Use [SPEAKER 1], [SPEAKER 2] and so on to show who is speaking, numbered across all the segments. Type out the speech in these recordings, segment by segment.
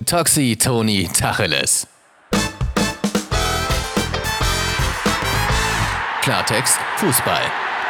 [SPEAKER 1] Toxi Toni Tacheles. Klartext Fußball.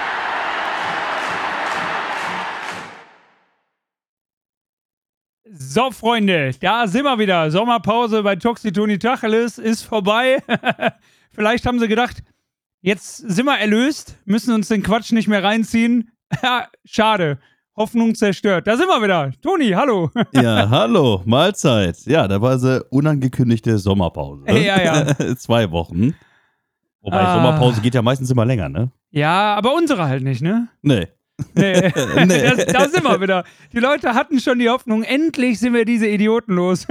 [SPEAKER 2] So, Freunde, da sind wir wieder. Sommerpause bei Toxi Toni Tacheles ist vorbei. Vielleicht haben sie gedacht, jetzt sind wir erlöst, müssen uns den Quatsch nicht mehr reinziehen. Schade. Hoffnung zerstört. Da sind wir wieder. Toni, hallo.
[SPEAKER 3] Ja, hallo, Mahlzeit. Ja, da war sie unangekündigte Sommerpause.
[SPEAKER 2] Ja.
[SPEAKER 3] 2 Wochen. Wobei Sommerpause geht ja meistens immer länger, ne?
[SPEAKER 2] Ja, aber unsere halt nicht, ne?
[SPEAKER 3] Nee.
[SPEAKER 2] Nee. Da sind wir wieder. Die Leute hatten schon die Hoffnung, endlich sind wir diese Idioten los.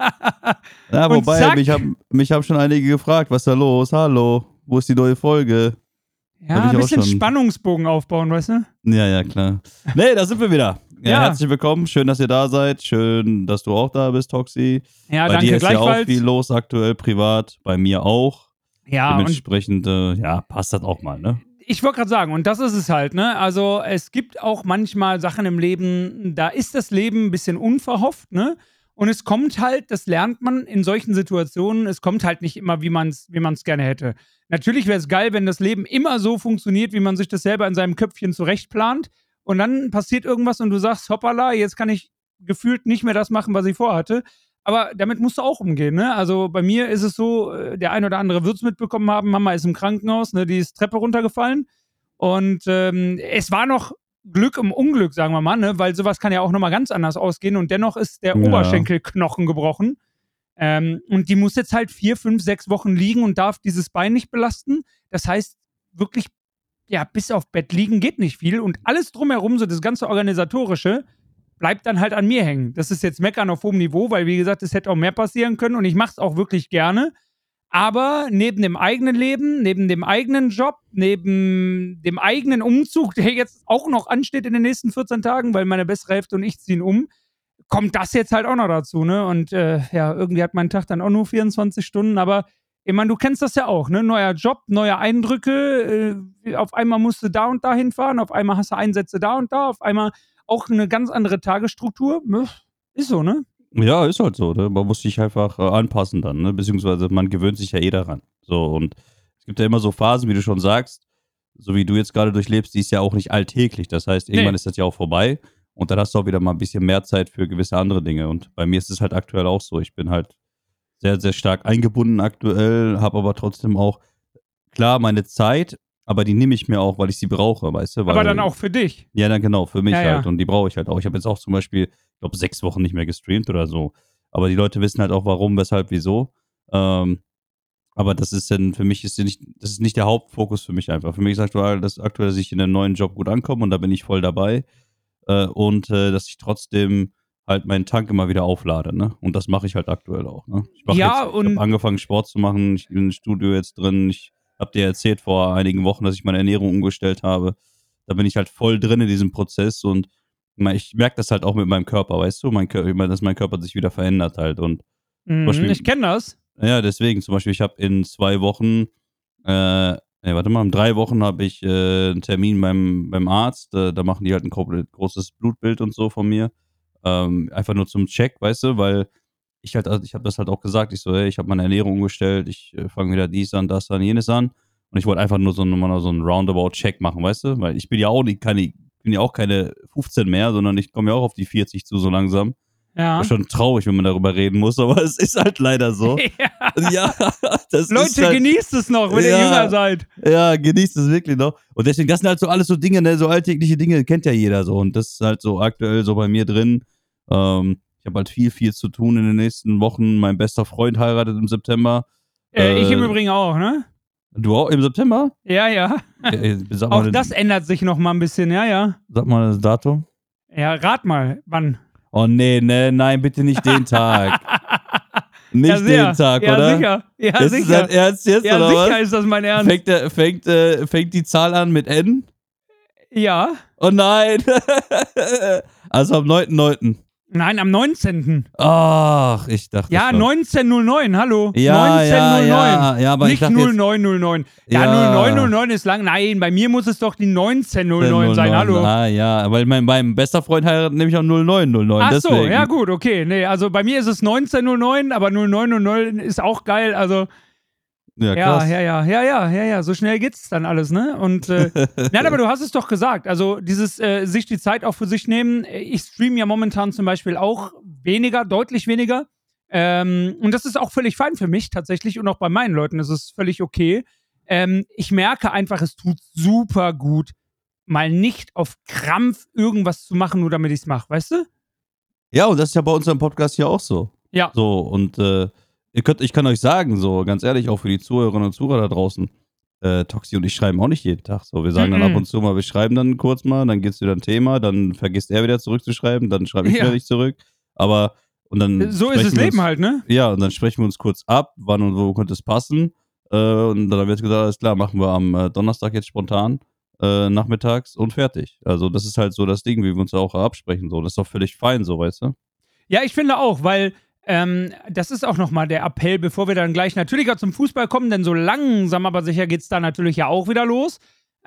[SPEAKER 3] Ja,
[SPEAKER 2] Und
[SPEAKER 3] wobei,
[SPEAKER 2] zack.
[SPEAKER 3] mich haben schon einige gefragt, was ist da los? Hallo, wo ist die neue Folge?
[SPEAKER 2] Ja,
[SPEAKER 3] Hab ich
[SPEAKER 2] ein
[SPEAKER 3] auch
[SPEAKER 2] bisschen
[SPEAKER 3] schon.
[SPEAKER 2] Spannungsbogen aufbauen, weißt du?
[SPEAKER 3] Ja, klar. Nee, da sind wir wieder. Ja, herzlich willkommen. Schön, dass ihr da seid. Schön, dass du auch da bist, Toxi.
[SPEAKER 2] Ja,
[SPEAKER 3] Bei
[SPEAKER 2] danke,
[SPEAKER 3] dir ist ja auch
[SPEAKER 2] gleichfalls.
[SPEAKER 3] viel los aktuell, privat. Bei mir auch.
[SPEAKER 2] Ja, und
[SPEAKER 3] Dementsprechend, passt das auch mal, ne?
[SPEAKER 2] ich wollte gerade sagen, und das ist es halt, ne? Also es gibt auch manchmal Sachen im Leben, da ist das Leben ein bisschen unverhofft, ne? Und es kommt halt, das lernt man in solchen Situationen, es kommt halt nicht immer, wie man's gerne hätte. Natürlich wäre es geil, wenn das Leben immer so funktioniert, wie man sich das selber in seinem Köpfchen zurechtplant. Und dann passiert irgendwas und du sagst, hoppala, jetzt kann ich gefühlt nicht mehr das machen, was ich vorhatte. Aber damit musst du auch umgehen, ne? Also bei mir ist es so, der ein oder andere wird es mitbekommen haben, Mama ist im Krankenhaus, ne? Die ist Treppe runtergefallen. Und es war noch Glück im Unglück, sagen wir mal, ne? Weil sowas kann ja auch nochmal ganz anders ausgehen. Und dennoch ist der Oberschenkelknochen gebrochen. Und die muss jetzt halt 4, 5, 6 Wochen liegen und darf dieses Bein nicht belasten. Das heißt, wirklich, ja, bis auf Bett liegen geht nicht viel. Und alles drumherum, so das ganze Organisatorische, bleibt dann halt an mir hängen. Das ist jetzt Meckern auf hohem Niveau, weil, wie gesagt, es hätte auch mehr passieren können. Und ich mache es auch wirklich gerne. Aber neben dem eigenen Leben, neben dem eigenen Job, neben dem eigenen Umzug, der jetzt auch noch ansteht in den nächsten 14 Tagen, weil meine bessere Hälfte und ich ziehen um, kommt das jetzt halt auch noch dazu, ne? Und irgendwie hat mein Tag dann auch nur 24 Stunden, aber ich meine, du kennst das ja auch, ne? Neuer Job, neue Eindrücke, auf einmal musst du da und da hinfahren, auf einmal hast du Einsätze da und da, auf einmal auch eine ganz andere Tagesstruktur. Ist so, ne?
[SPEAKER 3] Ja, ist halt so, ne? Man muss sich einfach anpassen dann, ne? Beziehungsweise man gewöhnt sich ja daran. So, und es gibt ja immer so Phasen, wie du schon sagst, so wie du jetzt gerade durchlebst, die ist ja auch nicht alltäglich. Das heißt, irgendwann ist das ja auch vorbei und dann hast du auch wieder mal ein bisschen mehr Zeit für gewisse andere Dinge. Und bei mir ist es halt aktuell auch so. Ich bin halt sehr, sehr stark eingebunden aktuell, habe aber trotzdem auch, klar, meine Zeit, aber die nehme ich mir auch, weil ich sie brauche, weißt du? Weil,
[SPEAKER 2] Aber dann auch für dich.
[SPEAKER 3] ja, dann genau, für mich
[SPEAKER 2] Ja,
[SPEAKER 3] halt.
[SPEAKER 2] ja.
[SPEAKER 3] Und die brauche ich halt auch. Ich habe jetzt auch zum Beispiel, ich glaube, 6 Wochen nicht mehr gestreamt oder so. Aber die Leute wissen halt auch, warum, weshalb, wieso. Aber das ist dann, für mich das ist nicht der Hauptfokus für mich einfach. Für mich ist aktuell, dass ich in einem neuen Job gut ankomme und da bin ich voll dabei. Dass ich trotzdem halt meinen Tank immer wieder auflade, ne? Und das mache ich halt aktuell auch, ne? Ich habe angefangen, Sport zu machen. Ich bin im Studio jetzt drin. Ich habe dir erzählt vor einigen Wochen, dass ich meine Ernährung umgestellt habe. Da bin ich halt voll drin in diesem Prozess und ich merke das halt auch mit meinem Körper, weißt du? Dass mein Körper sich wieder verändert halt. Und zum Beispiel,
[SPEAKER 2] Ich kenne das.
[SPEAKER 3] ja, deswegen, zum Beispiel, ich habe in 2 Wochen, in 3 Wochen habe ich einen Termin beim Arzt. Da machen die halt ein großes Blutbild und so von mir. Einfach nur zum Check, weißt du, weil ich habe das halt auch gesagt. Ich so, hey, ich habe meine Ernährung umgestellt, ich fange wieder dies an, das an, jenes an. Und ich wollte einfach nur so einen Roundabout-Check machen, weißt du? Weil ich bin ja auch keine 15 mehr, sondern ich komme ja auch auf die 40 zu so langsam.
[SPEAKER 2] Ja.
[SPEAKER 3] Ist schon traurig, wenn man darüber reden muss, aber es ist halt leider so. Ja, das
[SPEAKER 2] Leute,
[SPEAKER 3] ist halt,
[SPEAKER 2] genießt es noch, wenn ihr jünger seid.
[SPEAKER 3] Ja, genießt es wirklich noch. Und deswegen, das sind halt so alles so Dinge, ne, so alltägliche Dinge, kennt ja jeder so. Und das ist halt so aktuell so bei mir drin. Ich habe halt viel zu tun in den nächsten Wochen. Mein bester Freund heiratet im September.
[SPEAKER 2] Ich im Übrigen auch, ne?
[SPEAKER 3] Du auch im September?
[SPEAKER 2] Ja.
[SPEAKER 3] Sag
[SPEAKER 2] Auch
[SPEAKER 3] mal,
[SPEAKER 2] das ändert sich noch mal ein bisschen, ja.
[SPEAKER 3] Sag mal das Datum.
[SPEAKER 2] Ja, rat mal, wann?
[SPEAKER 3] Oh nee, nein, bitte nicht den Tag. Nicht
[SPEAKER 2] Ja, sehr.
[SPEAKER 3] den Tag,
[SPEAKER 2] Ja,
[SPEAKER 3] oder?
[SPEAKER 2] sicher. Ja,
[SPEAKER 3] Das
[SPEAKER 2] sicher.
[SPEAKER 3] ist dein Ernst jetzt,
[SPEAKER 2] Ja,
[SPEAKER 3] oder
[SPEAKER 2] sicher
[SPEAKER 3] was?
[SPEAKER 2] ist das mein Ernst.
[SPEAKER 3] Fängt die Zahl an mit N?
[SPEAKER 2] Ja.
[SPEAKER 3] Oh nein! Also am 9.9.
[SPEAKER 2] Nein, am 19.
[SPEAKER 3] Ach, ich dachte
[SPEAKER 2] Ja,
[SPEAKER 3] schon.
[SPEAKER 2] 1909, hallo.
[SPEAKER 3] Ja,
[SPEAKER 2] 1909.
[SPEAKER 3] ja, aber
[SPEAKER 2] nicht
[SPEAKER 3] ich dachte jetzt,
[SPEAKER 2] 0909. Ja,
[SPEAKER 3] Ja.
[SPEAKER 2] 0909 ist lang. Nein, bei mir muss es doch die 1909 sein, hallo.
[SPEAKER 3] Ah, ja, weil mein bester Freund heiratet nämlich auch 0909,
[SPEAKER 2] Ach
[SPEAKER 3] deswegen.
[SPEAKER 2] so, ja gut, okay. Nee, also bei mir ist es 1909, aber 0909 ist auch geil. Also
[SPEAKER 3] Ja,
[SPEAKER 2] ja,
[SPEAKER 3] krass.
[SPEAKER 2] ja, so schnell geht's dann alles, ne? Und nein, aber du hast es doch gesagt. Also dieses sich die Zeit auch für sich nehmen. Ich streame ja momentan zum Beispiel auch weniger, deutlich weniger. Und das ist auch völlig fein für mich tatsächlich und auch bei meinen Leuten ist es völlig okay. Ich merke einfach, es tut super gut, mal nicht auf Krampf irgendwas zu machen, nur damit ich's mache, weißt du?
[SPEAKER 3] Ja, und das ist ja bei unserem Podcast hier auch so.
[SPEAKER 2] Ja.
[SPEAKER 3] So, und ich kann euch sagen, so ganz ehrlich, auch für die Zuhörerinnen und Zuhörer da draußen, Toxi und ich schreiben auch nicht jeden Tag. So, wir sagen dann ab und zu mal, wir schreiben dann kurz mal, dann geht's wieder ein Thema, dann vergisst er wieder zurückzuschreiben, dann schreibe ich wieder nicht zurück. Aber, und dann.
[SPEAKER 2] So ist das Leben halt, ne?
[SPEAKER 3] Ja, und dann sprechen wir uns kurz ab, wann und wo könnte es passen. Und dann wird gesagt, alles klar, machen wir am Donnerstag jetzt spontan, nachmittags und fertig. Also, das ist halt so das Ding, wie wir uns auch absprechen. So, das ist doch völlig fein, so, weißt du?
[SPEAKER 2] Ja, ich finde auch, weil das ist auch nochmal der Appell, bevor wir dann gleich natürlicher zum Fußball kommen, denn so langsam aber sicher geht es da natürlich ja auch wieder los.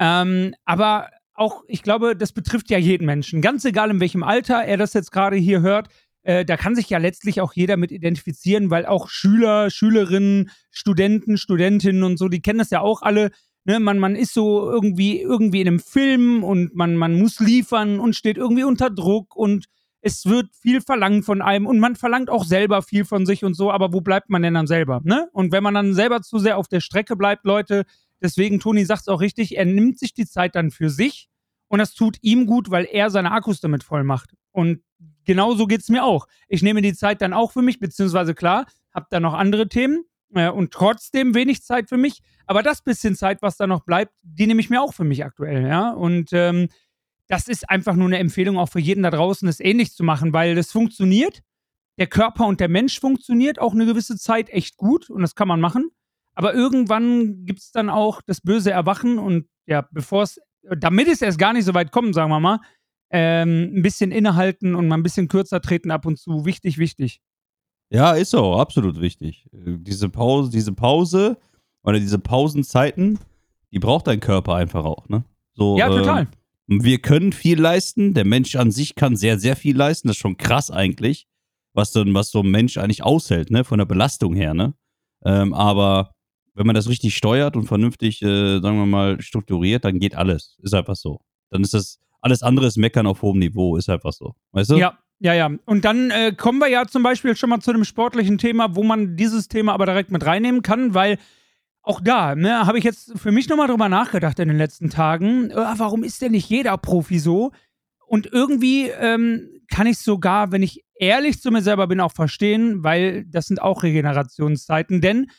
[SPEAKER 2] Aber auch, ich glaube, das betrifft ja jeden Menschen. Ganz egal, in welchem Alter er das jetzt gerade hier hört, da kann sich ja letztlich auch jeder mit identifizieren, weil auch Schüler, Schülerinnen, Studenten, Studentinnen und so, die kennen das ja auch alle. Ne? Man ist so irgendwie in einem Film und man muss liefern und steht irgendwie unter Druck und es wird viel verlangt von einem und man verlangt auch selber viel von sich und so, aber wo bleibt man denn dann selber, ne? Und wenn man dann selber zu sehr auf der Strecke bleibt, Leute, deswegen, Toni sagt es auch richtig, er nimmt sich die Zeit dann für sich und das tut ihm gut, weil er seine Akkus damit voll macht. Und genauso geht es mir auch. Ich nehme die Zeit dann auch für mich, beziehungsweise klar, habe dann noch andere Themen und trotzdem wenig Zeit für mich, aber das bisschen Zeit, was da noch bleibt, die nehme ich mir auch für mich aktuell, ja? Und das ist einfach nur eine Empfehlung auch für jeden da draußen, es ähnlich zu machen, weil das funktioniert. Der Körper und der Mensch funktioniert auch eine gewisse Zeit echt gut und das kann man machen. Aber irgendwann gibt es dann auch das böse Erwachen und ja, damit es erst gar nicht so weit kommt, sagen wir mal, ein bisschen innehalten und mal ein bisschen kürzer treten ab und zu. Wichtig, wichtig.
[SPEAKER 3] Ja, ist so, absolut wichtig. Diese Pause oder diese Pausenzeiten, die braucht dein Körper einfach auch, ne? So,
[SPEAKER 2] Ja, total.
[SPEAKER 3] wir können viel leisten. Der Mensch an sich kann sehr, sehr viel leisten. Das ist schon krass eigentlich, was so ein Mensch eigentlich aushält, ne? Von der Belastung her, ne? Aber wenn man das richtig steuert und vernünftig, sagen wir mal, strukturiert, dann geht alles. Ist einfach so. Dann ist das, alles andere ist Meckern auf hohem Niveau. Ist einfach so. Weißt du?
[SPEAKER 2] Ja. Und dann kommen wir ja zum Beispiel schon mal zu einem sportlichen Thema, wo man dieses Thema aber direkt mit reinnehmen kann, weil auch da, ne, habe ich jetzt für mich nochmal drüber nachgedacht in den letzten Tagen. Warum ist denn nicht jeder Profi so? Und irgendwie kann ich es sogar, wenn ich ehrlich zu mir selber bin, auch verstehen, weil das sind auch Regenerationszeiten. Denn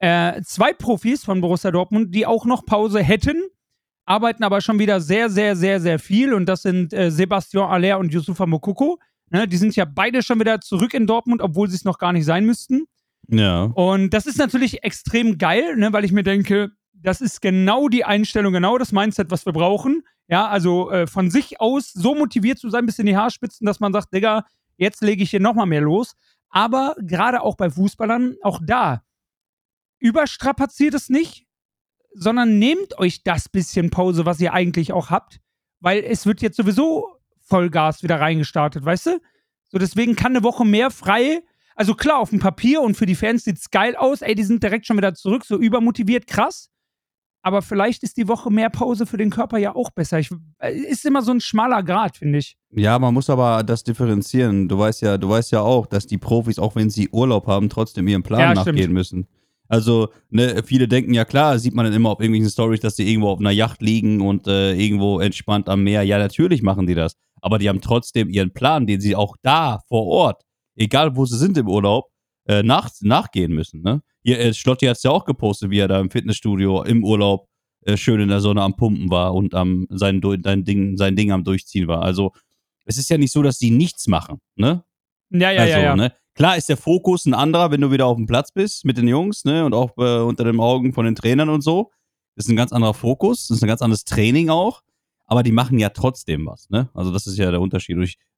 [SPEAKER 2] 2 Profis von Borussia Dortmund, die auch noch Pause hätten, arbeiten aber schon wieder sehr, sehr, sehr, sehr viel. Und das sind Sebastian Haller und Youssoufa Moukoko. Ne, die sind ja beide schon wieder zurück in Dortmund, obwohl sie es noch gar nicht sein müssten.
[SPEAKER 3] Ja.
[SPEAKER 2] Und das ist natürlich extrem geil, ne, weil ich mir denke, das ist genau die Einstellung, genau das Mindset, was wir brauchen. Ja, also von sich aus so motiviert zu sein, bis in die Haarspitzen, dass man sagt, Digga, jetzt lege ich hier nochmal mehr los. Aber gerade auch bei Fußballern, auch da, überstrapaziert es nicht, sondern nehmt euch das bisschen Pause, was ihr eigentlich auch habt, weil es wird jetzt sowieso Vollgas wieder reingestartet, weißt du? So, deswegen kann eine Woche mehr frei. Also klar, auf dem Papier und für die Fans sieht's geil aus. Ey, die sind direkt schon wieder zurück, so übermotiviert, krass. Aber vielleicht ist die Woche mehr Pause für den Körper ja auch besser. Ist immer so ein schmaler Grat, finde ich.
[SPEAKER 3] Ja, man muss aber das differenzieren. Du weißt ja auch, dass die Profis, auch wenn sie Urlaub haben, trotzdem ihrem Plan nachgehen müssen. Also, ne, viele denken, ja klar, sieht man dann immer auf irgendwelchen Storys, dass die irgendwo auf einer Yacht liegen und irgendwo entspannt am Meer. Ja, natürlich machen die das. Aber die haben trotzdem ihren Plan, den sie auch da vor Ort, egal wo sie sind im Urlaub, nachgehen müssen. Ne? Hier, Schlotti hat es ja auch gepostet, wie er da im Fitnessstudio im Urlaub schön in der Sonne am Pumpen war und sein Ding am Durchziehen war. Also, es ist ja nicht so, dass die nichts machen. Ne?
[SPEAKER 2] Ja.
[SPEAKER 3] Ne? Klar ist der Fokus ein anderer, wenn du wieder auf dem Platz bist mit den Jungs, ne, und auch unter den Augen von den Trainern und so. Das ist ein ganz anderer Fokus, das ist ein ganz anderes Training auch, aber die machen ja trotzdem was, ne? Also das ist ja der Unterschied. Und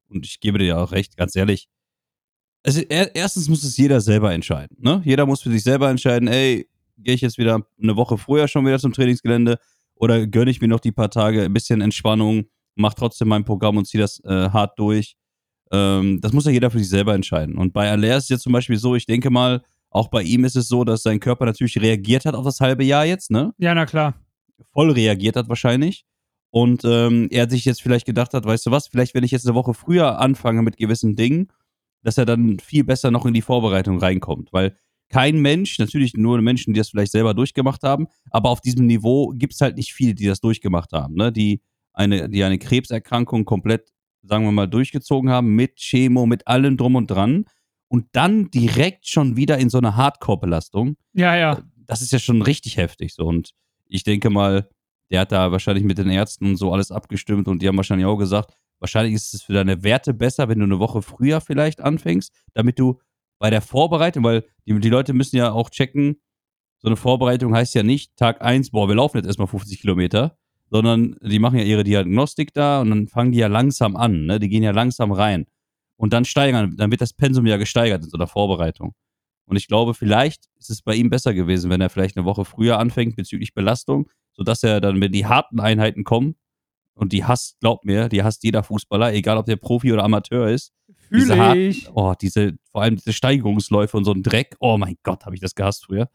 [SPEAKER 3] und ich gebe dir ja auch recht, ganz ehrlich, also erstens muss es jeder selber entscheiden, ne? Jeder muss für sich selber entscheiden, ey, gehe ich jetzt wieder eine Woche früher schon wieder zum Trainingsgelände oder gönne ich mir noch die paar Tage ein bisschen Entspannung, mach trotzdem mein Programm und ziehe das hart durch. Das muss ja jeder für sich selber entscheiden. Und bei Aller ist es jetzt zum Beispiel so, ich denke mal, auch bei ihm ist es so, dass sein Körper natürlich reagiert hat auf das halbe Jahr jetzt, ne?
[SPEAKER 2] Ja, na klar.
[SPEAKER 3] Voll reagiert hat wahrscheinlich. Und er sich jetzt vielleicht gedacht hat, weißt du was, vielleicht wenn ich jetzt eine Woche früher anfange mit gewissen Dingen, dass er dann viel besser noch in die Vorbereitung reinkommt. Weil kein Mensch, natürlich nur Menschen, die das vielleicht selber durchgemacht haben, aber auf diesem Niveau gibt es halt nicht viele, die das durchgemacht haben, ne? Die eine Krebserkrankung komplett, sagen wir mal, durchgezogen haben, mit Chemo, mit allem drum und dran und dann direkt schon wieder in so eine Hardcore-Belastung.
[SPEAKER 2] Ja.
[SPEAKER 3] Das ist ja schon richtig heftig so. Und ich denke mal, der hat da wahrscheinlich mit den Ärzten und so alles abgestimmt und die haben wahrscheinlich auch gesagt, wahrscheinlich ist es für deine Werte besser, wenn du eine Woche früher vielleicht anfängst, damit du bei der Vorbereitung, weil die Leute müssen ja auch checken, so eine Vorbereitung heißt ja nicht Tag 1, boah, wir laufen jetzt erstmal 50 Kilometer, sondern die machen ja ihre Diagnostik da und dann fangen die ja langsam an, ne? Die gehen ja langsam rein und dann dann wird das Pensum ja gesteigert in so einer Vorbereitung. Und ich glaube, vielleicht ist es bei ihm besser gewesen, wenn er vielleicht eine Woche früher anfängt bezüglich Belastung, sodass er dann, wenn die harten Einheiten kommen, und die hasst, glaubt mir, die hasst jeder Fußballer, egal ob der Profi oder Amateur ist.
[SPEAKER 2] Fühle ich.
[SPEAKER 3] Vor allem diese Steigerungsläufe und so ein Dreck, oh mein Gott, habe ich das gehasst früher.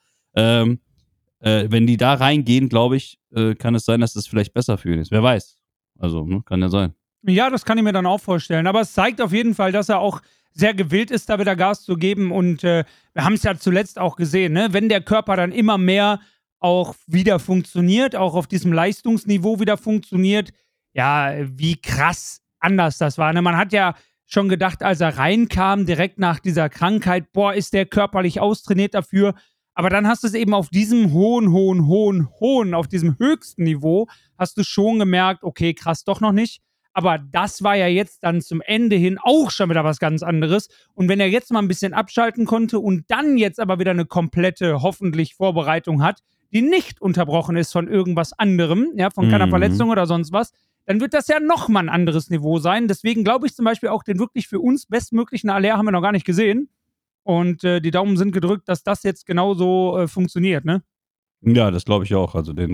[SPEAKER 3] Wenn die da reingehen, glaube ich, kann es sein, dass das vielleicht besser für ihn ist. Wer weiß. Also, kann ja sein.
[SPEAKER 2] Ja, das kann ich mir dann auch vorstellen. Aber es zeigt auf jeden Fall, dass er auch sehr gewillt ist, da wieder Gas zu geben. Und wir haben es ja zuletzt auch gesehen, ne? Wenn der Körper dann immer mehr auch wieder funktioniert, auch auf diesem Leistungsniveau wieder funktioniert, ja, wie krass anders das war. Ne? Man hat ja schon gedacht, als er reinkam, direkt nach dieser Krankheit, boah, ist der körperlich austrainiert dafür. Aber dann hast du es eben auf diesem hohen, auf diesem höchsten Niveau, hast du schon gemerkt, okay, krass, doch noch nicht. Aber das war ja jetzt dann zum Ende hin auch schon wieder was ganz anderes. Und wenn er jetzt mal ein bisschen abschalten konnte und dann jetzt aber wieder eine komplette, hoffentlich, Vorbereitung hat, die nicht unterbrochen ist von irgendwas anderem, ja, von keiner Verletzung oder sonst was, dann wird das ja nochmal ein anderes Niveau sein. Deswegen glaube ich zum Beispiel auch, den wirklich für uns bestmöglichen Aller haben wir noch gar nicht gesehen. Und die Daumen sind gedrückt, dass das jetzt genauso funktioniert, ne?
[SPEAKER 3] Ja, das glaube ich auch. Also den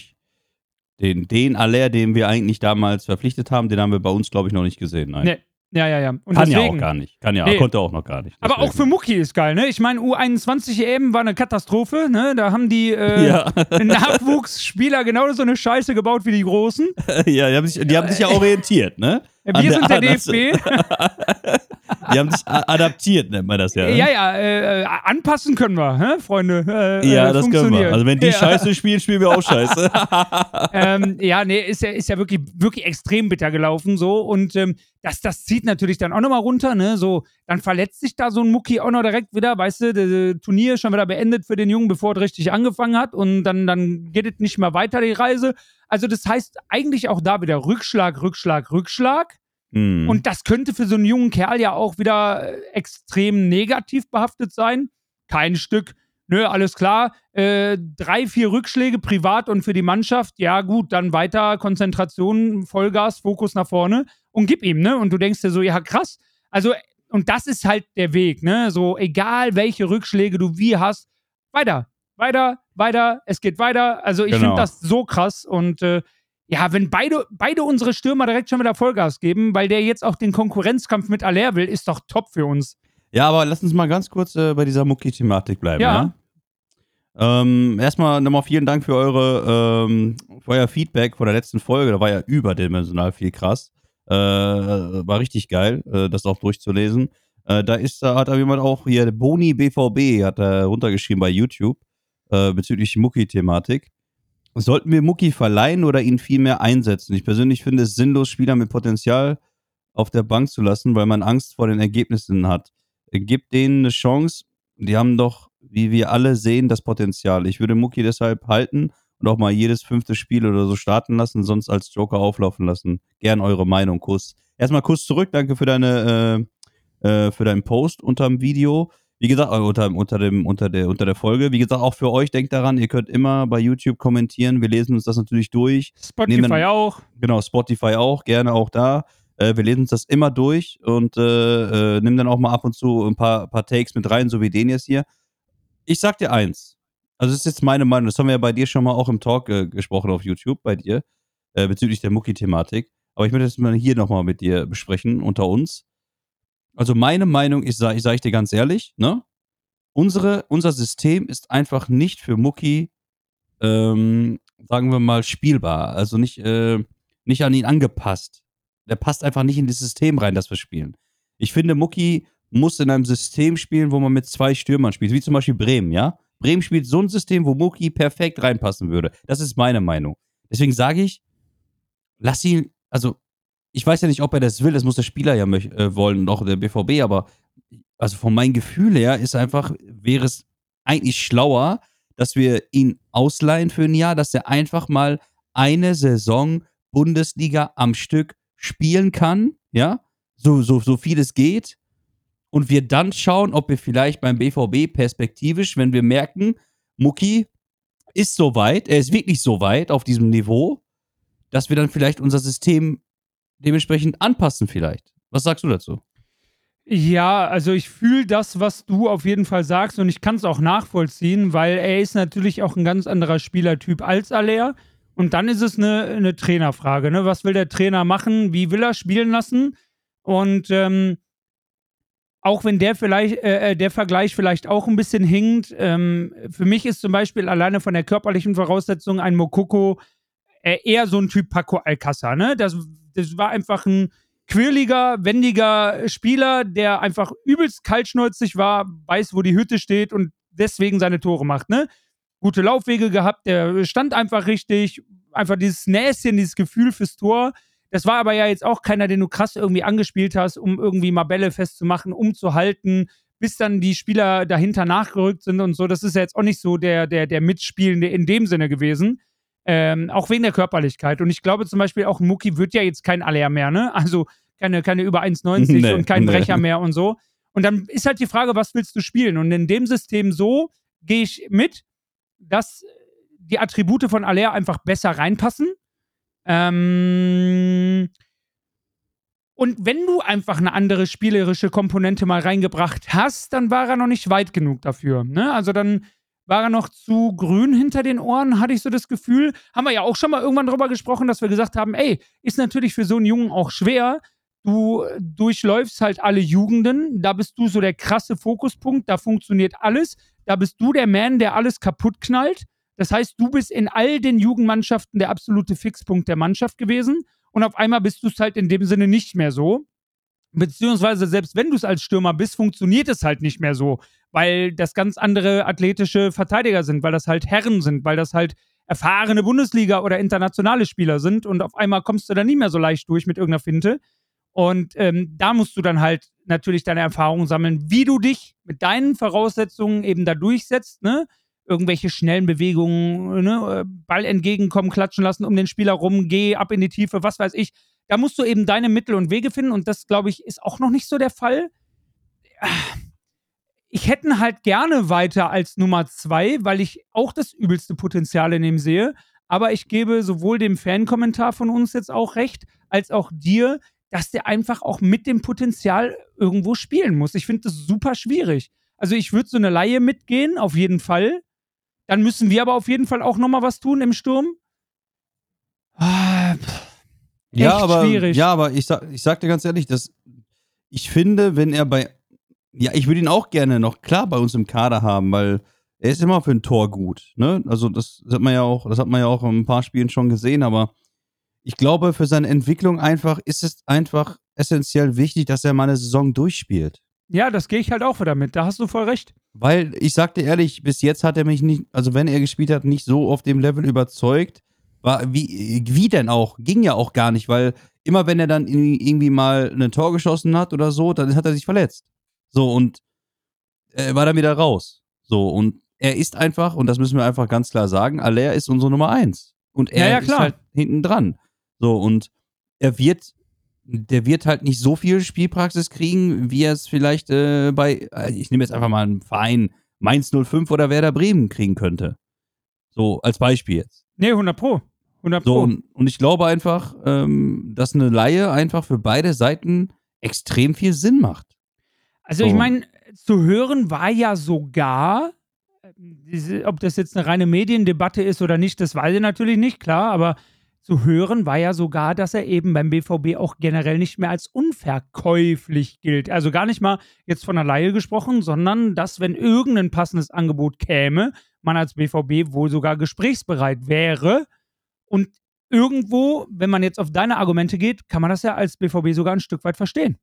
[SPEAKER 3] Aller, den wir eigentlich damals verpflichtet haben, den haben wir bei uns, glaube ich, noch nicht gesehen. Nein.
[SPEAKER 2] Nee. Ja. Und
[SPEAKER 3] kann
[SPEAKER 2] deswegen,
[SPEAKER 3] ja auch gar nicht. Konnte auch noch gar nicht.
[SPEAKER 2] Aber auch für Mucki ist geil, ne? Ich meine, U21 EM war eine Katastrophe, ne? Da haben die Nachwuchsspieler genau so eine Scheiße gebaut wie die Großen.
[SPEAKER 3] Ja, die haben sich ja orientiert, ne?
[SPEAKER 2] Wir sind der DFB.
[SPEAKER 3] Die haben sich adaptiert, nennt man das ja. Ne?
[SPEAKER 2] Ja, anpassen können wir, Freunde.
[SPEAKER 3] Ja, das können wir. Also wenn die Scheiße spielen, spielen wir auch Scheiße.
[SPEAKER 2] Ist ja wirklich, wirklich extrem bitter gelaufen so und das zieht natürlich dann auch nochmal runter, ne? So, dann verletzt sich da so ein Mucki auch noch direkt wieder, weißt du, das Turnier ist schon wieder beendet für den Jungen, bevor es richtig angefangen hat und dann geht es nicht mehr weiter, die Reise. Also das heißt eigentlich auch da wieder Rückschlag. Und das könnte für so einen jungen Kerl ja auch wieder extrem negativ behaftet sein. Kein Stück, alles klar. 3, 4 Rückschläge privat und für die Mannschaft, ja gut, dann weiter Konzentration, Vollgas, Fokus nach vorne und gib ihm, ne? Und du denkst dir so, ja krass. Also, und das ist halt der Weg, ne? So, egal welche Rückschläge du wie hast, weiter, es geht weiter. Also ich finde das so krass und wenn beide unsere Stürmer direkt schon wieder Vollgas geben, weil der jetzt auch den Konkurrenzkampf mit Aller will, ist doch top für uns.
[SPEAKER 3] Ja, aber lass uns mal ganz kurz bei dieser Mucki-Thematik bleiben. Ja. Erstmal nochmal vielen Dank für euer Feedback von der letzten Folge. Da war ja überdimensional viel krass. War richtig geil, das auch durchzulesen. Da hat aber jemand auch hier, Boni BVB hat runtergeschrieben bei YouTube bezüglich Mucki-Thematik. Sollten wir Mucki verleihen oder ihn viel mehr einsetzen? Ich persönlich finde es sinnlos, Spieler mit Potenzial auf der Bank zu lassen, weil man Angst vor den Ergebnissen hat. Gibt denen eine Chance. Die haben doch, wie wir alle sehen, das Potenzial. Ich würde Mucki deshalb halten und auch mal jedes 5. Spiel oder so starten lassen, sonst als Joker auflaufen lassen. Gern eure Meinung. Kuss. Erstmal Kuss zurück. Danke für deinen Post unter dem Video. Wie gesagt, unter der Folge. Wie gesagt, auch für euch, denkt daran, ihr könnt immer bei YouTube kommentieren. Wir lesen uns das natürlich durch.
[SPEAKER 2] Spotify auch.
[SPEAKER 3] Genau, Spotify auch. Gerne auch da. Wir lesen uns das immer durch und nehmen dann auch mal ab und zu ein paar Takes mit rein, so wie den jetzt hier. Ich sag dir eins. Also, das ist jetzt meine Meinung. Das haben wir ja bei dir schon mal auch im Talk gesprochen auf YouTube, bei dir, bezüglich der Mucki-Thematik. Aber ich möchte das mal hier nochmal mit dir besprechen, unter uns. Also, meine Meinung ist, sag ich dir ganz ehrlich, ne? Unser System ist einfach nicht für Mucki, sagen wir mal, spielbar. Also nicht an ihn angepasst. Der passt einfach nicht in das System rein, das wir spielen. Ich finde, Mucki muss in einem System spielen, wo man mit 2 Stürmern spielt, wie zum Beispiel Bremen, ja? Bremen spielt so ein System, wo Mucki perfekt reinpassen würde. Das ist meine Meinung. Deswegen sage ich, lass ihn, also ich weiß ja nicht, ob er das will, das muss der Spieler ja wollen und auch der BVB, aber also von meinem Gefühl her wäre es eigentlich schlauer, dass wir ihn ausleihen für ein Jahr, dass er einfach mal eine Saison Bundesliga am Stück spielen kann, ja, so viel es geht, und wir dann schauen, ob wir vielleicht beim BVB perspektivisch, wenn wir merken, Mucki ist so weit, er ist wirklich so weit auf diesem Niveau, dass wir dann vielleicht unser System dementsprechend anpassen vielleicht. Was sagst du dazu?
[SPEAKER 2] Ja, also ich fühle das, was du auf jeden Fall sagst, und ich kann es auch nachvollziehen, weil er ist natürlich auch ein ganz anderer Spielertyp als Aller. Und dann ist es eine Trainerfrage, ne? Was will der Trainer machen? Wie will er spielen lassen? Und auch wenn der Vergleich vielleicht auch ein bisschen hinkt, für mich ist zum Beispiel alleine von der körperlichen Voraussetzung ein Moukoko eher so ein Typ Paco Alcácer, ne? Das war einfach ein quirliger, wendiger Spieler, der einfach übelst kaltschnäuzig war, weiß, wo die Hütte steht und deswegen seine Tore macht, ne? Gute Laufwege gehabt, der stand einfach richtig, einfach dieses Näschen, dieses Gefühl fürs Tor. Das war aber ja jetzt auch keiner, den du krass irgendwie angespielt hast, um irgendwie mal Bälle festzumachen, umzuhalten, bis dann die Spieler dahinter nachgerückt sind und so. Das ist ja jetzt auch nicht so der Mitspielende in dem Sinne gewesen. Auch wegen der Körperlichkeit. Und ich glaube zum Beispiel auch, Mucki wird ja jetzt kein Aller mehr, ne? Also keine über 1,90
[SPEAKER 3] Nee,
[SPEAKER 2] und kein
[SPEAKER 3] nee.
[SPEAKER 2] Brecher mehr und so. Und dann ist halt die Frage, was willst du spielen? Und in dem System so gehe ich mit, dass die Attribute von Aller einfach besser reinpassen. Und wenn du einfach eine andere spielerische Komponente mal reingebracht hast, dann war er noch nicht weit genug dafür, ne? Also dann war er noch zu grün hinter den Ohren, hatte ich so das Gefühl. Haben wir ja auch schon mal irgendwann drüber gesprochen, dass wir gesagt haben, ey, ist natürlich für so einen Jungen auch schwer. Du durchläufst halt alle Jugenden, da bist du so der krasse Fokuspunkt, da funktioniert alles. Da bist du der Man, der alles kaputt knallt. Das heißt, du bist in all den Jugendmannschaften der absolute Fixpunkt der Mannschaft gewesen. Und auf einmal bist du es halt in dem Sinne nicht mehr so. Beziehungsweise selbst wenn du es als Stürmer bist, funktioniert es halt nicht mehr so, weil das ganz andere athletische Verteidiger sind, weil das halt Herren sind, weil das halt erfahrene Bundesliga- oder internationale Spieler sind, und auf einmal kommst du da nie mehr so leicht durch mit irgendeiner Finte. Und da musst du dann halt natürlich deine Erfahrungen sammeln, wie du dich mit deinen Voraussetzungen eben da durchsetzt, ne? Irgendwelche schnellen Bewegungen, ne? Ball entgegenkommen, klatschen lassen um den Spieler rum, geh ab in die Tiefe, was weiß ich. Da musst du eben deine Mittel und Wege finden, und das, glaube ich, ist auch noch nicht so der Fall. Ich hätte ihn halt gerne weiter als Nummer 2, weil ich auch das übelste Potenzial in ihm sehe. Aber ich gebe sowohl dem Fan-Kommentar von uns jetzt auch recht, als auch dir, dass der einfach auch mit dem Potenzial irgendwo spielen muss. Ich finde das super schwierig. Also ich würde so eine Laie mitgehen, auf jeden Fall. Dann müssen wir aber auf jeden Fall auch nochmal was tun im Sturm. Echt schwierig.
[SPEAKER 3] Ja, aber ich sag dir ganz ehrlich, ich finde, wenn er ich würde ihn auch gerne noch klar bei uns im Kader haben, weil er ist immer für ein Tor gut, ne? Also das hat man ja auch in ein paar Spielen schon gesehen, aber ich glaube, für seine Entwicklung ist es einfach essentiell wichtig, dass er mal eine Saison durchspielt.
[SPEAKER 2] Ja, das gehe ich halt auch wieder mit. Da hast du voll recht.
[SPEAKER 3] Weil, ich sag dir ehrlich, bis jetzt hat er mich nicht, also wenn er gespielt hat, nicht so auf dem Level überzeugt. Wie denn auch? Ging ja auch gar nicht, weil immer wenn er dann irgendwie mal ein Tor geschossen hat oder so, dann hat er sich verletzt. So, und er war dann wieder raus. So, und er ist einfach, und das müssen wir einfach ganz klar sagen, Aller ist unsere Nummer 1. Und er ist halt hinten dran. So, und der wird halt nicht so viel Spielpraxis kriegen, wie er es vielleicht ich nehme jetzt einfach mal einen Verein, Mainz 05 oder Werder Bremen kriegen könnte. So, als Beispiel jetzt.
[SPEAKER 2] Nee, 100 Pro. 100
[SPEAKER 3] So,
[SPEAKER 2] Pro.
[SPEAKER 3] und ich glaube einfach, dass eine Leihe einfach für beide Seiten extrem viel Sinn macht.
[SPEAKER 2] Also ich meine, zu hören war ja sogar, ob das jetzt eine reine Mediendebatte ist oder nicht, das weiß ich natürlich nicht, klar, aber zu hören war ja sogar, dass er eben beim BVB auch generell nicht mehr als unverkäuflich gilt. Also gar nicht mal jetzt von einer Leihe gesprochen, sondern dass, wenn irgendein passendes Angebot käme, man als BVB wohl sogar gesprächsbereit wäre. Und irgendwo, wenn man jetzt auf deine Argumente geht, kann man das ja als BVB sogar ein Stück weit verstehen.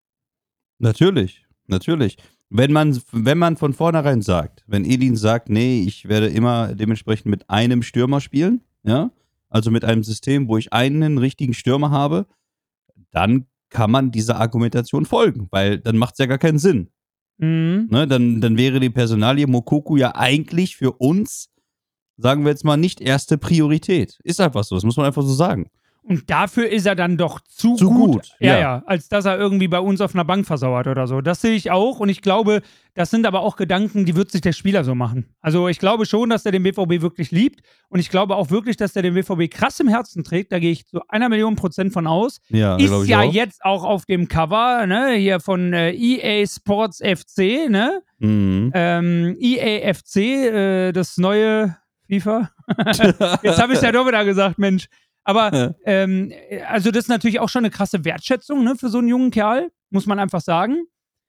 [SPEAKER 3] Natürlich. Wenn man von vornherein sagt, wenn Edin sagt, nee, ich werde immer dementsprechend mit einem Stürmer spielen, ja, also mit einem System, wo ich einen richtigen Stürmer habe, dann kann man dieser Argumentation folgen, weil dann macht es ja gar keinen Sinn.
[SPEAKER 2] Mhm.
[SPEAKER 3] Ne? Dann wäre die Personalie Moukoko ja eigentlich für uns, sagen wir jetzt mal, nicht erste Priorität. Ist einfach so, das muss man einfach so sagen.
[SPEAKER 2] Und dafür ist er dann doch zu
[SPEAKER 3] gut.
[SPEAKER 2] gut. Ja, als dass er irgendwie bei uns auf einer Bank versauert oder so. Das sehe ich auch. Und ich glaube, das sind aber auch Gedanken, die wird sich der Spieler so machen. Also ich glaube schon, dass er den BVB wirklich liebt. Und ich glaube auch wirklich, dass er den BVB krass im Herzen trägt. Da gehe ich zu 1.000.000% von aus.
[SPEAKER 3] Ja,
[SPEAKER 2] ist ja
[SPEAKER 3] auch.
[SPEAKER 2] jetzt auch auf dem Cover, ne, hier von EA Sports FC, ne?
[SPEAKER 3] Mhm.
[SPEAKER 2] EA FC, das neue FIFA. Jetzt habe ich es ja doch wieder gesagt, Mensch. Aber, also das ist natürlich auch schon eine krasse Wertschätzung, ne, für so einen jungen Kerl, muss man einfach sagen.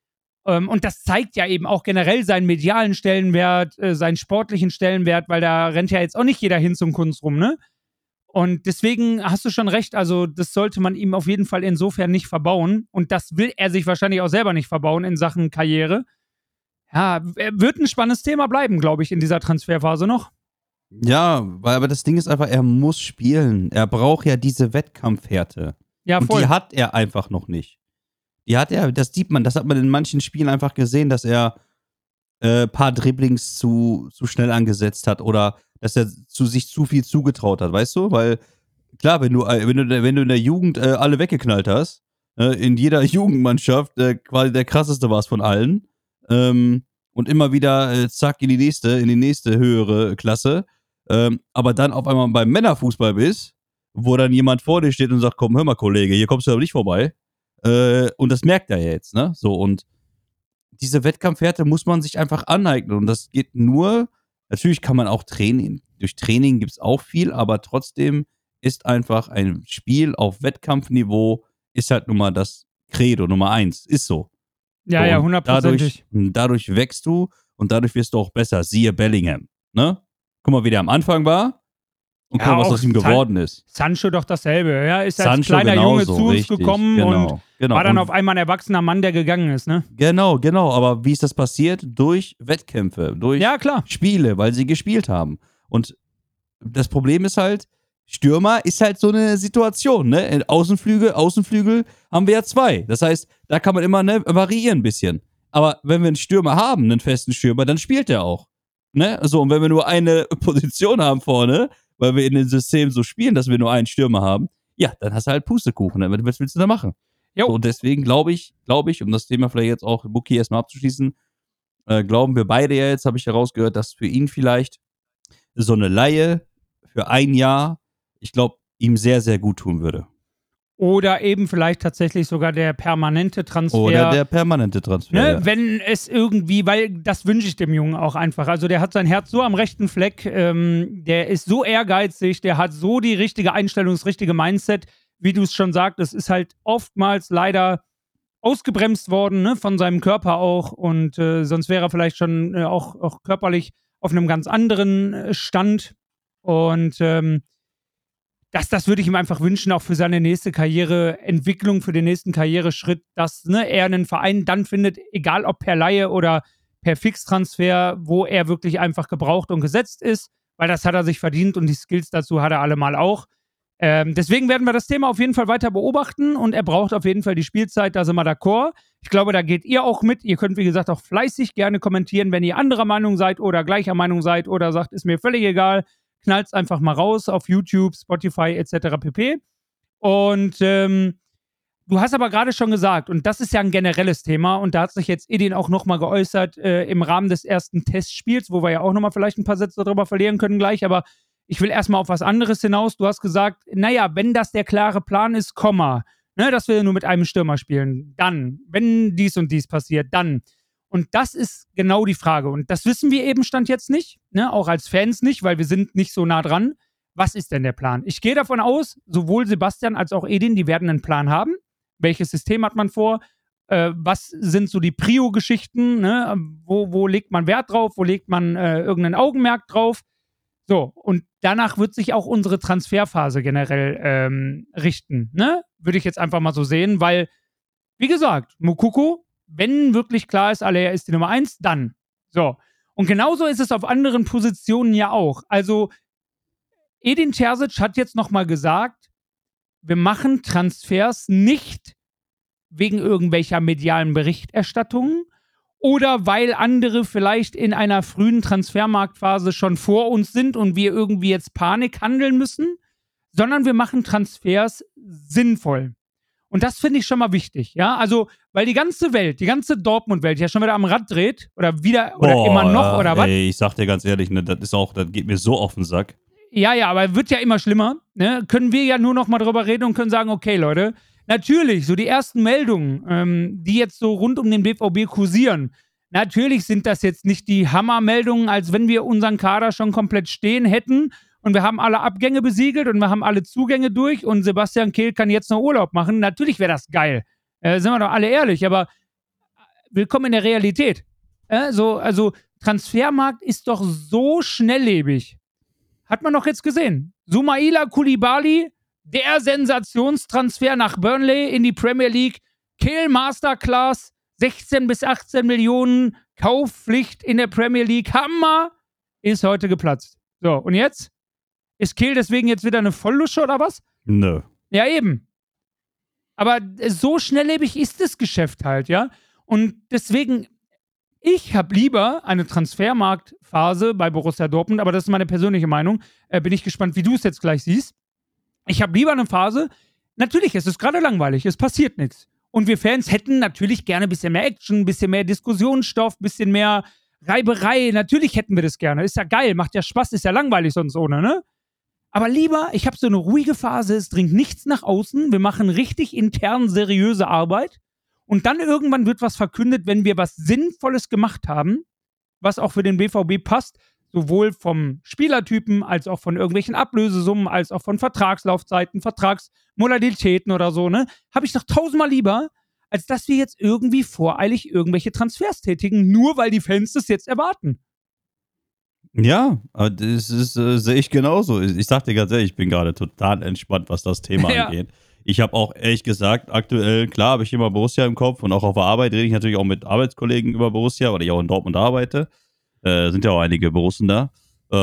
[SPEAKER 2] Und das zeigt ja eben auch generell seinen medialen Stellenwert, seinen sportlichen Stellenwert, weil da rennt ja jetzt auch nicht jeder hin zum Kunst rum, ne? Und deswegen hast du schon recht, also das sollte man ihm auf jeden Fall insofern nicht verbauen. Und das will er sich wahrscheinlich auch selber nicht verbauen in Sachen Karriere. Ja, wird ein spannendes Thema bleiben, glaube ich, in dieser Transferphase noch.
[SPEAKER 3] Ja, aber das Ding ist einfach, er muss spielen. Er braucht ja diese Wettkampfhärte.
[SPEAKER 2] Ja, voll.
[SPEAKER 3] Und die hat er einfach noch nicht. Die hat er, das sieht man, das hat man in manchen Spielen einfach gesehen, dass er paar Dribblings zu schnell angesetzt hat oder dass er sich zu viel zugetraut hat, weißt du? Weil, klar, wenn du in der Jugend alle weggeknallt hast, in jeder Jugendmannschaft quasi der krasseste warst von allen, und immer wieder zack in die nächste höhere Klasse, aber dann auf einmal beim Männerfußball bist, wo dann jemand vor dir steht und sagt, komm, hör mal, Kollege, hier kommst du aber nicht vorbei. Und das merkt er ja jetzt, ne? So, und diese Wettkampfwerte muss man sich einfach aneignen. Und das geht nur, natürlich kann man auch Training, durch Training gibt es auch viel, aber trotzdem ist einfach ein Spiel auf Wettkampfniveau, ist halt nun mal das Credo Nummer 1. Ist so.
[SPEAKER 2] Ja,
[SPEAKER 3] so,
[SPEAKER 2] ja, 100%.
[SPEAKER 3] Dadurch wächst du und dadurch wirst du auch besser. Siehe Bellingham, ne? Guck mal, wie der am Anfang war. Und guck mal, was aus ihm geworden ist.
[SPEAKER 2] Sancho doch dasselbe. Ja, ist als
[SPEAKER 3] Sancho
[SPEAKER 2] kleiner Junge
[SPEAKER 3] genauso,
[SPEAKER 2] zu uns
[SPEAKER 3] richtig,
[SPEAKER 2] gekommen und war dann
[SPEAKER 3] und
[SPEAKER 2] auf einmal ein erwachsener Mann, der gegangen ist, ne?
[SPEAKER 3] Genau. Aber wie ist das passiert? Durch Wettkämpfe, durch
[SPEAKER 2] Ja, klar.
[SPEAKER 3] Spiele, weil sie gespielt haben. Und das Problem ist halt, Stürmer ist halt so eine Situation, ne? Außenflügel haben wir ja 2. Das heißt, da kann man immer variieren ein bisschen. Aber wenn wir einen Stürmer haben, einen festen Stürmer, dann spielt er auch. Ne? So, und wenn wir nur eine Position haben vorne, weil wir in dem System so spielen, dass wir nur einen Stürmer haben, ja, dann hast du halt Pustekuchen. Was willst du da machen? So, und deswegen glaube ich, um das Thema vielleicht jetzt auch Muki erstmal abzuschließen, glauben wir beide ja jetzt, habe ich herausgehört, dass für ihn vielleicht so eine Leihe für ein Jahr, ich glaube, ihm sehr, sehr gut tun würde.
[SPEAKER 2] Oder eben vielleicht tatsächlich sogar der permanente Transfer.
[SPEAKER 3] Ne?
[SPEAKER 2] Ja. Wenn es irgendwie, weil das wünsche ich dem Jungen auch einfach. Also der hat sein Herz so am rechten Fleck, der ist so ehrgeizig, der hat so die richtige Einstellung, das richtige Mindset, wie du es schon sagtest, ist halt oftmals leider ausgebremst worden, ne, von seinem Körper auch, und sonst wäre er vielleicht schon auch körperlich auf einem ganz anderen Stand, und das würde ich ihm einfach wünschen, auch für seine nächste Karriereentwicklung, für den nächsten Karriereschritt, dass er einen Verein dann findet, egal ob per Leihe oder per Fixtransfer, wo er wirklich einfach gebraucht und gesetzt ist, weil das hat er sich verdient und die Skills dazu hat er allemal auch. Deswegen werden wir das Thema auf jeden Fall weiter beobachten und er braucht auf jeden Fall die Spielzeit, da sind wir d'accord. Ich glaube, da geht ihr auch mit. Ihr könnt, wie gesagt, auch fleißig gerne kommentieren, wenn ihr anderer Meinung seid oder gleicher Meinung seid oder sagt, ist mir völlig egal. Knallt's einfach mal raus auf YouTube, Spotify etc. pp. Und du hast aber gerade schon gesagt, und das ist ja ein generelles Thema, und da hat sich jetzt Edin auch nochmal geäußert im Rahmen des ersten Testspiels, wo wir ja auch nochmal vielleicht ein paar Sätze darüber verlieren können gleich, aber Ich will erstmal auf was anderes hinaus. Du hast gesagt, naja, wenn das der klare Plan ist, ne, dass wir nur mit einem Stürmer spielen, dann, wenn dies und dies passiert, dann. Und das ist genau die Frage. Und das wissen wir eben Stand jetzt nicht, ne? Auch als Fans nicht, weil wir sind nicht so nah dran. Was ist denn der Plan? Ich gehe davon aus, sowohl Sebastian als auch Edin, die werden einen Plan haben. Welches System hat man vor? Was sind so die Prio-Geschichten? Ne? Wo legt man Wert drauf? Wo legt man irgendein Augenmerk drauf? So, und danach wird sich auch unsere Transferphase generell richten. Ne? Würde ich jetzt einfach mal so sehen, weil, wie gesagt, Moukoko, wenn wirklich klar ist, Aller ist die Nummer 1, dann. So. Und genauso ist es auf anderen Positionen ja auch. Also, Edin Terzic hat jetzt nochmal gesagt, wir machen Transfers nicht wegen irgendwelcher medialen Berichterstattungen oder weil andere vielleicht in einer frühen Transfermarktphase schon vor uns sind und wir irgendwie jetzt Panik handeln müssen, sondern wir machen Transfers sinnvoll. Und das finde ich schon mal wichtig, ja, also, weil die ganze Welt, die ganze Dortmund-Welt ja schon wieder am Rad dreht oder immer noch oder was.
[SPEAKER 3] Ey, ich sag dir ganz ehrlich, ne, das geht mir so auf den Sack.
[SPEAKER 2] Ja, aber wird ja immer schlimmer, ne, können wir ja nur noch mal drüber reden und können sagen, okay, Leute, natürlich, so die ersten Meldungen, die jetzt so rund um den BVB kursieren, natürlich sind das jetzt nicht die Hammermeldungen, als wenn wir unseren Kader schon komplett stehen hätten und wir haben alle Abgänge besiegelt und wir haben alle Zugänge durch und Sebastian Kehl kann jetzt noch Urlaub machen. Natürlich wäre das geil. Sind wir doch alle ehrlich, aber willkommen in der Realität. Also Transfermarkt ist doch so schnelllebig. Hat man doch jetzt gesehen. Soumaila Coulibaly, der Sensationstransfer nach Burnley in die Premier League. Kehl Masterclass, 16 bis 18 Millionen, Kaufpflicht in der Premier League. Hammer, ist heute geplatzt. So, und jetzt? Ist Kehl deswegen jetzt wieder eine Volllusche oder was?
[SPEAKER 3] Nö.
[SPEAKER 2] Ja, eben. Aber so schnelllebig ist das Geschäft halt, ja. Und deswegen, ich habe lieber eine Transfermarktphase bei Borussia Dortmund, aber das ist meine persönliche Meinung. Bin ich gespannt, wie du es jetzt gleich siehst. Ich habe lieber eine Phase, natürlich, es ist gerade langweilig, es passiert nichts. Und wir Fans hätten natürlich gerne ein bisschen mehr Action, ein bisschen mehr Diskussionsstoff, ein bisschen mehr Reiberei. Natürlich hätten wir das gerne. Ist ja geil, macht ja Spaß, ist ja langweilig sonst ohne, ne? Aber lieber, ich habe so eine ruhige Phase, es dringt nichts nach außen, wir machen richtig intern seriöse Arbeit und dann irgendwann wird was verkündet, wenn wir was Sinnvolles gemacht haben, was auch für den BVB passt, sowohl vom Spielertypen als auch von irgendwelchen Ablösesummen, als auch von Vertragslaufzeiten, Vertragsmodalitäten oder so, ne? Habe ich doch tausendmal lieber, als dass wir jetzt irgendwie voreilig irgendwelche Transfers tätigen, nur weil die Fans das jetzt erwarten.
[SPEAKER 3] Ja, aber das ist, sehe ich genauso. Ich sag dir ganz ehrlich, ich bin gerade total entspannt, was das Thema angeht. Ich habe auch ehrlich gesagt, aktuell, klar, habe ich immer Borussia im Kopf und auch auf der Arbeit rede ich natürlich auch mit Arbeitskollegen über Borussia, weil ich auch in Dortmund arbeite. Sind ja auch einige Borussen da.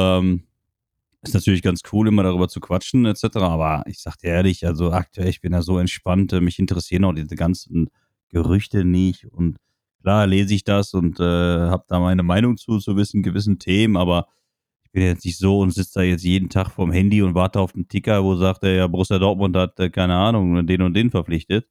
[SPEAKER 3] Ist natürlich ganz cool, immer darüber zu quatschen, etc. Aber ich sag dir ehrlich, also aktuell, ich bin da so entspannt, mich interessieren auch diese ganzen Gerüchte nicht und klar lese ich das und habe da meine Meinung zu gewissen Themen, aber ich bin jetzt nicht so und sitze da jetzt jeden Tag vorm Handy und warte auf den Ticker, wo sagt er, ja, Borussia Dortmund hat, keine Ahnung, den und den verpflichtet.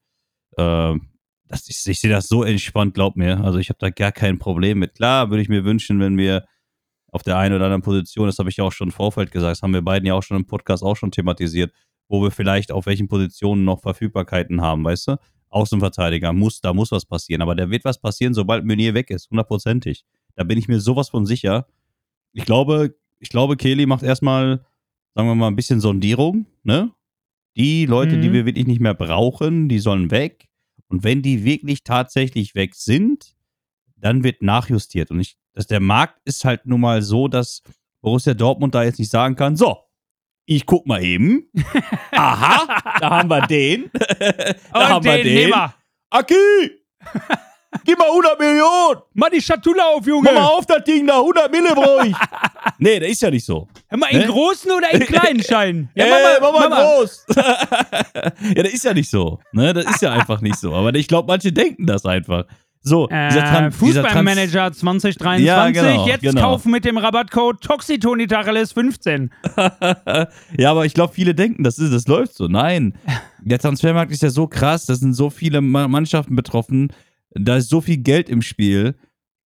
[SPEAKER 3] Ich sehe das so entspannt, glaub mir. Also ich habe da gar kein Problem mit. Klar, würde ich mir wünschen, wenn wir auf der einen oder anderen Position, das habe ich ja auch schon im Vorfeld gesagt, das haben wir beiden ja auch schon im Podcast auch schon thematisiert, wo wir vielleicht auf welchen Positionen noch Verfügbarkeiten haben, weißt du? Außenverteidiger, da muss was passieren. Aber da wird was passieren, sobald Meunier weg ist, 100%. Da bin ich mir sowas von sicher. Ich glaube, Kelly macht erstmal, sagen wir mal, ein bisschen Sondierung, ne? Die Leute, die wir wirklich nicht mehr brauchen, die sollen weg. Und wenn die wirklich tatsächlich weg sind, dann wird nachjustiert. Und der Markt ist halt nun mal so, dass Borussia Dortmund da jetzt nicht sagen kann, so, ich guck mal eben. Aha, da haben wir den. Da haben wir den. Aki, gib mal 100 Millionen.
[SPEAKER 2] Mach die Schatulle auf, Junge.
[SPEAKER 3] Mach mal auf das Ding da, 100 Mille brauche ich. Nee, das ist ja nicht so.
[SPEAKER 2] Hör mal, in großen oder in kleinen Scheinen?
[SPEAKER 3] Ja, mach mal groß. Ja, das ist ja nicht so. Ne? Das ist ja einfach nicht so. Aber ich glaube, manche denken das einfach. So,
[SPEAKER 2] Fußballmanager 2023, ja, genau. Kaufen mit dem Rabattcode TOXITONITACHELES 15.
[SPEAKER 3] Ja, aber ich glaube, viele denken, das läuft so. Nein, der Transfermarkt ist ja so krass, da sind so viele Mannschaften betroffen, da ist so viel Geld im Spiel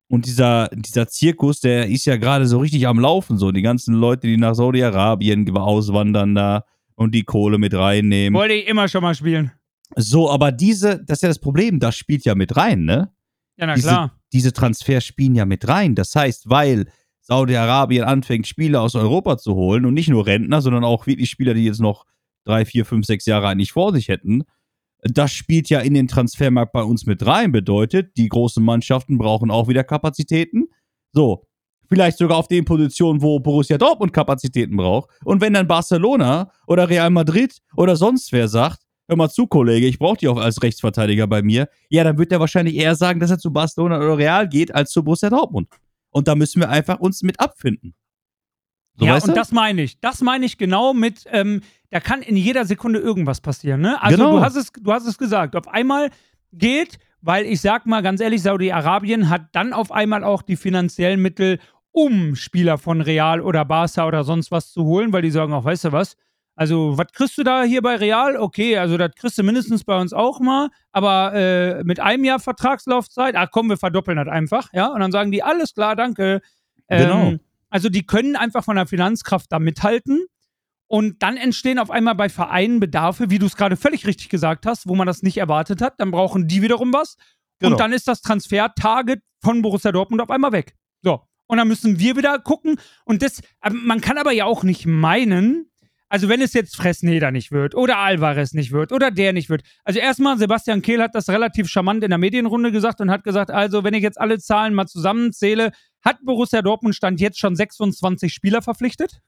[SPEAKER 3] Und dieser Zirkus, der ist ja gerade so richtig am Laufen, so. Die ganzen Leute, die nach Saudi-Arabien auswandern da und die Kohle mit reinnehmen.
[SPEAKER 2] Wollte ich immer schon mal spielen.
[SPEAKER 3] So, aber das ist ja das Problem, das spielt ja mit rein, ne?
[SPEAKER 2] Ja, na klar.
[SPEAKER 3] Diese Transfers spielen ja mit rein. Das heißt, weil Saudi-Arabien anfängt, Spieler aus Europa zu holen und nicht nur Rentner, sondern auch wirklich Spieler, die jetzt noch 3, 4, 5, 6 Jahre eigentlich vor sich hätten, das spielt ja in den Transfermarkt bei uns mit rein. Bedeutet, die großen Mannschaften brauchen auch wieder Kapazitäten. So, vielleicht sogar auf den Positionen, wo Borussia Dortmund Kapazitäten braucht. Und wenn dann Barcelona oder Real Madrid oder sonst wer sagt, hör mal zu, Kollege, ich brauche dich auch als Rechtsverteidiger bei mir, ja, dann wird er wahrscheinlich eher sagen, dass er zu Barcelona oder Real geht, als zu Borussia Dortmund. Und da müssen wir einfach uns mit abfinden. So,
[SPEAKER 2] ja,
[SPEAKER 3] weißt
[SPEAKER 2] und
[SPEAKER 3] du?
[SPEAKER 2] das meine ich. Das meine ich genau mit, da kann in jeder Sekunde irgendwas passieren, ne? Also
[SPEAKER 3] Genau.
[SPEAKER 2] du hast es gesagt. Auf einmal geht, weil ich sag mal ganz ehrlich, Saudi-Arabien hat dann auf einmal auch die finanziellen Mittel, um Spieler von Real oder Barca oder sonst was zu holen, weil die sagen auch, weißt du was, also was kriegst du da hier bei Real? Okay, also das kriegst du mindestens bei uns auch mal, aber mit einem Jahr Vertragslaufzeit, komm, wir verdoppeln das einfach, ja? Und dann sagen die, alles klar, danke.
[SPEAKER 3] Genau.
[SPEAKER 2] Also die können einfach von der Finanzkraft da mithalten. Und dann entstehen auf einmal bei Vereinen Bedarfe, wie du es gerade völlig richtig gesagt hast, wo man das nicht erwartet hat. Dann brauchen die wiederum was.
[SPEAKER 3] Genau.
[SPEAKER 2] Und dann ist das Transfer-Target von Borussia Dortmund auf einmal weg. So. Und dann müssen wir wieder gucken. Und man kann aber ja auch nicht meinen, also wenn es jetzt Fresneda nicht wird oder Alvarez nicht wird oder der nicht wird. Also erstmal, Sebastian Kehl hat das relativ charmant in der Medienrunde gesagt und hat gesagt, also wenn ich jetzt alle Zahlen mal zusammenzähle, hat Borussia Dortmund Stand jetzt schon 26 Spieler verpflichtet.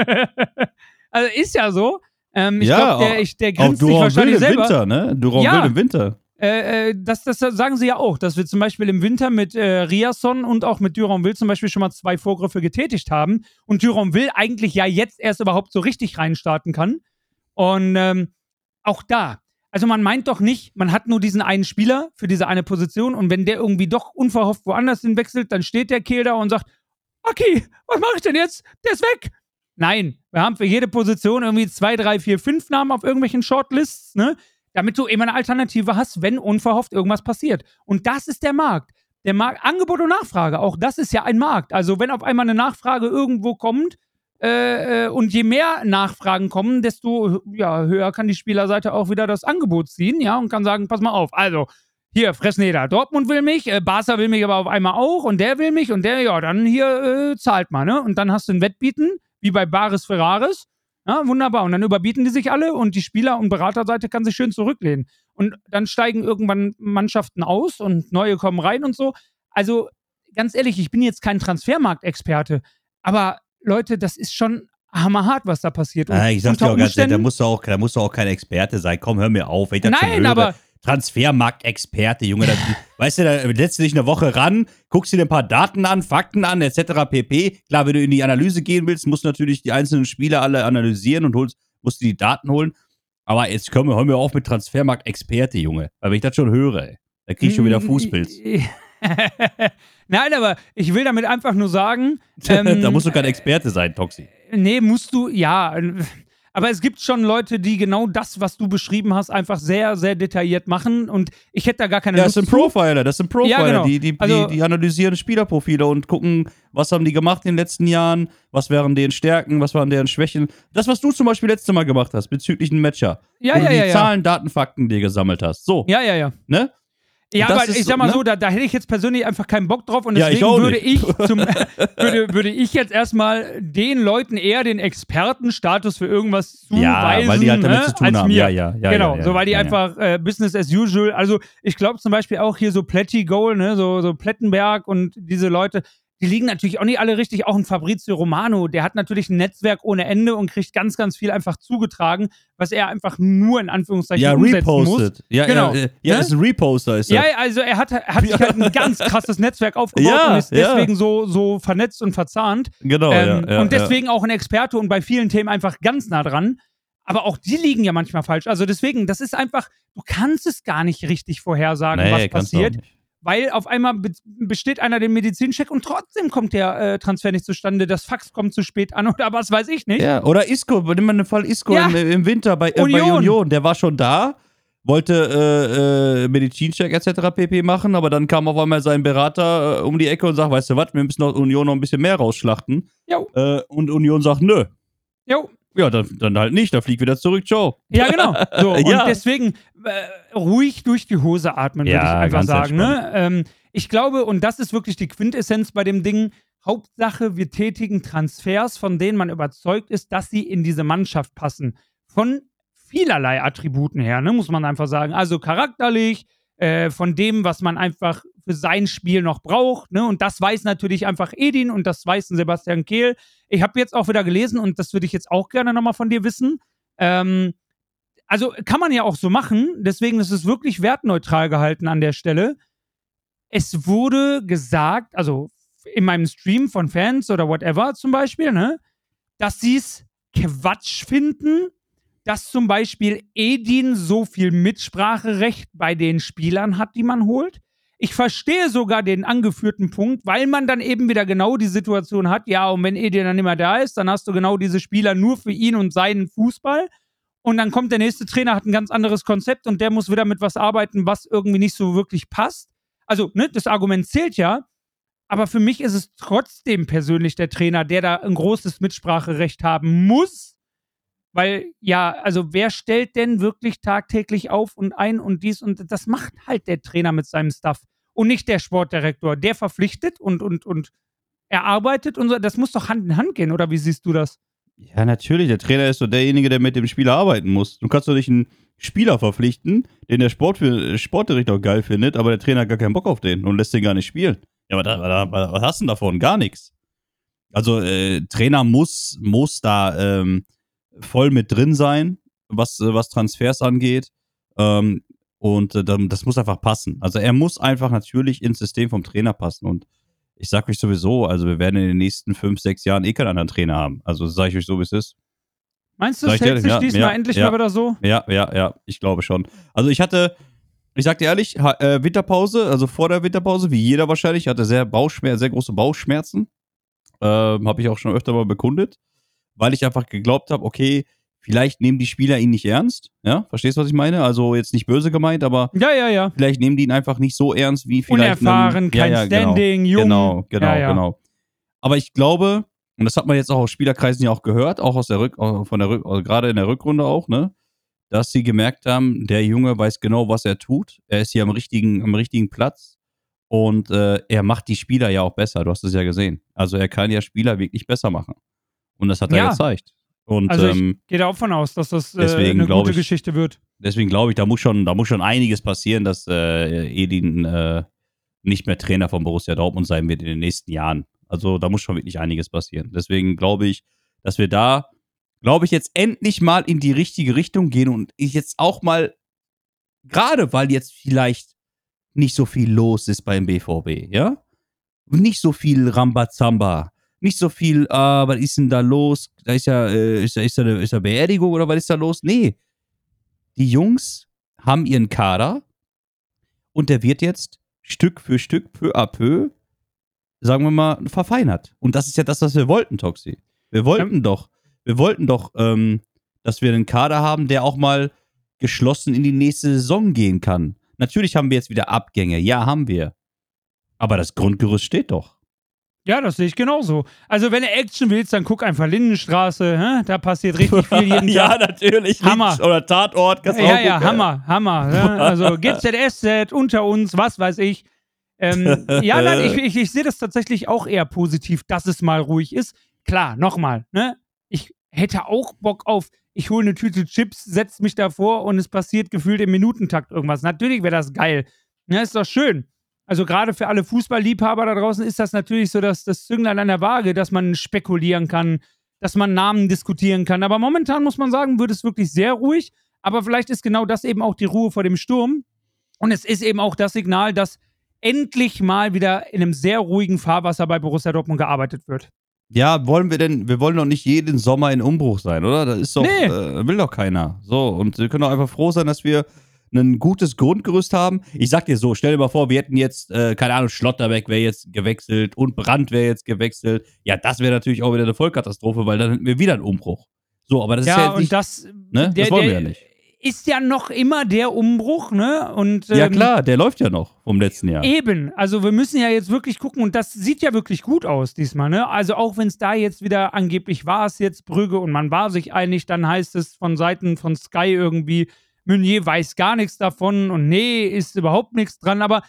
[SPEAKER 2] Also ist ja so. Ich glaube, der grinst sich wahrscheinlich selber.
[SPEAKER 3] Winter, ne? Duron
[SPEAKER 2] Ja.
[SPEAKER 3] Wild im Winter.
[SPEAKER 2] Das sagen sie ja auch, dass wir zum Beispiel im Winter mit Riasson und auch mit Duron Will zum Beispiel schon mal 2 Vorgriffe getätigt haben und Duron Will eigentlich ja jetzt erst überhaupt so richtig reinstarten kann. Und auch da, also man meint doch nicht, man hat nur diesen einen Spieler für diese eine Position und wenn der irgendwie doch unverhofft woanders hinwechselt, dann steht der Kehl da und sagt, okay, was mache ich denn jetzt? Der ist weg. Nein, wir haben für jede Position irgendwie 2, 3, 4, 5 Namen auf irgendwelchen Shortlists, ne? Damit du immer eine Alternative hast, wenn unverhofft irgendwas passiert. Und das ist der Markt. Der Markt, Angebot und Nachfrage, auch das ist ja ein Markt. Also wenn auf einmal eine Nachfrage irgendwo kommt und je mehr Nachfragen kommen, desto höher kann die Spielerseite auch wieder das Angebot ziehen, ja, und kann sagen, pass mal auf, also hier, Fresneda, Dortmund will mich, Barca will mich aber auf einmal auch und der will mich und der, ja, dann hier zahlt mal, ne? Und dann hast du ein Wettbieten, wie bei Baris Ferraris. Ja, wunderbar. Und dann überbieten die sich alle und die Spieler- und Beraterseite kann sich schön zurücklehnen. Und dann steigen irgendwann Mannschaften aus und neue kommen rein und so. Also, ganz ehrlich, ich bin jetzt kein Transfermarktexperte, aber Leute, das ist schon hammerhart, was da passiert. Und
[SPEAKER 3] Ich sag dir auch ganz ehrlich, da musst du auch kein Experte sein. Komm, hör mir auf. Wenn ich das schon höre.
[SPEAKER 2] aber
[SPEAKER 3] Transfermarktexperte, Junge. Weißt du, da lässt du dich eine Woche ran, guckst dir ein paar Daten an, Fakten an, etc. pp. Klar, wenn du in die Analyse gehen willst, musst du natürlich die einzelnen Spieler alle analysieren und musst du die Daten holen. Aber jetzt hör mir auf mit Transfermarktexperte, Junge. Weil wenn ich das schon höre, da krieg ich schon wieder Fußpilz.
[SPEAKER 2] Nein, aber ich will damit einfach nur sagen.
[SPEAKER 3] Da musst du kein Experte sein, Toxi.
[SPEAKER 2] Nee, musst du, ja. Aber es gibt schon Leute, die genau das, was du beschrieben hast, einfach sehr, sehr detailliert machen und ich hätte da gar keine Lust
[SPEAKER 3] Das sind Profiler, Ja, genau. Die analysieren Spielerprofile und gucken, was haben die gemacht in den letzten Jahren, was wären deren Stärken, was waren deren Schwächen. Das, was du zum Beispiel letztes Mal gemacht hast, bezüglich einem Matcher. Wo du die Zahlen, Daten, Fakten dir gesammelt hast. So.
[SPEAKER 2] Ja.
[SPEAKER 3] Ne?
[SPEAKER 2] Ja, aber ich sag mal so, da hätte ich jetzt persönlich einfach keinen Bock drauf und deswegen würde ich jetzt erstmal den Leuten eher den Expertenstatus für irgendwas zuweisen,
[SPEAKER 3] weil die halt damit zu tun
[SPEAKER 2] als
[SPEAKER 3] haben.
[SPEAKER 2] mir.
[SPEAKER 3] Ja,
[SPEAKER 2] Genau, so weil die einfach Business as usual, also ich glaube zum Beispiel auch hier so Plätti Goal, ne, so Plettenberg und diese Leute, die liegen natürlich auch nicht alle richtig. Auch ein Fabrizio Romano, der hat natürlich ein Netzwerk ohne Ende und kriegt ganz, ganz viel einfach zugetragen, was er einfach nur in Anführungszeichen umsetzen muss.
[SPEAKER 3] Ja,
[SPEAKER 2] genau.
[SPEAKER 3] Ist ein Reposter. Ist
[SPEAKER 2] ja, also er hat sich halt ein ganz krasses Netzwerk aufgebaut und ist deswegen so vernetzt und verzahnt.
[SPEAKER 3] Genau,
[SPEAKER 2] und deswegen auch ein Experte und bei vielen Themen einfach ganz nah dran. Aber auch die liegen ja manchmal falsch. Also deswegen, das ist einfach, du kannst es gar nicht richtig vorhersagen, was passiert. Weil auf einmal besteht einer den Medizincheck und trotzdem kommt der Transfer nicht zustande, das Fax kommt zu spät an oder was weiß ich nicht.
[SPEAKER 3] Ja, oder Isco, nimm mal den Fall Isco im Winter bei Union. Der war schon da, wollte Medizincheck etc. pp. Machen, aber dann kam auf einmal sein Berater um die Ecke und sagt, weißt du was, wir müssen Union noch ein bisschen mehr rausschlachten.
[SPEAKER 2] Jo.
[SPEAKER 3] Und Union sagt, nö.
[SPEAKER 2] Jo.
[SPEAKER 3] Ja, dann halt nicht, dann flieg wieder zurück, ciao.
[SPEAKER 2] Ja, genau. So, und
[SPEAKER 3] Ja.
[SPEAKER 2] deswegen ruhig durch die Hose atmen, würde ich einfach
[SPEAKER 3] ganz
[SPEAKER 2] sagen. Ne? Ich glaube, und das ist wirklich die Quintessenz bei dem Ding, Hauptsache, wir tätigen Transfers, von denen man überzeugt ist, dass sie in diese Mannschaft passen. Von vielerlei Attributen her, ne, muss man einfach sagen. Also charakterlich, von dem, was man einfach für sein Spiel noch braucht. Ne? Und das weiß natürlich einfach Edin und das weiß ein Sebastian Kehl. Ich habe jetzt auch wieder gelesen und das würde ich jetzt auch gerne nochmal von dir wissen. Also kann man ja auch so machen, deswegen ist es wirklich wertneutral gehalten an der Stelle. Es wurde gesagt, also in meinem Stream von Fans oder whatever zum Beispiel, ne, dass sie es Quatsch finden, dass zum Beispiel Edin so viel Mitspracherecht bei den Spielern hat, die man holt. Ich verstehe sogar den angeführten Punkt, weil man dann eben wieder genau die Situation hat, ja, und wenn Edin dann nicht mehr da ist, dann hast du genau diese Spieler nur für ihn und seinen Fußball. Und dann kommt der nächste Trainer, hat ein ganz anderes Konzept und der muss wieder mit was arbeiten, was irgendwie nicht so wirklich passt. Also, ne, das Argument zählt ja, aber für mich ist es trotzdem persönlich der Trainer, der da ein großes Mitspracherecht haben muss. Weil, ja, also wer stellt denn wirklich tagtäglich auf und ein und dies und das macht halt der Trainer mit seinem Staff und nicht der Sportdirektor. Der verpflichtet und erarbeitet und so. Das muss doch Hand in Hand gehen, oder wie siehst du das?
[SPEAKER 3] Ja, natürlich. Der Trainer ist so derjenige, der mit dem Spieler arbeiten muss. Du kannst doch nicht einen Spieler verpflichten, den der Sportdirektor geil findet, aber der Trainer hat gar keinen Bock auf den und lässt den gar nicht spielen. Ja, aber was hast du denn davon? Gar nichts. Also, Trainer muss da voll mit drin sein, was Transfers angeht. Das muss einfach passen. Also, er muss einfach natürlich ins System vom Trainer passen. Und ich sag euch sowieso, also wir werden in den nächsten 5, 6 Jahren keinen anderen Trainer haben. Also sage ich euch so, wie es ist.
[SPEAKER 2] Meinst du, es hält sich diesmal endlich mal wieder so?
[SPEAKER 3] Ja, ich glaube schon. Also ich sag dir ehrlich, Winterpause, also vor der Winterpause, wie jeder wahrscheinlich, hatte sehr große Bauchschmerzen. Habe ich auch schon öfter mal bekundet, weil ich einfach geglaubt habe, okay, vielleicht nehmen die Spieler ihn nicht ernst. Ja, verstehst du, was ich meine? Also jetzt nicht böse gemeint, aber
[SPEAKER 2] ja.
[SPEAKER 3] Vielleicht nehmen die ihn einfach nicht so ernst, wie vielleicht
[SPEAKER 2] unerfahren, kein Standing, jung.
[SPEAKER 3] Genau. Aber ich glaube, und das hat man jetzt auch aus Spielerkreisen ja auch gehört, auch gerade in der Rückrunde auch, ne, dass sie gemerkt haben, der Junge weiß genau, was er tut. Er ist hier am richtigen Platz und er macht die Spieler ja auch besser. Du hast es ja gesehen. Also er kann ja Spieler wirklich besser machen. Und das hat er gezeigt. Und,
[SPEAKER 2] also ich gehe davon aus, dass das eine gute Geschichte wird.
[SPEAKER 3] Deswegen glaube ich, da muss schon einiges passieren, dass Edin nicht mehr Trainer von Borussia Dortmund sein wird in den nächsten Jahren. Also da muss schon wirklich einiges passieren. Deswegen glaube ich, dass wir da, jetzt endlich mal in die richtige Richtung gehen und ich jetzt auch mal, gerade weil jetzt vielleicht nicht so viel los ist beim BVB, ja? Nicht so viel Rambazamba. Nicht so viel, was ist denn da los? Da ist ja, ist da eine Beerdigung oder was ist da los? Nee. Die Jungs haben ihren Kader und der wird jetzt Stück für Stück, peu à peu, sagen wir mal, verfeinert. Und das ist ja das, was wir wollten, Toxi. Wir wollten doch, dass wir einen Kader haben, der auch mal geschlossen in die nächste Saison gehen kann. Natürlich haben wir jetzt wieder Abgänge. Ja, haben wir. Aber das Grundgerüst steht doch.
[SPEAKER 2] Ja, das sehe ich genauso. Also, wenn du Action willst, dann guck einfach Lindenstraße, da passiert richtig viel jeden Tag.
[SPEAKER 3] Ja, natürlich.
[SPEAKER 2] Hammer.
[SPEAKER 3] Oder Tatort.
[SPEAKER 2] Ja, Hammer. Ne? Also, GZSZ, unter uns, was weiß ich. Ja, nein, ich sehe das tatsächlich auch eher positiv, dass es mal ruhig ist. Klar, nochmal, ne? Ich hätte auch Bock auf, ich hole eine Tüte Chips, setze mich davor und es passiert gefühlt im Minutentakt irgendwas. Natürlich wäre das geil. Ja, ist doch schön. Also gerade für alle Fußballliebhaber da draußen ist das natürlich so, dass das Zünglein an der Waage, dass man spekulieren kann, dass man Namen diskutieren kann. Aber momentan muss man sagen, wird es wirklich sehr ruhig. Aber vielleicht ist genau das eben auch die Ruhe vor dem Sturm. Und es ist eben auch das Signal, dass endlich mal wieder in einem sehr ruhigen Fahrwasser bei Borussia Dortmund gearbeitet wird.
[SPEAKER 3] Ja, wir wollen doch nicht jeden Sommer in Umbruch sein, oder? Das ist doch, will doch keiner. So, und wir können doch einfach froh sein, dass wir ein gutes Grundgerüst haben. Ich sag dir so, stell dir mal vor, wir hätten jetzt, keine Ahnung, Schlotterbeck wäre jetzt gewechselt und Brandt wäre jetzt gewechselt. Ja, das wäre natürlich auch wieder eine Vollkatastrophe, weil dann hätten wir wieder einen Umbruch. So, aber das ist ja jetzt nicht,
[SPEAKER 2] und das,
[SPEAKER 3] ne? Das wollen wir ja nicht.
[SPEAKER 2] ist ja noch immer der Umbruch, ne? Und,
[SPEAKER 3] ja klar, der läuft ja noch vom letzten Jahr.
[SPEAKER 2] Eben, also wir müssen ja jetzt wirklich gucken und das sieht ja wirklich gut aus diesmal, ne? Also auch wenn es da jetzt wieder angeblich war es jetzt Brügge und man war sich einig, dann heißt es von Seiten von Sky irgendwie, Meunier weiß gar nichts davon und nee, ist überhaupt nichts dran, aber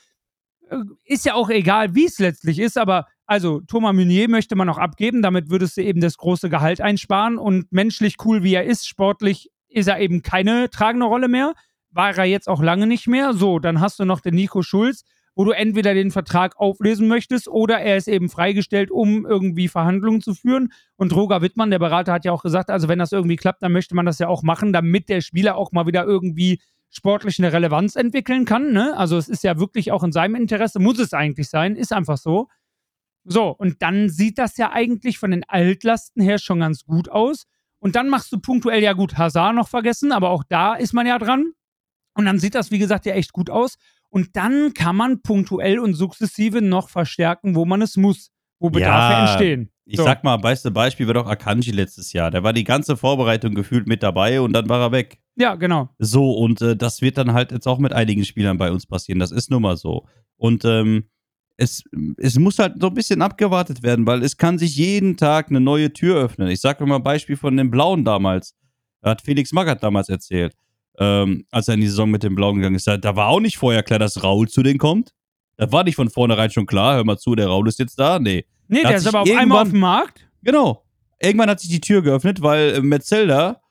[SPEAKER 2] ist ja auch egal, wie es letztlich ist, aber also Thomas Meunier möchte man noch abgeben, damit würdest du eben das große Gehalt einsparen und menschlich cool wie er ist, sportlich ist er eben keine tragende Rolle mehr, war er jetzt auch lange nicht mehr. So, dann hast du noch den Nico Schulz, wo du entweder den Vertrag auflösen möchtest oder er ist eben freigestellt, um irgendwie Verhandlungen zu führen. Und Roger Wittmann, der Berater, hat ja auch gesagt, also wenn das irgendwie klappt, dann möchte man das ja auch machen, damit der Spieler auch mal wieder irgendwie sportlich eine Relevanz entwickeln kann. Ne? Also es ist ja wirklich auch in seinem Interesse, muss es eigentlich sein, ist einfach so. So, und dann sieht das ja eigentlich von den Altlasten her schon ganz gut aus. Und dann machst du punktuell, ja gut, Hazard noch vergessen, aber auch da ist man ja dran. Und dann sieht das, wie gesagt, ja echt gut aus. Und dann kann man punktuell und sukzessive noch verstärken, wo man es muss, wo Bedarfe entstehen.
[SPEAKER 3] Ich sag mal, beste Beispiel war doch Akanji letztes Jahr. Der war die ganze Vorbereitung gefühlt mit dabei und dann war er weg.
[SPEAKER 2] Ja, genau.
[SPEAKER 3] So, und das wird dann halt jetzt auch mit einigen Spielern bei uns passieren. Das ist nun mal so. Und es muss halt so ein bisschen abgewartet werden, weil es kann sich jeden Tag eine neue Tür öffnen. Ich sage mal ein Beispiel von dem Blauen damals. Hat Felix Magath damals erzählt, als er in die Saison mit dem Blauen gegangen ist. Da war auch nicht vorher klar, dass Raul zu denen kommt. Das war nicht von vornherein schon klar. Hör mal zu, der Raul ist jetzt da. Nee,
[SPEAKER 2] der ist aber auf einmal auf dem Markt.
[SPEAKER 3] Genau. Irgendwann hat sich die Tür geöffnet, weil Metzelder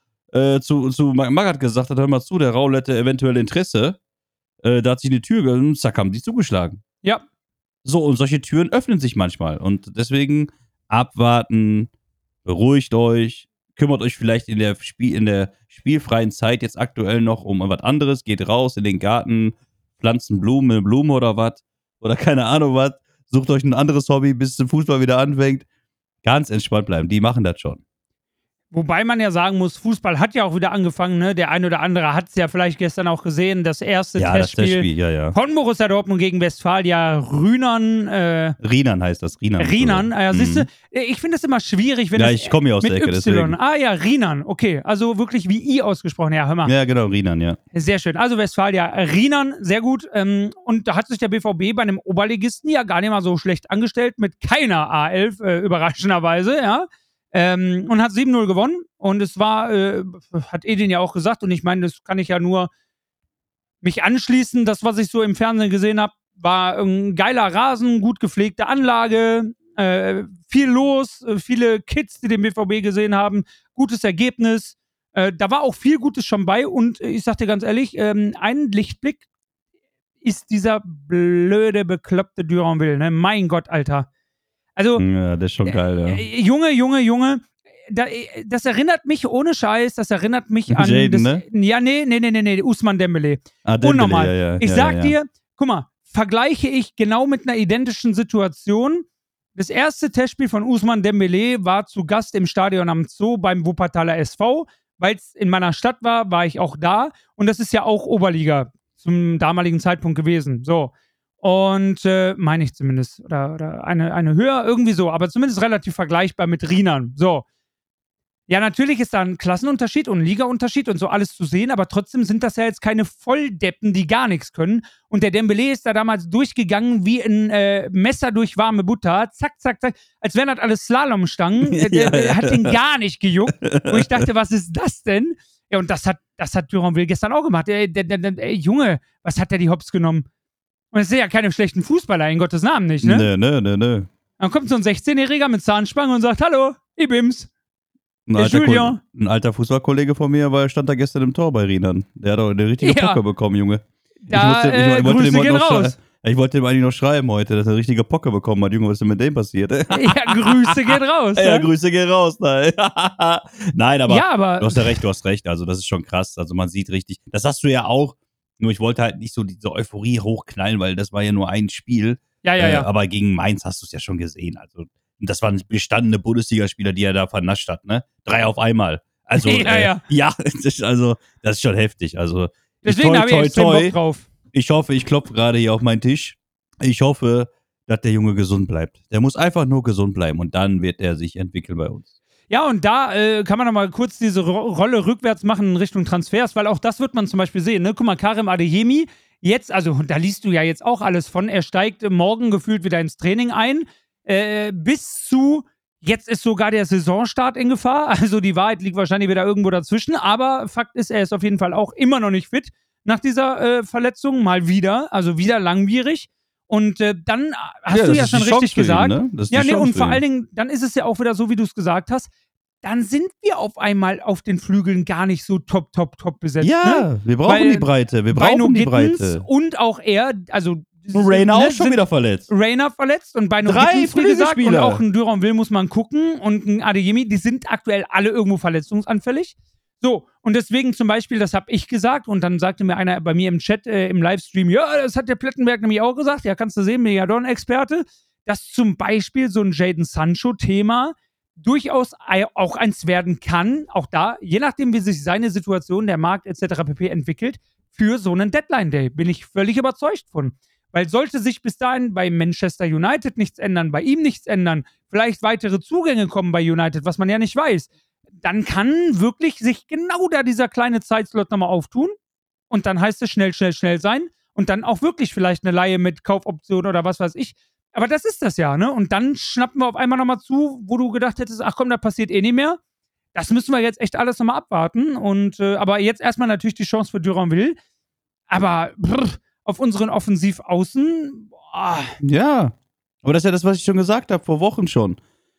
[SPEAKER 3] zu Magath gesagt hat, hör mal zu, der Raul hätte eventuell Interesse. Da hat sich eine Tür geöffnet und zack, haben die zugeschlagen.
[SPEAKER 2] Ja.
[SPEAKER 3] So, und solche Türen öffnen sich manchmal. Und deswegen abwarten, beruhigt euch, kümmert euch vielleicht in der spielfreien Zeit jetzt aktuell noch um was anderes, geht raus in den Garten, pflanzt eine Blume oder was, oder keine Ahnung was, sucht euch ein anderes Hobby, bis der Fußball wieder anfängt. Ganz entspannt bleiben, die machen das schon.
[SPEAKER 2] Wobei man ja sagen muss, Fußball hat ja auch wieder angefangen, ne? Der ein oder andere hat es ja vielleicht gestern auch gesehen, das erste Testspiel von Borussia Dortmund gegen Westfalia Rheinern.
[SPEAKER 3] Rheinern heißt das,
[SPEAKER 2] Rheinern, ja, siehst du, ich finde es immer schwierig, wenn
[SPEAKER 3] ich komme hier aus der Ecke, deswegen.
[SPEAKER 2] Ah ja, Rheinern, okay, also wirklich wie I ausgesprochen, ja, hör mal.
[SPEAKER 3] Ja, genau, Rheinern, ja.
[SPEAKER 2] Sehr schön, also Westfalia, Rheinern, sehr gut, und da hat sich der BVB bei einem Oberligisten ja gar nicht mal so schlecht angestellt, mit keiner A11, überraschenderweise, ja. Und hat 7-0 gewonnen und es war, hat Edin ja auch gesagt und ich meine, das kann ich ja nur mich anschließen, das, was ich so im Fernsehen gesehen habe, war ein geiler Rasen, gut gepflegte Anlage, viel los, viele Kids, die den BVB gesehen haben, gutes Ergebnis, da war auch viel Gutes schon bei und ich sag dir ganz ehrlich, ein Lichtblick ist dieser blöde, bekloppte Duranville, ne? Mein Gott, Alter. Also,
[SPEAKER 3] ja, das ist schon geil, ja.
[SPEAKER 2] Junge. Das erinnert mich, ohne Scheiß, das erinnert mich an
[SPEAKER 3] Jaden,
[SPEAKER 2] das,
[SPEAKER 3] ne?
[SPEAKER 2] Ja, nee, Ousmane Dembélé.
[SPEAKER 3] Dembélé,
[SPEAKER 2] unnormal.
[SPEAKER 3] Ja,
[SPEAKER 2] ich sag dir, guck mal, vergleiche ich genau mit einer identischen Situation. Das erste Testspiel von Ousmane Dembélé war zu Gast im Stadion am Zoo beim Wuppertaler SV. Weil es in meiner Stadt war ich auch da. Und das ist ja auch Oberliga zum damaligen Zeitpunkt gewesen. So. Und meine ich zumindest. Oder eine höher, irgendwie so. Aber zumindest relativ vergleichbar mit Rheinern. So. Ja, natürlich ist da ein Klassenunterschied und ein Ligaunterschied und so alles zu sehen, aber trotzdem sind das ja jetzt keine Volldeppen, die gar nichts können. Und der Dembélé ist da damals durchgegangen wie ein Messer durch warme Butter. Zack, zack, zack. Als wären das alles Slalomstangen. Hat den gar nicht gejuckt. Und ich dachte, was ist das denn? Ja, und das hat Duranville gestern auch gemacht. Junge, was hat der die Hops genommen? Und es sind ja keine schlechten Fußballer, in Gottes Namen nicht, ne?
[SPEAKER 3] Nö.
[SPEAKER 2] Dann kommt so ein 16-Jähriger mit Zahnspange und sagt, hallo, Ibims.
[SPEAKER 3] Ein alter Fußballkollege von mir stand da gestern im Tor bei Rheinern. Der hat auch eine richtige Pocke bekommen, Junge. Ich wollte dem eigentlich noch schreiben heute, dass er eine richtige Pocke bekommen hat. Junge, was ist denn mit dem passiert?
[SPEAKER 2] Ja, Grüße gehen raus.
[SPEAKER 3] Ja, Grüße gehen raus. Nein, aber du hast ja recht, du hast recht. Also das ist schon krass. Also man sieht richtig, das hast du ja auch. Nur ich wollte halt nicht so diese Euphorie hochknallen, weil das war ja nur ein Spiel.
[SPEAKER 2] Ja.
[SPEAKER 3] Aber gegen Mainz hast du es ja schon gesehen. Also das waren bestandene Bundesligaspieler, die er da vernascht hat, ne? 3 auf einmal. Also, das ist schon heftig. Also,
[SPEAKER 2] deswegen habe ich extrem Bock drauf.
[SPEAKER 3] Ich hoffe, ich klopfe gerade hier auf meinen Tisch. Ich hoffe, dass der Junge gesund bleibt. Der muss einfach nur gesund bleiben und dann wird er sich entwickeln bei uns.
[SPEAKER 2] Ja, und da kann man noch mal kurz diese Rolle rückwärts machen in Richtung Transfers, weil auch das wird man zum Beispiel sehen. Ne? Guck mal, Karim Adeyemi, jetzt, also da liest du ja jetzt auch alles von, er steigt morgen gefühlt wieder ins Training ein, bis zu, jetzt ist sogar der Saisonstart in Gefahr. Also die Wahrheit liegt wahrscheinlich wieder irgendwo dazwischen, aber Fakt ist, er ist auf jeden Fall auch immer noch nicht fit nach dieser Verletzung, mal wieder, also wieder langwierig. Und dann hast du ja schon richtig gesagt.
[SPEAKER 3] Ihn, ne?
[SPEAKER 2] Ja, nee, und vor allen Dingen, dann ist es ja auch wieder so, wie du es gesagt hast, dann sind wir auf einmal auf den Flügeln gar nicht so top besetzt.
[SPEAKER 3] Ja,
[SPEAKER 2] ne?
[SPEAKER 3] wir brauchen die Breite. Wir brauchen die Breite.
[SPEAKER 2] Und auch er, also
[SPEAKER 3] Rayner auch schon wieder verletzt.
[SPEAKER 2] Rayner verletzt und bei Gittens, wie gesagt, und auch ein Duranville muss man gucken und ein Adeyemi, die sind aktuell alle irgendwo verletzungsanfällig. So, und deswegen zum Beispiel, das habe ich gesagt und dann sagte mir einer bei mir im Chat, im Livestream, ja, das hat der Plettenberg nämlich auch gesagt, ja, kannst du sehen, Megadon-Experte, dass zum Beispiel so ein Jadon Sancho-Thema durchaus auch eins werden kann, auch da, je nachdem, wie sich seine Situation, der Markt etc. pp. Entwickelt, für so einen Deadline-Day. Bin ich völlig überzeugt von. Weil sollte sich bis dahin bei Manchester United nichts ändern, bei ihm nichts ändern, vielleicht weitere Zugänge kommen bei United, was man ja nicht weiß, dann kann wirklich sich genau da dieser kleine Zeitslot nochmal auftun und dann heißt es schnell sein und dann auch wirklich vielleicht eine Leihe mit Kaufoption oder was weiß ich. Aber das ist das ja, ne? Und dann schnappen wir auf einmal nochmal zu, wo du gedacht hättest, ach komm, da passiert eh nicht mehr. Das müssen wir jetzt echt alles nochmal abwarten. Und aber jetzt erstmal natürlich die Chance für Duranville. Aber auf unseren Offensivaußen, boah.
[SPEAKER 3] Ja, aber das ist ja das, was ich schon gesagt habe, vor Wochen schon.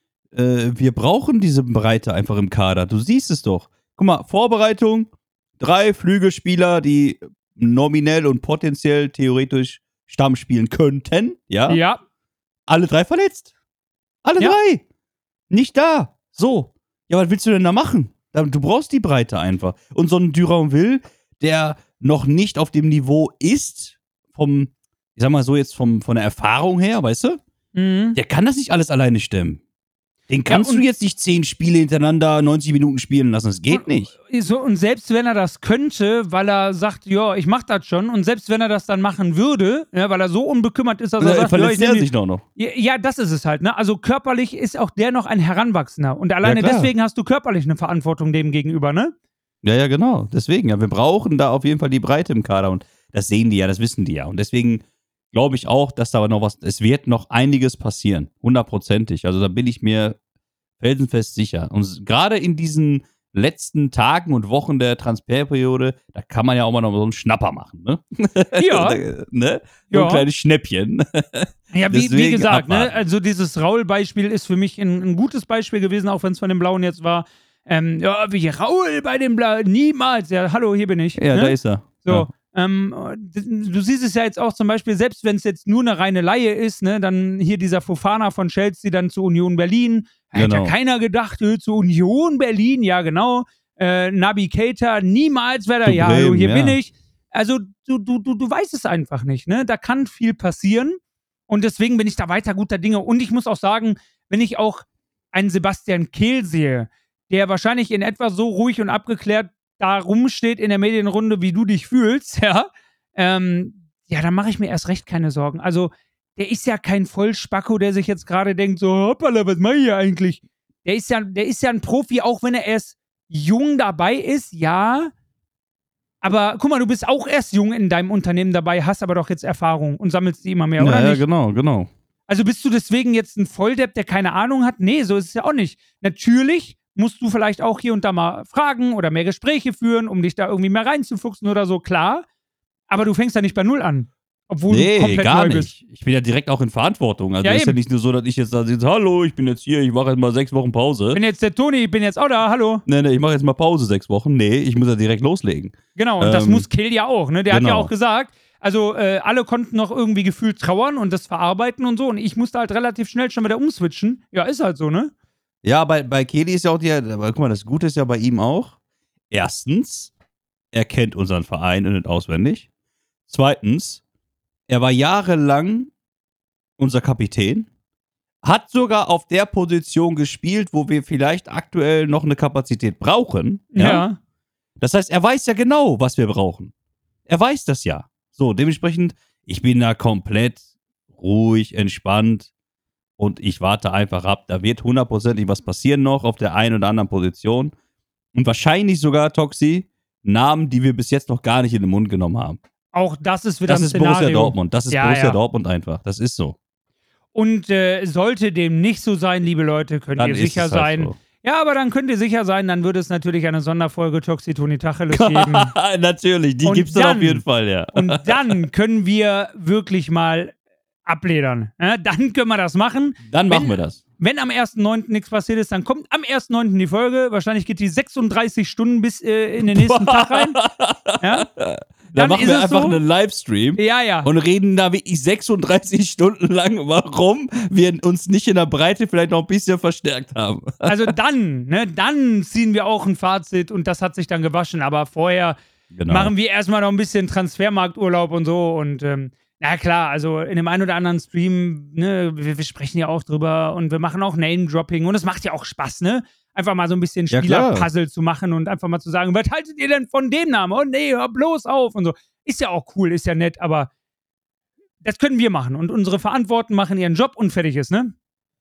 [SPEAKER 3] Wir brauchen diese Breite einfach im Kader. Du siehst es doch. Guck mal, Vorbereitung, 3 Flügelspieler, die nominell und potenziell theoretisch Stamm spielen könnten, ja?
[SPEAKER 2] Ja.
[SPEAKER 3] Alle 3 verletzt. Alle 3. Nicht da. So. Ja, was willst du denn da machen? Du brauchst die Breite einfach. Und so ein Duranville, der noch nicht auf dem Niveau ist, ich sag mal so jetzt von der Erfahrung her, weißt du?
[SPEAKER 2] Mhm.
[SPEAKER 3] Der kann das nicht alles alleine stemmen. Den kannst du jetzt nicht 10 Spiele hintereinander 90 Minuten spielen lassen. Das geht nicht.
[SPEAKER 2] Und selbst wenn er das könnte, weil er sagt, ja, ich mach das schon, und selbst wenn er das dann machen würde, ja, weil er so unbekümmert ist, dass er sagt,
[SPEAKER 3] verletzt er sich noch.
[SPEAKER 2] Ja, das ist es halt, ne? Also körperlich ist auch der noch ein Heranwachsender. Und alleine deswegen hast du körperlich eine Verantwortung dem gegenüber, ne?
[SPEAKER 3] Ja, genau. Deswegen, ja, wir brauchen da auf jeden Fall die Breite im Kader. Und das sehen die ja, das wissen die ja. Und deswegen glaube ich auch, dass da aber noch es wird noch einiges passieren. 100%. Also da bin ich mir felsenfest sicher. Und gerade in diesen letzten Tagen und Wochen der Transferperiode, da kann man ja auch mal noch so einen Schnapper machen, ne?
[SPEAKER 2] Ja.
[SPEAKER 3] Ne? So ein kleines Schnäppchen.
[SPEAKER 2] Ja, wie gesagt, ne? Also dieses Raul-Beispiel ist für mich ein gutes Beispiel gewesen, auch wenn es von den Blauen jetzt war. Ja, wie Raul bei den Blauen, niemals. Ja, hallo, hier bin ich.
[SPEAKER 3] Ja,
[SPEAKER 2] ne?
[SPEAKER 3] Da ist er.
[SPEAKER 2] So.
[SPEAKER 3] Ja.
[SPEAKER 2] Du siehst es ja jetzt auch zum Beispiel, selbst wenn es jetzt nur eine reine Laie ist, ne, dann hier dieser Fofana von Chelsea dann zu Union Berlin. Hätte ja keiner gedacht, zu Union Berlin, ja genau. Naby Keita, niemals wäre da, ja, hallo, hier bin ich. Also du weißt es einfach nicht, ne? Da kann viel passieren und deswegen bin ich da weiter guter Dinge. Und ich muss auch sagen, wenn ich auch einen Sebastian Kehl sehe, der wahrscheinlich in etwa so ruhig und abgeklärt da rumsteht in der Medienrunde, wie du dich fühlst, ja, dann mache ich mir erst recht keine Sorgen. Also, der ist ja kein Vollspacko, der sich jetzt gerade denkt, so, hoppala, was mache ich hier eigentlich? Der ist ja ein Profi, auch wenn er erst jung dabei ist, ja. Aber guck mal, du bist auch erst jung in deinem Unternehmen dabei, hast aber doch jetzt Erfahrung und sammelst die immer mehr, oder nicht?
[SPEAKER 3] Ja, genau.
[SPEAKER 2] Also bist du deswegen jetzt ein Volldepp, der keine Ahnung hat? Nee, so ist es ja auch nicht. Natürlich musst du vielleicht auch hier und da mal fragen oder mehr Gespräche führen, um dich da irgendwie mehr reinzufuchsen oder so, klar. Aber du fängst ja nicht bei Null an. Obwohl du komplett
[SPEAKER 3] gar
[SPEAKER 2] neu
[SPEAKER 3] nicht.
[SPEAKER 2] bist.
[SPEAKER 3] Ich bin ja direkt auch in Verantwortung. Also
[SPEAKER 2] ja,
[SPEAKER 3] ist ja nicht nur so, dass ich jetzt da sitze, hallo, ich bin jetzt hier, ich mache jetzt mal 6 Wochen Pause.
[SPEAKER 2] Ich bin jetzt der Toni, ich bin jetzt auch da, hallo.
[SPEAKER 3] Nee, ich mache jetzt mal Pause 6 Wochen. Nee, ich muss ja direkt loslegen.
[SPEAKER 2] Genau, und das muss Kehl ja auch, ne? Der hat ja auch gesagt, also alle konnten noch irgendwie gefühlt trauern und das verarbeiten und so. Und ich musste halt relativ schnell schon wieder umswitchen. Ja, ist halt so, ne?
[SPEAKER 3] Ja, bei Kelly ist ja auch aber guck mal, das Gute ist ja bei ihm auch. Erstens, er kennt unseren Verein in- und auswendig. Zweitens, er war jahrelang unser Kapitän. Hat sogar auf der Position gespielt, wo wir vielleicht aktuell noch eine Kapazität brauchen.
[SPEAKER 2] Ja.
[SPEAKER 3] Das heißt, er weiß ja genau, was wir brauchen. Er weiß das ja. So, dementsprechend, ich bin da komplett ruhig, entspannt. und ich warte einfach ab. Da wird hundertprozentig was passieren noch auf der einen oder anderen Position. Und wahrscheinlich sogar, Toxi, Namen, die wir bis jetzt noch gar nicht in den Mund genommen haben.
[SPEAKER 2] Auch das ist wieder
[SPEAKER 3] Das
[SPEAKER 2] ein
[SPEAKER 3] ist
[SPEAKER 2] Szenario.
[SPEAKER 3] Borussia Dortmund. Das ist
[SPEAKER 2] Ja,
[SPEAKER 3] Borussia
[SPEAKER 2] ja.
[SPEAKER 3] Dortmund einfach. Das ist so.
[SPEAKER 2] Und sollte dem nicht so sein, liebe Leute, könnt
[SPEAKER 3] Dann
[SPEAKER 2] ihr
[SPEAKER 3] ist
[SPEAKER 2] sicher
[SPEAKER 3] es halt
[SPEAKER 2] sein.
[SPEAKER 3] so.
[SPEAKER 2] Ja, aber dann könnt ihr sicher sein, dann wird es natürlich eine Sonderfolge Toni Tacheles geben.
[SPEAKER 3] Natürlich, die
[SPEAKER 2] Und
[SPEAKER 3] gibt's dann auf
[SPEAKER 2] dann-
[SPEAKER 3] jeden Fall, ja.
[SPEAKER 2] Und dann können wir wirklich mal abledern. Ja, dann können wir das machen.
[SPEAKER 3] Dann machen wir das.
[SPEAKER 2] Wenn am 1.9. nichts passiert ist, dann kommt am 1.9. die Folge. Wahrscheinlich geht die 36 Stunden bis in den nächsten Tag rein. Ja?
[SPEAKER 3] Dann machen
[SPEAKER 2] ist
[SPEAKER 3] wir
[SPEAKER 2] es
[SPEAKER 3] einfach
[SPEAKER 2] so.
[SPEAKER 3] einen Livestream
[SPEAKER 2] Ja, ja.
[SPEAKER 3] und reden da wirklich 36 Stunden lang, warum wir uns nicht in der Breite vielleicht noch ein bisschen verstärkt haben.
[SPEAKER 2] Also dann ziehen wir auch ein Fazit und das hat sich dann gewaschen. Aber vorher
[SPEAKER 3] Genau.
[SPEAKER 2] machen wir erstmal noch ein bisschen Transfermarkturlaub und so. Und na klar, also in dem einen oder anderen Stream, ne, wir sprechen ja auch drüber und wir machen auch Name-Dropping und es macht ja auch Spaß, ne? Einfach mal so ein bisschen
[SPEAKER 3] Ja, klar.
[SPEAKER 2] Spielerpuzzle zu machen und einfach mal zu sagen, was haltet ihr denn von dem Namen? Oh nee, hör bloß auf und so. Ist ja auch cool, ist ja nett, aber das können wir machen und unsere Verantwortlichen machen ihren Job und fertig ist, ne?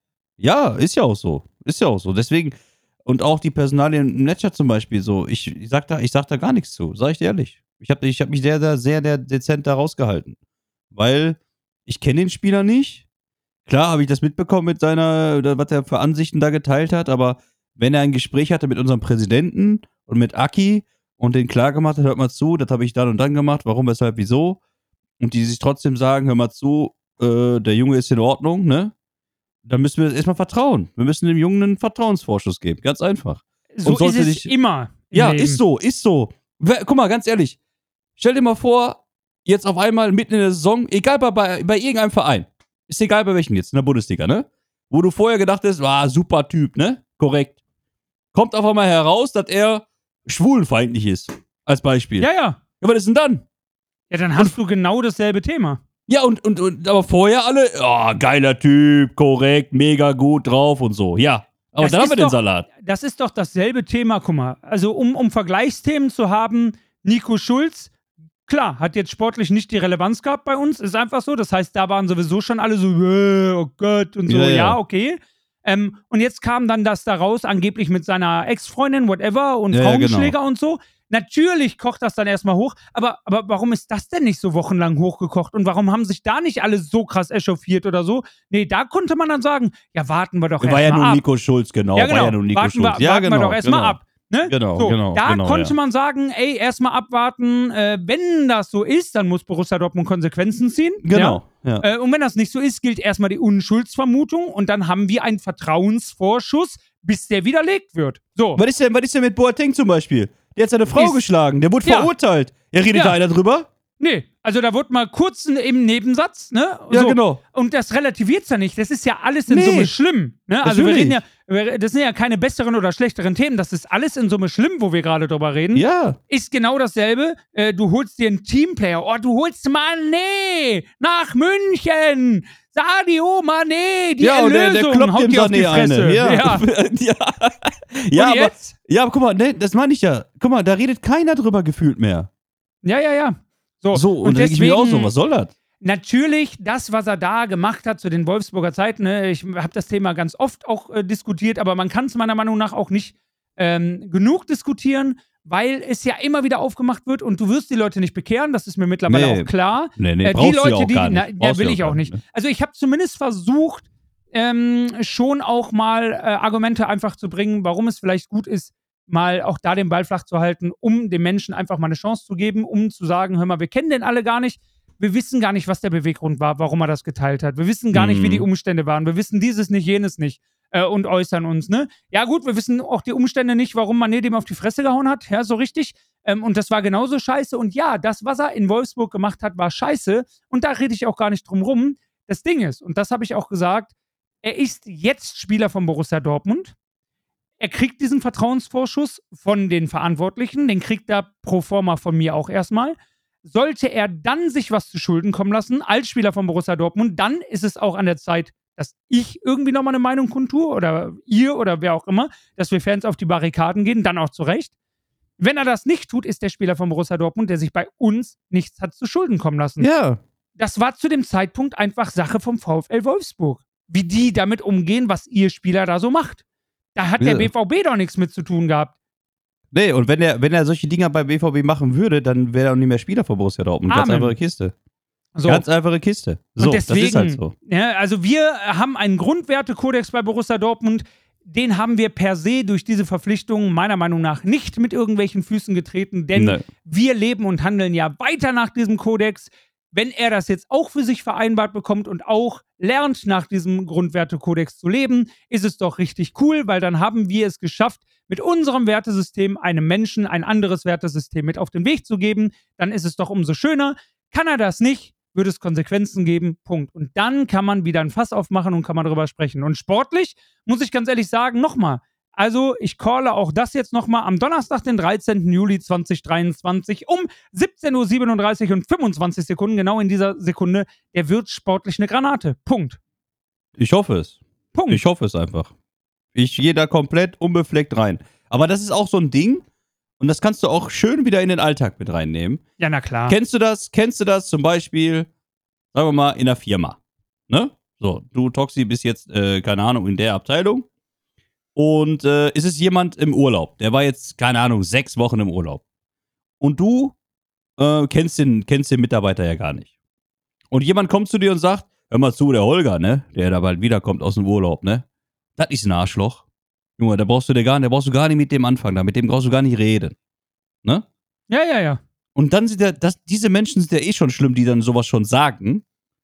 [SPEAKER 3] Ja, ist ja auch so. Ist ja auch so. Deswegen, und auch die Personalien im Netchat zum Beispiel so, ich sag da gar nichts zu, sag ich dir ehrlich. Ich hab mich sehr dezent da rausgehalten. Weil ich kenne den Spieler nicht. Klar habe ich das mitbekommen mit seiner, was er für Ansichten da geteilt hat, aber wenn er ein Gespräch hatte mit unserem Präsidenten und mit Aki und den klar gemacht hat, hört mal zu, das habe ich dann und dann gemacht, warum, weshalb, wieso, und die sich trotzdem sagen, hör mal zu, der Junge ist in Ordnung, ne? Dann müssen wir erstmal vertrauen. Wir müssen dem Jungen einen Vertrauensvorschuss geben. Ganz einfach.
[SPEAKER 2] So
[SPEAKER 3] Und
[SPEAKER 2] ist
[SPEAKER 3] sollte
[SPEAKER 2] es
[SPEAKER 3] nicht-
[SPEAKER 2] immer. im
[SPEAKER 3] Ja,
[SPEAKER 2] Leben.
[SPEAKER 3] ist so. Guck mal, ganz ehrlich. Stell dir mal vor, jetzt auf einmal mitten in der Saison, egal bei irgendeinem Verein, ist egal bei welchen jetzt, in der Bundesliga, ne? Wo du vorher gedacht hast, super Typ, ne? Korrekt. Kommt auf einmal heraus, dass er schwulenfeindlich ist. Als Beispiel.
[SPEAKER 2] Ja.
[SPEAKER 3] Ja, was ist denn dann?
[SPEAKER 2] Ja, dann hast du genau dasselbe Thema.
[SPEAKER 3] Ja, und aber vorher alle, geiler Typ, korrekt, mega gut drauf und so. Ja. Aber
[SPEAKER 2] Das
[SPEAKER 3] dann haben
[SPEAKER 2] ist
[SPEAKER 3] wir den
[SPEAKER 2] doch-
[SPEAKER 3] Salat.
[SPEAKER 2] Das ist doch dasselbe Thema, guck mal. Also, um Vergleichsthemen zu haben, Nico Schulz, klar, hat jetzt sportlich nicht die Relevanz gehabt bei uns, ist einfach so. Das heißt, da waren sowieso schon alle so, oh Gott, und so,
[SPEAKER 3] Ja, ja.
[SPEAKER 2] ja okay. Und jetzt kam dann das da raus, angeblich mit seiner Ex-Freundin, whatever, und
[SPEAKER 3] Ja, ja,
[SPEAKER 2] Frauenschläger und so. Natürlich kocht das dann erstmal hoch, aber warum ist das denn nicht so wochenlang hochgekocht? Und warum haben sich da nicht alle so krass echauffiert oder so? Nee, da konnte man dann sagen, ja, warten wir doch
[SPEAKER 3] War ja
[SPEAKER 2] erstmal
[SPEAKER 3] nur
[SPEAKER 2] ab.
[SPEAKER 3] Nico Schulz, genau.
[SPEAKER 2] Ja, genau.
[SPEAKER 3] War ja nur Nico
[SPEAKER 2] warten
[SPEAKER 3] Schulz.
[SPEAKER 2] wir doch erstmal ab. Ne?
[SPEAKER 3] Genau,
[SPEAKER 2] so,
[SPEAKER 3] genau,
[SPEAKER 2] Da
[SPEAKER 3] genau,
[SPEAKER 2] konnte
[SPEAKER 3] ja.
[SPEAKER 2] man sagen, ey, erstmal abwarten. Wenn das so ist, dann muss Borussia Dortmund Konsequenzen ziehen.
[SPEAKER 3] Genau. Ja.
[SPEAKER 2] Ja? Und wenn das nicht so ist, gilt erstmal die Unschuldsvermutung und dann haben wir einen Vertrauensvorschuss, bis der widerlegt wird. So.
[SPEAKER 3] Was ist denn mit Boateng zum Beispiel? Der hat seine Frau
[SPEAKER 2] Ist-
[SPEAKER 3] geschlagen, der wurde
[SPEAKER 2] Ja.
[SPEAKER 3] verurteilt. Ja, redet
[SPEAKER 2] Ja.
[SPEAKER 3] da einer drüber?
[SPEAKER 2] Nee, also da wurde mal kurz im Nebensatz, ne?
[SPEAKER 3] Ja,
[SPEAKER 2] so.
[SPEAKER 3] genau.
[SPEAKER 2] Und das relativiert ja nicht. Das ist ja alles in
[SPEAKER 3] Nee.
[SPEAKER 2] Summe schlimm. Ne? Also
[SPEAKER 3] Natürlich.
[SPEAKER 2] das sind ja keine besseren oder schlechteren Themen. Das ist alles in Summe schlimm, wo wir gerade drüber reden.
[SPEAKER 3] Ja.
[SPEAKER 2] Ist genau dasselbe. Du holst dir einen Teamplayer. Oh, du holst Mané nach München. Sadio Mané, die
[SPEAKER 3] Ja, und der
[SPEAKER 2] Erlösung.
[SPEAKER 3] kloppt
[SPEAKER 2] Haut
[SPEAKER 3] dem
[SPEAKER 2] dir auf die
[SPEAKER 3] Sané eine.
[SPEAKER 2] Fresse.
[SPEAKER 3] Ja.
[SPEAKER 2] Ja.
[SPEAKER 3] ja. Ja,
[SPEAKER 2] Und
[SPEAKER 3] aber,
[SPEAKER 2] jetzt?
[SPEAKER 3] ja, aber guck mal, ne, das meine ich ja. Guck mal, da redet keiner drüber gefühlt mehr.
[SPEAKER 2] Ja. So,
[SPEAKER 3] So, und da denke ich mir auch so,
[SPEAKER 2] deswegen-
[SPEAKER 3] was soll das?
[SPEAKER 2] Natürlich, das, was er da gemacht hat zu den Wolfsburger Zeiten, ne, ich habe das Thema ganz oft auch diskutiert, aber man kann es meiner Meinung nach auch nicht genug diskutieren, weil es ja immer wieder aufgemacht wird und du wirst die Leute nicht bekehren, das ist mir mittlerweile
[SPEAKER 3] Nee.
[SPEAKER 2] auch klar.
[SPEAKER 3] Nee,
[SPEAKER 2] Die
[SPEAKER 3] brauchst
[SPEAKER 2] Leute,
[SPEAKER 3] du ja auch gar nicht.
[SPEAKER 2] ja,
[SPEAKER 3] Brauchst
[SPEAKER 2] will
[SPEAKER 3] du
[SPEAKER 2] ich
[SPEAKER 3] ja
[SPEAKER 2] auch nicht.
[SPEAKER 3] ne?
[SPEAKER 2] Also ich habe zumindest versucht, schon auch mal Argumente einfach zu bringen, warum es vielleicht gut ist, mal auch da den Ball flach zu halten, um dem Menschen einfach mal eine Chance zu geben, um zu sagen, hör mal, wir kennen den alle gar nicht, wir wissen gar nicht, was der Beweggrund war, warum er das geteilt hat, wir wissen gar nicht, wie die Umstände waren, wir wissen dieses nicht, jenes nicht und äußern uns, ne? Ja gut, wir wissen auch die Umstände nicht, warum Mané dem auf die Fresse gehauen hat, ja, so richtig, und das war genauso scheiße und ja, das, was er in Wolfsburg gemacht hat, war scheiße und da rede ich auch gar nicht drum rum. Das Ding ist, und das habe ich auch gesagt, er ist jetzt Spieler von Borussia Dortmund. Er kriegt diesen Vertrauensvorschuss von den Verantwortlichen, den kriegt er pro forma von mir auch erstmal. Sollte er dann sich was zu Schulden kommen lassen, als Spieler von Borussia Dortmund, dann ist es auch an der Zeit, dass ich irgendwie nochmal eine Meinung kundtue oder ihr oder wer auch immer, dass wir Fans auf die Barrikaden gehen, dann auch zu Recht. Wenn er das nicht tut, ist der Spieler von Borussia Dortmund, der sich bei uns nichts hat zu Schulden kommen lassen.
[SPEAKER 3] Ja.
[SPEAKER 2] Das war zu dem Zeitpunkt einfach Sache vom VfL Wolfsburg. wie die damit umgehen, was ihr Spieler da so macht. Da hat der BVB doch nichts mit zu tun gehabt.
[SPEAKER 3] Nee, und wenn er solche Dinger beim BVB machen würde, dann wäre er auch nicht mehr Spieler von Borussia Dortmund. Ganz einfache Kiste.
[SPEAKER 2] So.
[SPEAKER 3] Ganz einfache Kiste. So,
[SPEAKER 2] und deswegen,
[SPEAKER 3] das ist halt so.
[SPEAKER 2] Ja, also wir haben einen Grundwertekodex bei Borussia Dortmund, den haben wir per se durch diese Verpflichtungen meiner Meinung nach nicht mit irgendwelchen Füßen getreten, denn wir leben und handeln ja weiter nach diesem Kodex. Wenn er das jetzt auch für sich vereinbart bekommt und auch lernt, nach diesem Grundwertekodex zu leben, ist es doch richtig cool, weil dann haben wir es geschafft, mit unserem Wertesystem einem Menschen ein anderes Wertesystem mit auf den Weg zu geben. Dann ist es doch umso schöner. Kann er das nicht, würde es Konsequenzen geben, Punkt. Und dann kann man wieder ein Fass aufmachen und kann man darüber sprechen. Und sportlich, muss ich ganz ehrlich sagen, nochmal, also ich calle auch das jetzt nochmal am Donnerstag, den 13. Juli 2023 um 17:37 und 25 Sekunden, genau in dieser Sekunde, der wird sportlich eine Granate. Punkt.
[SPEAKER 3] Ich hoffe es.
[SPEAKER 2] Punkt.
[SPEAKER 3] Ich hoffe es einfach. Ich gehe da komplett unbefleckt rein. Aber das ist auch so ein Ding, und das kannst du auch schön wieder in den Alltag mit reinnehmen.
[SPEAKER 2] Ja, na klar.
[SPEAKER 3] Kennst du das zum Beispiel, sagen wir mal, in der Firma? Ne? So, du, Toxi, bist jetzt, keine Ahnung, in der Abteilung. Und es ist jemand im Urlaub. Der war jetzt, keine Ahnung, 6 Wochen im Urlaub. Und du kennst den Mitarbeiter ja gar nicht. Und jemand kommt zu dir und sagt, hör mal zu, der Holger, ne? Der da bald wiederkommt aus dem Urlaub, ne? Das ist ein Arschloch. Junge, da brauchst du gar nicht mit dem anfangen, mit dem brauchst du gar nicht reden. Ne?
[SPEAKER 2] Ja.
[SPEAKER 3] Und dann diese Menschen sind ja eh schon schlimm, die dann sowas schon sagen.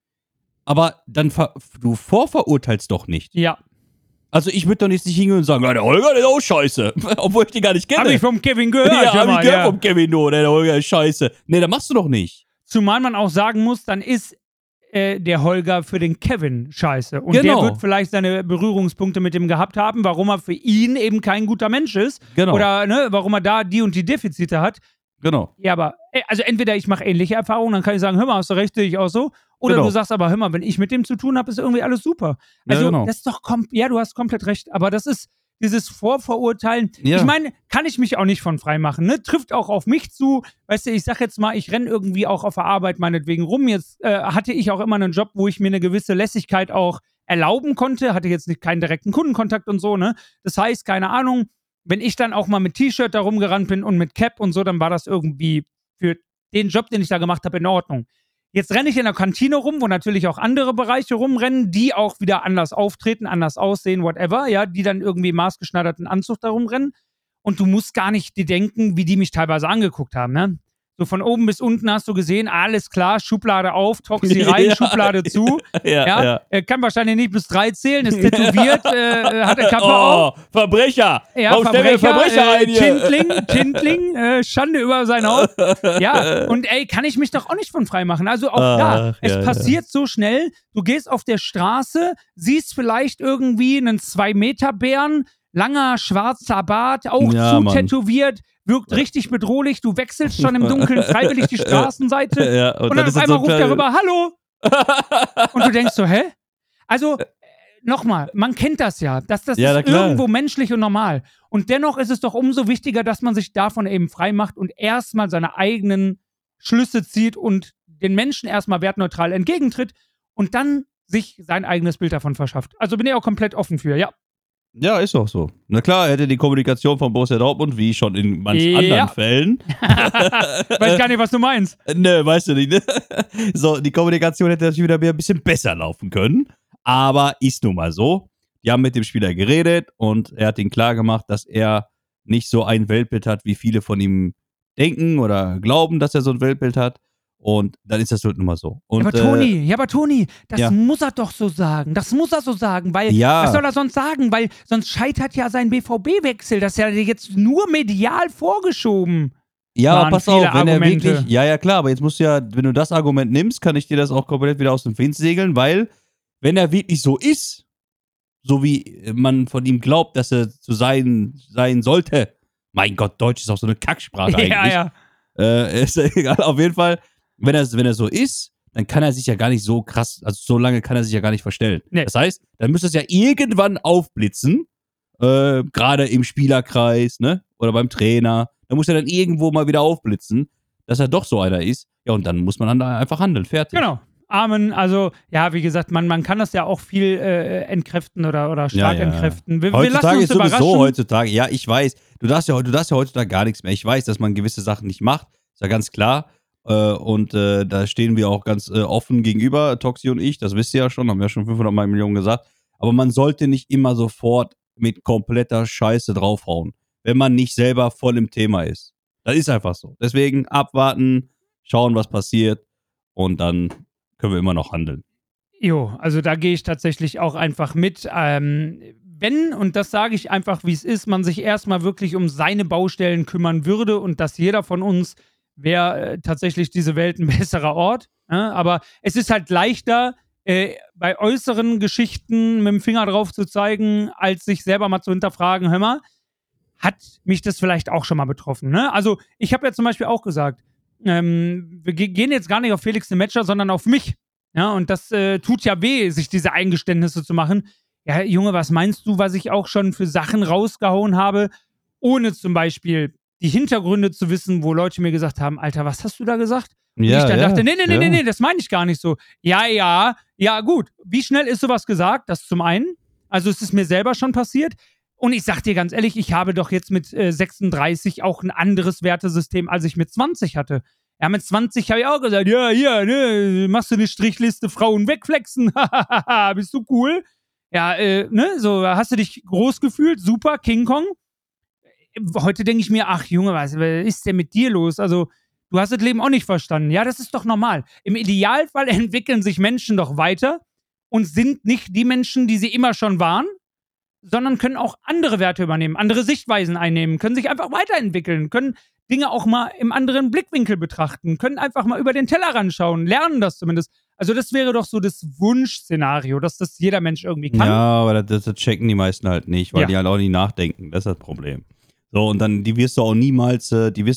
[SPEAKER 3] Aber dann du vorverurteilst doch nicht.
[SPEAKER 2] Ja.
[SPEAKER 3] Also ich würde doch nicht hingehen und sagen, der Holger, der ist auch scheiße. Obwohl ich den gar nicht kenne.
[SPEAKER 2] Hab ich vom Kevin gehört.
[SPEAKER 3] Ja, hab ich gehört
[SPEAKER 2] ja.
[SPEAKER 3] vom Kevin, der Holger ist scheiße. Nee, das machst du doch nicht.
[SPEAKER 2] Zumal man auch sagen muss, dann ist der Holger für den Kevin scheiße. Und
[SPEAKER 3] Genau.
[SPEAKER 2] der wird vielleicht seine Berührungspunkte mit dem gehabt haben, warum er für ihn eben kein guter Mensch ist.
[SPEAKER 3] Genau.
[SPEAKER 2] Oder warum er da die und die Defizite hat.
[SPEAKER 3] Genau.
[SPEAKER 2] Ja, aber also entweder ich mache ähnliche Erfahrungen, dann kann ich sagen, hör mal, hast du recht, sehe ich auch so. Oder
[SPEAKER 3] Genau.
[SPEAKER 2] du sagst aber, hör mal, wenn ich mit dem zu tun habe, ist irgendwie alles super. Also
[SPEAKER 3] Ja, genau.
[SPEAKER 2] das ist doch, ja, du hast komplett recht, aber das ist dieses Vorverurteilen.
[SPEAKER 3] Ja.
[SPEAKER 2] Ich meine, kann ich mich auch nicht von frei machen, ne? Trifft auch auf mich zu. Weißt du, ich sag jetzt mal, ich renne irgendwie auch auf der Arbeit meinetwegen rum. Jetzt hatte ich auch immer einen Job, wo ich mir eine gewisse Lässigkeit auch erlauben konnte. Hatte jetzt keinen direkten Kundenkontakt und so, ne? Das heißt, keine Ahnung, wenn ich dann auch mal mit T-Shirt da rumgerannt bin und mit Cap und so, dann war das irgendwie für den Job, den ich da gemacht habe, in Ordnung. Jetzt renne ich in der Kantine rum, wo natürlich auch andere Bereiche rumrennen, die auch wieder anders auftreten, anders aussehen, whatever, ja, die dann irgendwie im maßgeschneiderten Anzug da rumrennen. Und du musst gar nicht dir denken, wie die mich teilweise angeguckt haben, ne? So von oben bis unten hast du gesehen, alles klar, Schublade auf, Toxi rein,
[SPEAKER 3] Ja.
[SPEAKER 2] Schublade zu.
[SPEAKER 3] Ja.
[SPEAKER 2] Er kann wahrscheinlich nicht bis 3 zählen, ist tätowiert, hat eine Kappe auf.
[SPEAKER 3] Verbrecher!
[SPEAKER 2] Ja,
[SPEAKER 3] Warum stellen wir Verbrecher ein hier?
[SPEAKER 2] Tintling, Schande über sein Haupt. Ja, und ey, kann ich mich doch auch nicht von frei machen. Also auch da, es passiert so schnell, du gehst auf der Straße, siehst vielleicht irgendwie einen 2-Meter-Bären, langer schwarzer Bart, auch tätowiert, wirkt richtig bedrohlich, du wechselst schon im Dunkeln freiwillig die Straßenseite und dann auf einmal ruft er rüber, hallo! Und du denkst so, hä? Also, nochmal, man kennt das ja, das ist irgendwo menschlich und normal. Und dennoch ist es doch umso wichtiger, dass man sich davon eben frei macht und erstmal seine eigenen Schlüsse zieht und den Menschen erstmal wertneutral entgegentritt und dann sich sein eigenes Bild davon verschafft. Also bin ich auch komplett offen für, ja.
[SPEAKER 3] Ja, ist auch so. Na klar, er hätte die Kommunikation von Borussia Dortmund, wie schon in manchen anderen Fällen.
[SPEAKER 2] Weiß gar nicht, was du meinst.
[SPEAKER 3] Ne, weißt du nicht, ne? So, die Kommunikation hätte natürlich wieder ein bisschen besser laufen können. Aber ist nun mal so. Die haben mit dem Spieler geredet und er hat ihm klar gemacht, dass er nicht so ein Weltbild hat, wie viele von ihm denken oder glauben, dass er so ein Weltbild hat. Und dann ist das halt nun mal so. Und,
[SPEAKER 2] ja, aber Toni, das muss er doch so sagen. Das muss er so sagen, weil, was soll er sonst sagen? Weil sonst scheitert ja sein BVB-Wechsel. Das ist ja jetzt nur medial vorgeschoben.
[SPEAKER 3] Ja, aber pass auf, wenn er
[SPEAKER 2] Argumente.
[SPEAKER 3] wirklich, ja, klar, aber jetzt musst du ja, wenn du das Argument nimmst, kann ich dir das auch komplett wieder aus dem Wind segeln, weil, wenn er wirklich so ist, so wie man von ihm glaubt, dass er zu sein sollte, mein Gott, Deutsch ist auch so eine Kacksprache eigentlich.
[SPEAKER 2] Ja.
[SPEAKER 3] Ist egal, auf jeden Fall. Wenn er so ist, dann kann er sich ja gar nicht so krass, also so lange kann er sich ja gar nicht verstellen. Nee. Das heißt, dann müsste es ja irgendwann aufblitzen, gerade im Spielerkreis, ne, oder beim Trainer. Da muss er dann irgendwo mal wieder aufblitzen, dass er doch so einer ist. Ja, und dann muss man dann einfach handeln, fertig.
[SPEAKER 2] Genau. Amen. Also, ja, wie gesagt, man kann das ja auch viel entkräften oder stark entkräften. Wir lassen
[SPEAKER 3] Heutzutage
[SPEAKER 2] uns
[SPEAKER 3] ist sowieso
[SPEAKER 2] überraschen.
[SPEAKER 3] heutzutage, ja, ich weiß, du darfst ja heutzutage gar nichts mehr. Ich weiß, dass man gewisse Sachen nicht macht, ist ja ganz klar. Und da stehen wir auch ganz offen gegenüber, Toxi und ich, das wisst ihr ja schon, haben wir ja schon 500 Millionen gesagt. Aber man sollte nicht immer sofort mit kompletter Scheiße draufhauen, wenn man nicht selber voll im Thema ist. Das ist einfach so. Deswegen abwarten, schauen, was passiert und dann können wir immer noch handeln.
[SPEAKER 2] Jo, also da gehe ich tatsächlich auch einfach mit. Wenn, und das sage ich einfach, wie es ist, man sich erstmal wirklich um seine Baustellen kümmern würde und dass jeder von uns wäre tatsächlich diese Welt ein besserer Ort. Aber es ist halt leichter, bei äußeren Geschichten mit dem Finger drauf zu zeigen, als sich selber mal zu hinterfragen, hör mal, hat mich das vielleicht auch schon mal betroffen? Ne? Also ich habe ja zum Beispiel auch gesagt, wir gehen jetzt gar nicht auf Felix den Matcher, sondern auf mich. Ja, und das tut ja weh, sich diese Eingeständnisse zu machen. Ja, Junge, was meinst du, was ich auch schon für Sachen rausgehauen habe, ohne zum Beispiel die Hintergründe zu wissen, wo Leute mir gesagt haben, Alter, was hast du da gesagt? Und ich dann dachte, nee, das meine ich gar nicht so. Ja, gut. Wie schnell ist sowas gesagt? Das zum einen. Also es ist mir selber schon passiert. Und ich sag dir ganz ehrlich, ich habe doch jetzt mit 36 auch ein anderes Wertesystem, als ich mit 20 hatte. Ja, mit 20 habe ich auch gesagt, ja, hier, ne, machst du eine Strichliste, Frauen wegflexen, bist du cool? Ja, ne, so, hast du dich groß gefühlt, super, King Kong. Heute denke ich mir, ach Junge, was ist denn mit dir los? Also, du hast das Leben auch nicht verstanden. Ja, das ist doch normal. Im Idealfall entwickeln sich Menschen doch weiter und sind nicht die Menschen, die sie immer schon waren, sondern können auch andere Werte übernehmen, andere Sichtweisen einnehmen, können sich einfach weiterentwickeln, können Dinge auch mal im anderen Blickwinkel betrachten, können einfach mal über den Tellerrand schauen, lernen das zumindest. Also das wäre doch so das Wunschszenario, dass das jeder Mensch irgendwie kann.
[SPEAKER 3] Ja, aber das checken die meisten halt nicht, weil die halt auch nicht nachdenken. Das ist das Problem. So, und dann, die wirst du auch niemals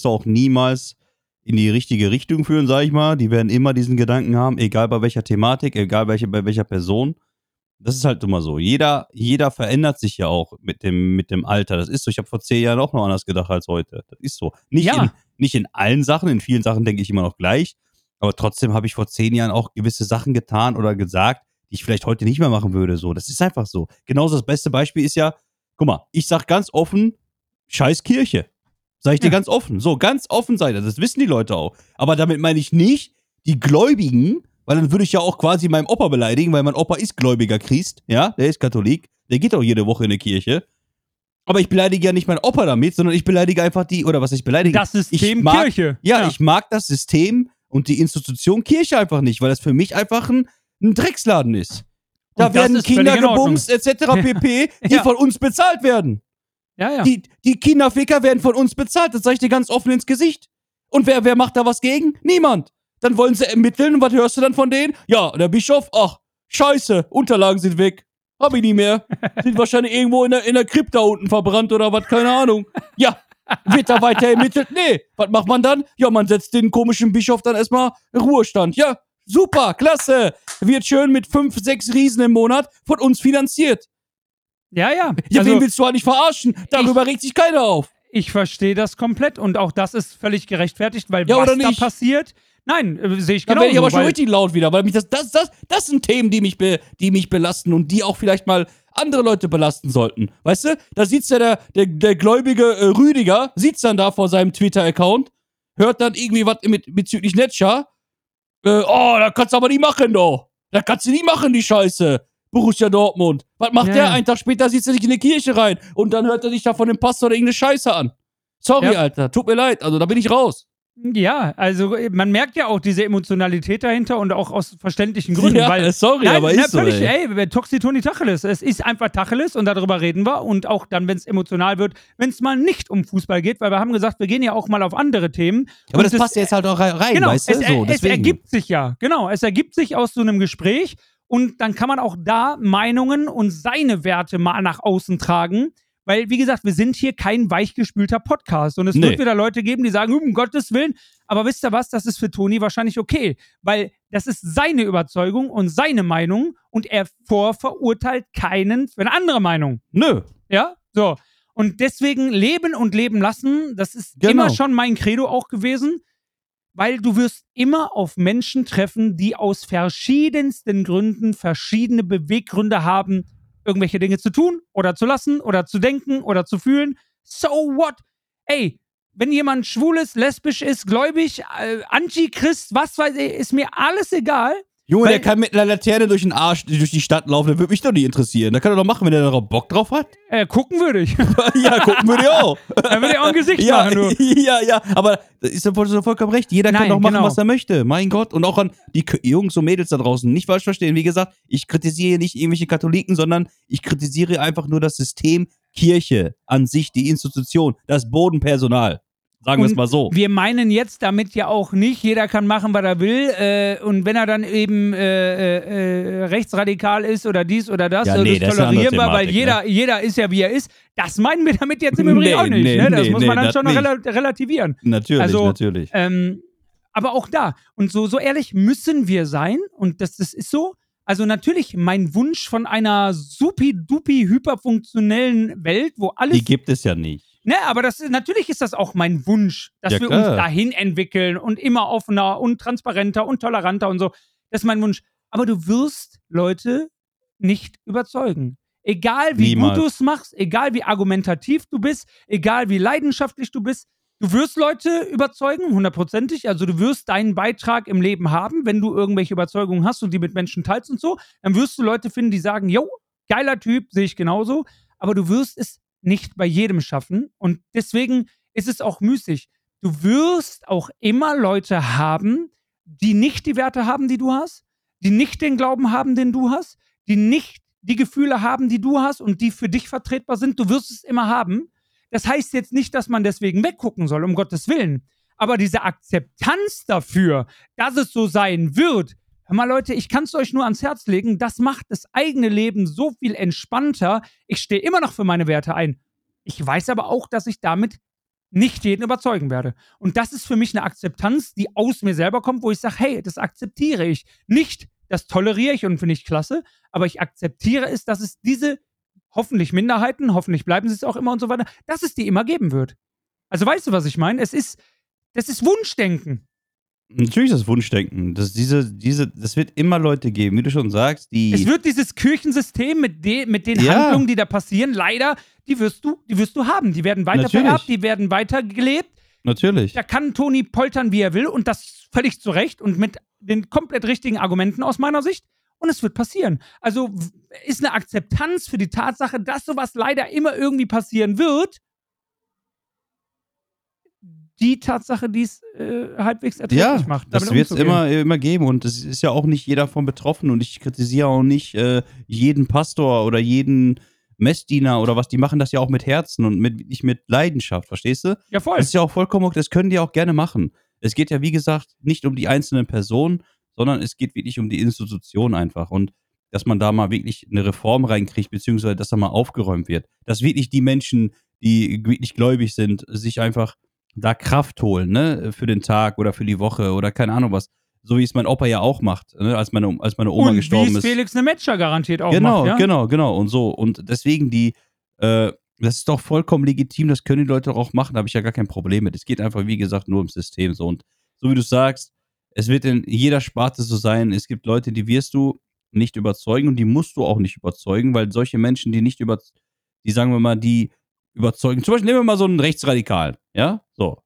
[SPEAKER 3] in die richtige Richtung führen, sag ich mal. Die werden immer diesen Gedanken haben, egal bei welcher Thematik, egal bei welcher Person. Das ist halt immer so. Jeder verändert sich ja auch mit dem Alter. Das ist so. Ich habe vor 10 Jahren auch noch anders gedacht als heute. Das ist so. Nicht in allen Sachen, in vielen Sachen denke ich immer noch gleich. Aber trotzdem habe ich vor 10 Jahren auch gewisse Sachen getan oder gesagt, die ich vielleicht heute nicht mehr machen würde. So, das ist einfach so. Genauso das beste Beispiel ist ja, guck mal, ich sag ganz offen, scheiß Kirche. Sag ich dir ganz offen. So, ganz offen sei das. Das wissen die Leute auch. Aber damit meine ich nicht die Gläubigen, weil dann würde ich ja auch quasi meinen Opa beleidigen, weil mein Opa ist gläubiger Christ, ja, der ist Katholik, der geht auch jede Woche in die Kirche. Aber ich beleidige ja nicht meinen Opa damit, sondern ich beleidige einfach
[SPEAKER 2] das System Kirche.
[SPEAKER 3] Ja, ich mag das System und die Institution Kirche einfach nicht, weil das für mich einfach ein Drecksladen ist. Da werden Kinder gebumst, etc. pp., die von uns bezahlt werden.
[SPEAKER 2] Ja.
[SPEAKER 3] Die Kinderficker werden von uns bezahlt, das sage ich dir ganz offen ins Gesicht. Und wer macht da was gegen? Niemand. Dann wollen sie ermitteln und was hörst du dann von denen? Ja, der Bischof, ach, scheiße, Unterlagen sind weg. Hab ich nie mehr. Sind wahrscheinlich irgendwo in der Krypta unten verbrannt oder was, keine Ahnung. Ja, wird da weiter ermittelt? Nee. Was macht man dann? Ja, man setzt den komischen Bischof dann erstmal in Ruhestand. Ja, super, klasse. Wird schön mit 5, 6 Riesen im Monat von uns finanziert.
[SPEAKER 2] Ja.
[SPEAKER 3] Ja, also, wen willst du eigentlich verarschen? Darüber regt sich keiner auf.
[SPEAKER 2] Ich verstehe das komplett und auch das ist völlig gerechtfertigt, weil was da passiert... Nein, sehe ich genau.
[SPEAKER 3] Da werde ich aber schon richtig laut wieder, weil mich das sind Themen, die mich belasten und die auch vielleicht mal andere Leute belasten sollten. Weißt du? Da sitzt ja der gläubige Rüdiger, sitzt dann da vor seinem Twitter-Account, hört dann irgendwie was bezüglich Netscher. Da kannst du aber nicht machen, doch. Da kannst du nicht machen, die Scheiße. Borussia Dortmund. Was macht der? Einen Tag später sitzt er nicht in die Kirche rein und dann hört er sich da von dem Pastor irgendeine Scheiße an. Sorry, Alter. Tut mir leid. Also, da bin ich raus.
[SPEAKER 2] Ja, also man merkt ja auch diese Emotionalität dahinter und auch aus verständlichen Gründen.
[SPEAKER 3] Ja,
[SPEAKER 2] weil,
[SPEAKER 3] sorry, aber ist so,
[SPEAKER 2] Toxi Toni Tacheles. Es ist einfach Tacheles und darüber reden wir. Und auch dann, wenn es emotional wird, wenn es mal nicht um Fußball geht, weil wir haben gesagt, wir gehen ja auch mal auf andere Themen.
[SPEAKER 3] Aber das passt ja jetzt halt auch rein,
[SPEAKER 2] genau,
[SPEAKER 3] weißt du?
[SPEAKER 2] Es ergibt sich ja, genau. Es ergibt sich aus so einem Gespräch und dann kann man auch da Meinungen und seine Werte mal nach außen tragen. Weil, wie gesagt, wir sind hier kein weichgespülter Podcast. Und es wird wieder Leute geben, die sagen, um Gottes Willen. Aber wisst ihr was, das ist für Toni wahrscheinlich okay. Weil das ist seine Überzeugung und seine Meinung. Und er verurteilt keinen für eine andere Meinung.
[SPEAKER 3] Nö.
[SPEAKER 2] Ja, so. Und deswegen leben und leben lassen, das ist immer schon mein Credo auch gewesen. weil du wirst immer auf Menschen treffen, die aus verschiedensten Gründen verschiedene Beweggründe haben, irgendwelche Dinge zu tun oder zu lassen oder zu denken oder zu fühlen. So what? Ey, wenn jemand schwul ist, lesbisch ist, gläubig, Antichrist, was weiß ich, ist mir alles egal.
[SPEAKER 3] Junge, der kann mit einer Laterne durch die Stadt laufen, der würde mich doch nicht interessieren. Da kann er doch machen, wenn er darauf Bock drauf hat.
[SPEAKER 2] Gucken würde ich.
[SPEAKER 3] Ja, gucken würde ich auch.
[SPEAKER 2] Dann würde ich auch ein Gesicht
[SPEAKER 3] Ja,
[SPEAKER 2] machen, du.
[SPEAKER 3] ja, aber da ist ja vollkommen recht. Jeder kann
[SPEAKER 2] Nein,
[SPEAKER 3] doch machen,
[SPEAKER 2] genau.
[SPEAKER 3] was er möchte. Mein Gott. Und auch an die Jungs und Mädels da draußen. Nicht falsch verstehen. Wie gesagt, ich kritisiere nicht irgendwelche Katholiken, sondern ich kritisiere einfach nur das System Kirche an sich, die Institution, das Bodenpersonal. Sagen wir es mal so.
[SPEAKER 2] Wir meinen jetzt damit ja auch nicht, jeder kann machen, was er will. Und wenn er dann eben rechtsradikal ist oder dies oder das,
[SPEAKER 3] Ja,
[SPEAKER 2] das
[SPEAKER 3] nee, das ist eine
[SPEAKER 2] tolerieren
[SPEAKER 3] andere
[SPEAKER 2] wir, weil
[SPEAKER 3] Thematik,
[SPEAKER 2] jeder ist ja, wie er ist. Das meinen wir damit jetzt im Übrigen auch nicht. Ne? Das muss man dann schon relativieren.
[SPEAKER 3] Natürlich,
[SPEAKER 2] Also,
[SPEAKER 3] natürlich.
[SPEAKER 2] Aber auch da. Und so ehrlich müssen wir sein. Und das ist so. Also natürlich mein Wunsch von einer supi-dupi hyperfunktionellen Welt, wo alles...
[SPEAKER 3] Die gibt es ja nicht.
[SPEAKER 2] Ne, aber natürlich ist das auch mein Wunsch, dass
[SPEAKER 3] Ja,
[SPEAKER 2] wir
[SPEAKER 3] klar.
[SPEAKER 2] uns dahin entwickeln und immer offener und transparenter und toleranter und so. Das ist mein Wunsch. Aber du wirst Leute nicht überzeugen. Egal wie
[SPEAKER 3] Niemals.
[SPEAKER 2] gut du es machst, egal wie argumentativ du bist, egal wie leidenschaftlich du bist, du wirst Leute überzeugen, 100%ig. Also du wirst deinen Beitrag im Leben haben, wenn du irgendwelche Überzeugungen hast und die mit Menschen teilst und so. Dann wirst du Leute finden, die sagen, yo, geiler Typ, sehe ich genauso. Aber du wirst es nicht bei jedem schaffen. Und deswegen ist es auch müßig. Du wirst auch immer Leute haben, die nicht die Werte haben, die du hast, die nicht den Glauben haben, den du hast, die nicht die Gefühle haben, die du hast und die für dich vertretbar sind. Du wirst es immer haben. Das heißt jetzt nicht, dass man deswegen weggucken soll, um Gottes Willen. Aber diese Akzeptanz dafür, dass es so sein wird, hör mal Leute, ich kann es euch nur ans Herz legen, das macht das eigene Leben so viel entspannter. Ich stehe immer noch für meine Werte ein. Ich weiß aber auch, dass ich damit nicht jeden überzeugen werde. Und das ist für mich eine Akzeptanz, die aus mir selber kommt, wo ich sage, hey, das akzeptiere ich. Nicht, das toleriere ich und finde ich klasse, aber ich akzeptiere es, dass es diese hoffentlich Minderheiten, hoffentlich bleiben sie es auch immer und so weiter, dass es die immer geben wird. Also weißt du, was ich meine? Das ist Wunschdenken.
[SPEAKER 3] Natürlich das Wunschdenken. Das wird immer Leute geben, wie du schon sagst, die.
[SPEAKER 2] Es wird dieses Kirchensystem mit den
[SPEAKER 3] Ja.
[SPEAKER 2] Handlungen, die da passieren, leider, die wirst du haben. Die werden weiter
[SPEAKER 3] Natürlich.
[SPEAKER 2] vererbt, die werden weiter gelebt.
[SPEAKER 3] Natürlich.
[SPEAKER 2] Da kann Toni poltern, wie er will, und das völlig zu Recht und mit den komplett richtigen Argumenten aus meiner Sicht. Und es wird passieren. Also ist eine Akzeptanz für die Tatsache, dass sowas leider immer irgendwie passieren wird, die Tatsache, die es halbwegs erträglich macht.
[SPEAKER 3] Das wird es immer geben und es ist ja auch nicht jeder von betroffen und ich kritisiere auch nicht jeden Pastor oder jeden Messdiener oder was, die machen das ja auch mit Herzen und nicht mit Leidenschaft, verstehst du?
[SPEAKER 2] Ja, voll.
[SPEAKER 3] Das ist ja auch vollkommen okay, das können die auch gerne machen. Es geht ja, wie gesagt, nicht um die einzelnen Personen, sondern es geht wirklich um die Institution einfach und dass man da mal wirklich eine Reform reinkriegt, beziehungsweise dass da mal aufgeräumt wird. Dass wirklich die Menschen, die wirklich gläubig sind, sich einfach da Kraft holen, ne, für den Tag oder für die Woche oder keine Ahnung was. So wie es mein Opa ja auch macht, ne, als meine Oma gestorben
[SPEAKER 2] wie es
[SPEAKER 3] ist.
[SPEAKER 2] Felix Nemetscher garantiert auch macht, ja?
[SPEAKER 3] Genau. Und so. Und deswegen das ist doch vollkommen legitim, das können die Leute doch auch machen, da habe ich ja gar kein Problem mit. Es geht einfach, wie gesagt, nur ums System. So. Und so wie du sagst, es wird in jeder Sparte so sein, es gibt Leute, die wirst du nicht überzeugen und die musst du auch nicht überzeugen, weil solche Menschen, die sagen wir mal, die überzeugen, zum Beispiel nehmen wir mal so einen Rechtsradikalen, ja, so.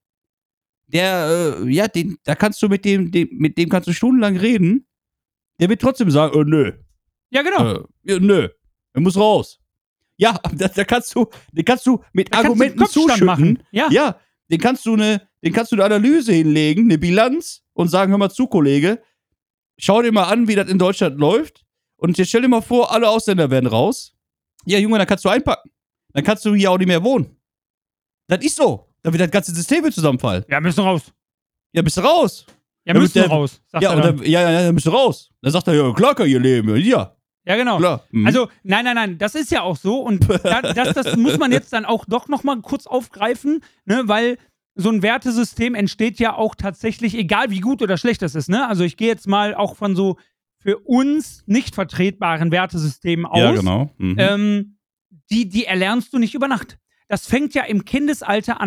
[SPEAKER 3] Da kannst du mit dem kannst du stundenlang reden, der wird trotzdem sagen, nö.
[SPEAKER 2] Ja, genau.
[SPEAKER 3] Nö, er muss raus. Ja, den kannst du mit Argumenten
[SPEAKER 2] kannst du einen Kopfstand
[SPEAKER 3] zuschütten.
[SPEAKER 2] machen. Ja.
[SPEAKER 3] Den kannst du eine Analyse hinlegen, eine Bilanz und sagen, hör mal zu, Kollege, schau dir mal an, wie das in Deutschland läuft und jetzt stell dir mal vor, alle Ausländer werden raus. Ja, Junge, dann kannst du einpacken. Dann kannst du hier auch nicht mehr wohnen. Das ist so. Dann wird das ganze System wieder zusammenfallen.
[SPEAKER 2] Ja, müssen raus.
[SPEAKER 3] Ja, bist du raus.
[SPEAKER 2] Ja, müssen raus. Sagt er dann.
[SPEAKER 3] Dann bist du raus. Dann sagt er, ja, klar kann ihr leben. Ja,
[SPEAKER 2] Ja, genau.
[SPEAKER 3] klar. Mhm.
[SPEAKER 2] Also, nein, das ist ja auch so. Und das muss man jetzt dann auch doch nochmal kurz aufgreifen, ne, weil so ein Wertesystem entsteht ja auch tatsächlich, egal wie gut oder schlecht das ist, ne? Also ich gehe jetzt mal auch von so für uns nicht vertretbaren Wertesystemen aus.
[SPEAKER 3] Ja, genau. Mhm.
[SPEAKER 2] Die erlernst du nicht über Nacht. Das fängt ja im Kindesalter an.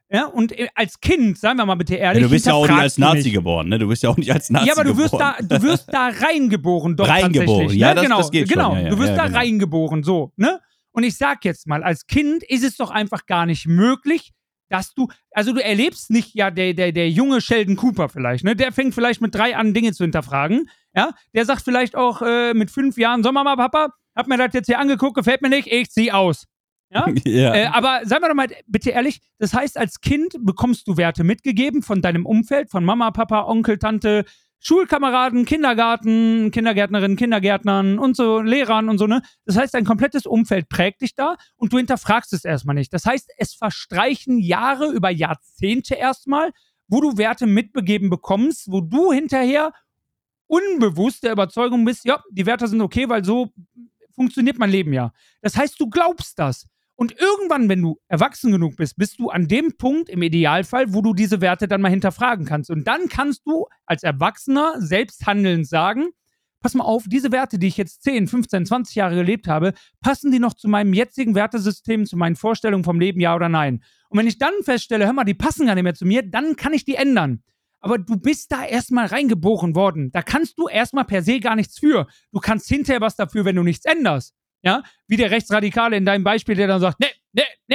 [SPEAKER 2] Ja, und als Kind, sagen wir mal bitte ehrlich,
[SPEAKER 3] Ja, du bist ja auch nicht als
[SPEAKER 2] hinterfragst du
[SPEAKER 3] Nazi
[SPEAKER 2] mich.
[SPEAKER 3] geboren, ne? Du bist ja auch nicht als Nazi
[SPEAKER 2] Ja, aber du
[SPEAKER 3] geboren.
[SPEAKER 2] wirst da reingeboren, doch
[SPEAKER 3] Reingeboren,
[SPEAKER 2] tatsächlich.
[SPEAKER 3] ja,
[SPEAKER 2] Ne?
[SPEAKER 3] das geht
[SPEAKER 2] genau.
[SPEAKER 3] schon. Ja,
[SPEAKER 2] Du wirst da
[SPEAKER 3] genau.
[SPEAKER 2] reingeboren, so, ne? Und ich sag jetzt mal, als Kind ist es doch einfach gar nicht möglich, dass du erlebst nicht, ja, der junge Sheldon Cooper vielleicht, ne? Der fängt vielleicht mit 3 an, Dinge zu hinterfragen, ja? Der sagt vielleicht auch mit 5 Jahren, sag mal, Papa, hab mir das jetzt hier angeguckt, gefällt mir nicht, ich zieh aus. Ja?
[SPEAKER 3] Ja.
[SPEAKER 2] Aber seien wir doch mal bitte ehrlich, das heißt, als Kind bekommst du Werte mitgegeben von deinem Umfeld, von Mama, Papa, Onkel, Tante, Schulkameraden, Kindergarten, Kindergärtnerinnen, Kindergärtnern und so, Lehrern und so, ne? Das heißt, dein komplettes Umfeld prägt dich da und du hinterfragst es erstmal nicht. Das heißt, es verstreichen Jahre über Jahrzehnte erstmal, wo du Werte mitbegeben bekommst, wo du hinterher unbewusst der Überzeugung bist, ja, die Werte sind okay, weil so funktioniert mein Leben ja. Das heißt, du glaubst das. Und irgendwann, wenn du erwachsen genug bist, bist du an dem Punkt im Idealfall, wo du diese Werte dann mal hinterfragen kannst. Und dann kannst du als Erwachsener selbst handelnd sagen, pass mal auf, diese Werte, die ich jetzt 10, 15, 20 Jahre gelebt habe, passen die noch zu meinem jetzigen Wertesystem, zu meinen Vorstellungen vom Leben, ja oder nein? Und wenn ich dann feststelle, hör mal, die passen gar nicht mehr zu mir, dann kann ich die ändern. Aber du bist da erstmal reingeboren worden. Da kannst du erstmal per se gar nichts für. Du kannst hinterher was dafür, wenn du nichts änderst. Ja, wie der Rechtsradikale in deinem Beispiel, der dann sagt, nee.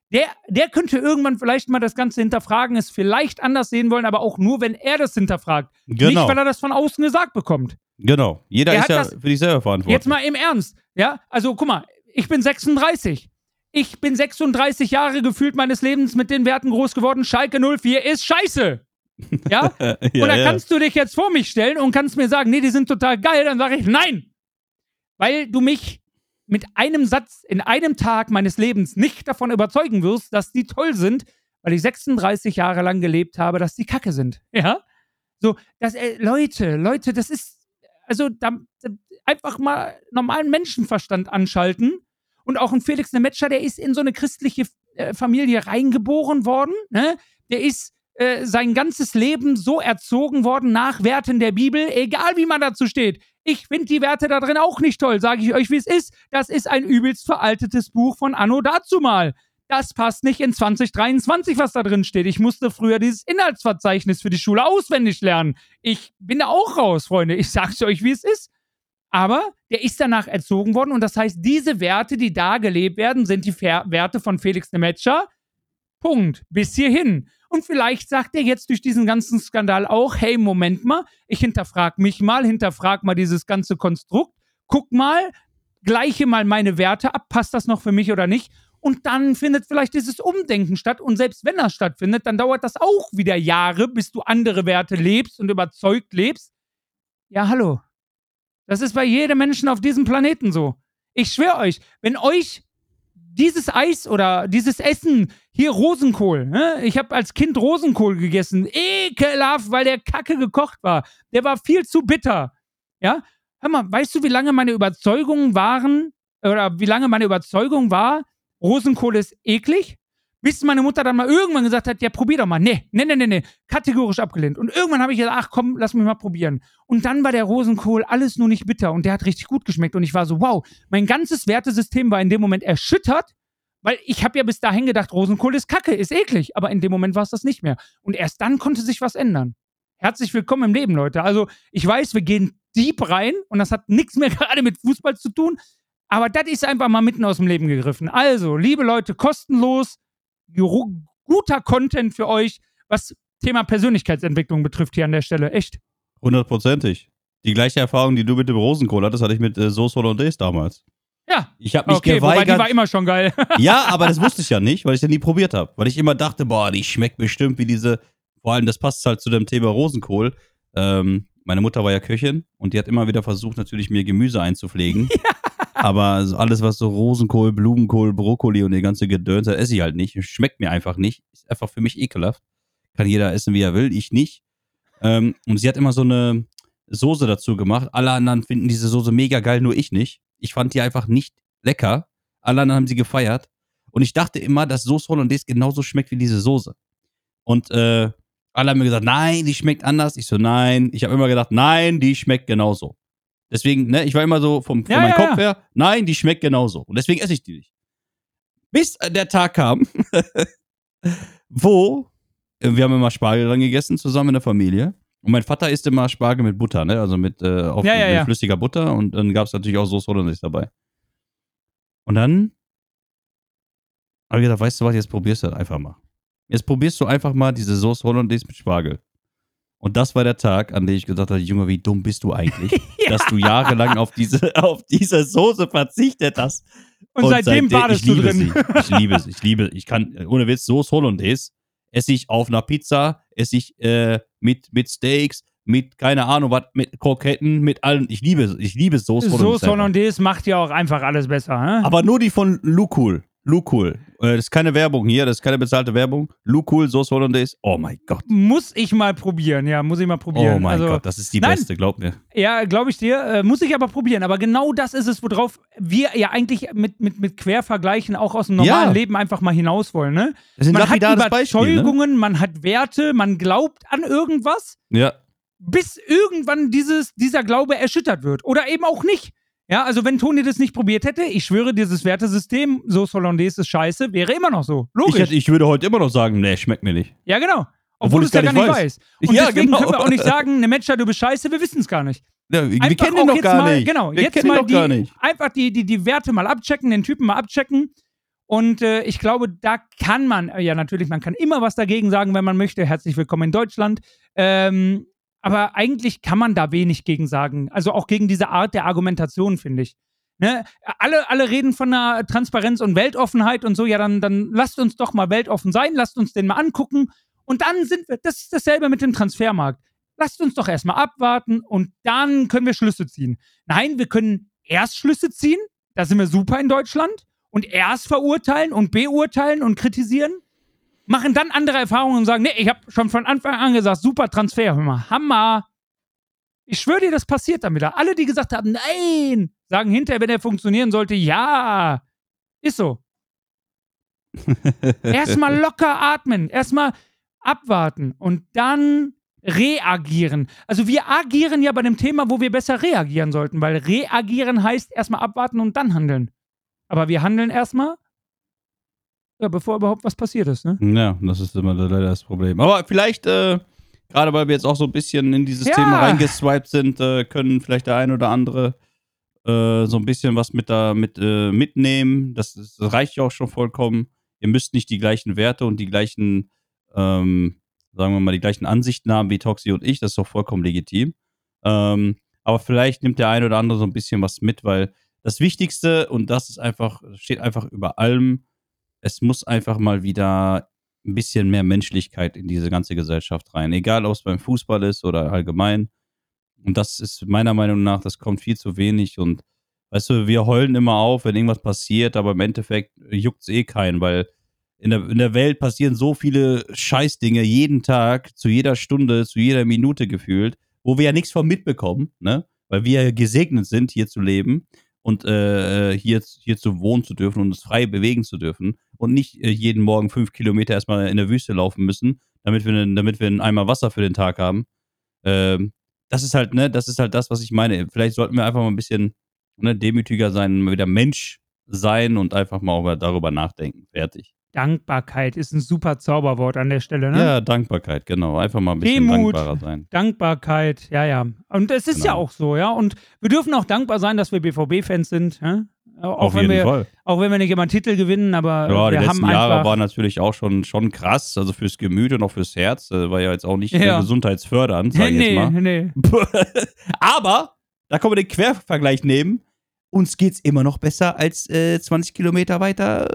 [SPEAKER 2] Der könnte irgendwann vielleicht mal das Ganze hinterfragen, es vielleicht anders sehen wollen, aber auch nur, wenn er das hinterfragt.
[SPEAKER 3] Genau.
[SPEAKER 2] Nicht, weil er das von außen gesagt bekommt.
[SPEAKER 3] Genau. Jeder ist ja für sich selber verantwortlich.
[SPEAKER 2] Jetzt mal im Ernst. Ja, also guck mal, ich bin 36. Ich bin 36 Jahre gefühlt meines Lebens mit den Werten groß geworden. Schalke 04 ist scheiße. Ja? Und dann kannst du dich jetzt vor mich stellen und kannst mir sagen, nee, die sind total geil. Dann sage ich, nein. Weil du mich mit einem Satz in einem Tag meines Lebens nicht davon überzeugen wirst, dass die toll sind, weil ich 36 Jahre lang gelebt habe, dass die Kacke sind. Ja? So, Leute, das ist, also einfach mal normalen Menschenverstand anschalten. Und auch ein Felix Nemetzger, der ist in so eine christliche Familie reingeboren worden. Ne? Der ist sein ganzes Leben so erzogen worden nach Werten der Bibel, egal wie man dazu steht. Ich finde die Werte da drin auch nicht toll, sage ich euch, wie es ist. Das ist ein übelst veraltetes Buch von Anno dazumal. Das passt nicht in 2023, was da drin steht. Ich musste früher dieses Inhaltsverzeichnis für die Schule auswendig lernen. Ich bin da auch raus, Freunde. Ich sag's euch, wie es ist. Aber der ist danach erzogen worden und das heißt, diese Werte, die da gelebt werden, sind die Werte von Felix Nemetzger. Punkt. Bis hierhin. Und vielleicht sagt er jetzt durch diesen ganzen Skandal auch, hey, Moment mal, ich hinterfrag mich mal, hinterfrag mal dieses ganze Konstrukt, guck mal, gleiche mal meine Werte ab, passt das noch für mich oder nicht? Und dann findet vielleicht dieses Umdenken statt. Und selbst wenn das stattfindet, dann dauert das auch wieder Jahre, bis du andere Werte lebst und überzeugt lebst. Ja, hallo. Das ist bei jedem Menschen auf diesem Planeten so. Ich schwöre euch, wenn euch dieses Eis oder dieses Essen, hier Rosenkohl, ne? Ich habe als Kind Rosenkohl gegessen, ekelhaft, weil der kacke gekocht war. Der war viel zu bitter. Ja? Hör mal, weißt du, wie lange meine Überzeugungen waren, oder wie lange meine Überzeugung war, Rosenkohl ist eklig? Bis meine Mutter dann mal irgendwann gesagt hat, ja, probier doch mal. Nee. Kategorisch abgelehnt. Und irgendwann habe ich gesagt, ach komm, lass mich mal probieren. Und dann war der Rosenkohl alles nur nicht bitter und der hat richtig gut geschmeckt. Und ich war so, wow, mein ganzes Wertesystem war in dem Moment erschüttert, weil ich habe ja bis dahin gedacht, Rosenkohl ist kacke, ist eklig. Aber in dem Moment war es das nicht mehr. Und erst dann konnte sich was ändern. Herzlich willkommen im Leben, Leute. Also ich weiß, wir gehen deep rein und das hat nichts mehr gerade mit Fußball zu tun. Aber das ist einfach mal mitten aus dem Leben gegriffen. Also, liebe Leute, kostenlos, guter Content für euch, was Thema Persönlichkeitsentwicklung betrifft hier an der Stelle. Echt.
[SPEAKER 3] 100%. Die gleiche Erfahrung, die du mit dem Rosenkohl hattest, hatte ich mit Sauce Hollandaise damals.
[SPEAKER 2] Ja.
[SPEAKER 3] Ich habe mich
[SPEAKER 2] okay,
[SPEAKER 3] geweigert.
[SPEAKER 2] Wobei die war immer schon geil.
[SPEAKER 3] Ja, aber das wusste ich ja nicht, weil ich den nie probiert habe. Weil ich immer dachte, boah, die schmeckt bestimmt wie diese, vor allem das passt halt zu dem Thema Rosenkohl. Meine Mutter war ja Köchin und die hat immer wieder versucht, natürlich mir Gemüse einzupflegen. Ja. Aber so alles, was so Rosenkohl, Blumenkohl, Brokkoli und die ganze Gedöns, das esse ich halt nicht. Schmeckt mir einfach nicht. Ist einfach für mich ekelhaft. Kann jeder essen, wie er will, ich nicht. Und sie hat immer so eine Soße dazu gemacht. Alle anderen finden diese Soße mega geil, nur ich nicht. Ich fand die einfach nicht lecker. Alle anderen haben sie gefeiert. Und ich dachte immer, dass Sauce Hollandaise genauso schmeckt wie diese Soße. Und alle haben mir gesagt, nein, die schmeckt anders. Ich so, nein. Ich habe immer gedacht, nein, die schmeckt genauso. Deswegen, ne, ich war immer so von meinem Kopf her, nein, die schmeckt genauso. Und deswegen esse ich die nicht. Bis der Tag kam, Wir haben immer Spargel dran gegessen, zusammen in der Familie. Und mein Vater isst immer Spargel mit Butter, ne? Also mit flüssiger Butter. Und dann gab es natürlich auch Soße Hollandaise dabei. Und dann habe ich gedacht, weißt du was, jetzt probierst du das einfach mal. Jetzt probierst du einfach mal diese Soße Hollandaise mit Spargel. Und das war der Tag, an dem ich gesagt habe, Junge, wie dumm bist du eigentlich, dass du jahrelang auf diese Soße verzichtet hast.
[SPEAKER 2] Und seitdem badest du drin.
[SPEAKER 3] Ich liebe sie. Ich kann, ohne Witz, Soße Hollandaise esse ich auf einer Pizza, esse ich mit Steaks, mit, keine Ahnung was, mit Kroketten, mit allem. Ich liebe Soße Hollandaise.
[SPEAKER 2] Soße Hollandaise macht ja auch einfach alles besser. Hä?
[SPEAKER 3] Aber nur die von Lukul. Das ist keine Werbung hier, das ist keine bezahlte Werbung. Lukul, Soße Hollandaise, oh mein Gott.
[SPEAKER 2] Muss ich mal probieren.
[SPEAKER 3] Oh mein Gott, das ist die beste, glaub mir.
[SPEAKER 2] Ja, glaube ich dir. Muss ich aber probieren. Aber genau das ist es, worauf wir ja eigentlich mit Quervergleichen auch aus dem normalen Leben einfach mal hinaus wollen. Ne? Man hat Überzeugungen, man hat Werte, man glaubt an irgendwas, bis irgendwann dieser Glaube erschüttert wird. Oder eben auch nicht. Ja, also wenn Toni das nicht probiert hätte, ich schwöre, dieses Wertesystem, Soße Hollandaise ist scheiße, wäre immer noch so. Logisch.
[SPEAKER 3] Ich würde heute immer noch sagen, nee, schmeckt mir nicht.
[SPEAKER 2] Ja, genau. Obwohl du es ja gar nicht weißt. Und deswegen können wir auch nicht sagen, ne Mensch, du bist scheiße, wir wissen es gar nicht.
[SPEAKER 3] Ja, wir kennen ihn doch gar nicht.
[SPEAKER 2] Genau, jetzt mal einfach die Werte mal abchecken, den Typen mal abchecken. Und ich glaube, da kann man, ja natürlich, man kann immer was dagegen sagen, wenn man möchte. Herzlich willkommen in Deutschland. Aber eigentlich kann man da wenig gegen sagen. Also auch gegen diese Art der Argumentation, finde ich. Ne? Alle reden von einer Transparenz und Weltoffenheit und so. Ja, dann lasst uns doch mal weltoffen sein. Lasst uns den mal angucken. Und dann das ist dasselbe mit dem Transfermarkt. Lasst uns doch erstmal abwarten und dann können wir Schlüsse ziehen. Nein, wir können erst Schlüsse ziehen. Da sind wir super in Deutschland. Und erst verurteilen und beurteilen und kritisieren. Machen dann andere Erfahrungen und sagen, nee, ich habe schon von Anfang an gesagt, super Transfer, hör mal, Hammer. Ich schwöre dir, das passiert dann wieder. Alle, die gesagt haben, nein, sagen hinterher, wenn er funktionieren sollte, ja. Ist so. Erstmal locker atmen, erstmal abwarten und dann reagieren. Also wir agieren ja bei dem Thema, wo wir besser reagieren sollten, weil reagieren heißt erstmal abwarten und dann handeln. Aber wir handeln erstmal, ja, bevor überhaupt was passiert ist, ne?
[SPEAKER 3] Ja, das ist immer leider das Problem. Aber vielleicht, gerade weil wir jetzt auch so ein bisschen in dieses Thema reingeswiped sind, können vielleicht der ein oder andere so ein bisschen was mitnehmen. Das reicht ja auch schon vollkommen. Ihr müsst nicht die gleichen Werte und die gleichen, sagen wir mal, die gleichen Ansichten haben wie Toxi und ich. Das ist doch vollkommen legitim. Aber vielleicht nimmt der ein oder andere so ein bisschen was mit, weil das Wichtigste, und das ist einfach, steht einfach über allem, es muss einfach mal wieder ein bisschen mehr Menschlichkeit in diese ganze Gesellschaft rein. Egal, ob es beim Fußball ist oder allgemein. Und das ist meiner Meinung nach, das kommt viel zu wenig. Und weißt du, wir heulen immer auf, wenn irgendwas passiert, aber im Endeffekt juckt es eh keinen, weil in der Welt passieren so viele Scheißdinge jeden Tag, zu jeder Stunde, zu jeder Minute gefühlt, wo wir ja nichts von mitbekommen, ne? Weil wir gesegnet sind, hier zu leben und hier zu wohnen zu dürfen und uns frei bewegen zu dürfen und nicht jeden Morgen 5 Kilometer erstmal in der Wüste laufen müssen, damit wir einen Eimer Wasser für den Tag haben. Das ist halt, ne, das ist halt das, was ich meine. Vielleicht sollten wir einfach mal ein bisschen demütiger sein, mal wieder Mensch sein und einfach mal darüber nachdenken. Fertig.
[SPEAKER 2] Dankbarkeit ist ein super Zauberwort an der Stelle, ne?
[SPEAKER 3] Ja, Dankbarkeit, genau. Einfach mal ein bisschen
[SPEAKER 2] Demut,
[SPEAKER 3] dankbarer sein.
[SPEAKER 2] Dankbarkeit, ja. Und es ist ja auch so, ja. Und wir dürfen auch dankbar sein, dass wir BVB-Fans sind, ja?
[SPEAKER 3] Auf jeden Fall.
[SPEAKER 2] Auch wenn wir nicht immer einen Titel gewinnen, aber
[SPEAKER 3] ja,
[SPEAKER 2] wir
[SPEAKER 3] die
[SPEAKER 2] haben
[SPEAKER 3] letzten Jahre waren natürlich auch schon krass, also fürs Gemüt und auch fürs Herz. War ja jetzt auch nicht gesundheitsfördernd, sag ich jetzt mal.
[SPEAKER 2] Nee.
[SPEAKER 3] Aber, da können wir den Quervergleich nehmen. Uns geht's immer noch besser als 20 Kilometer weiter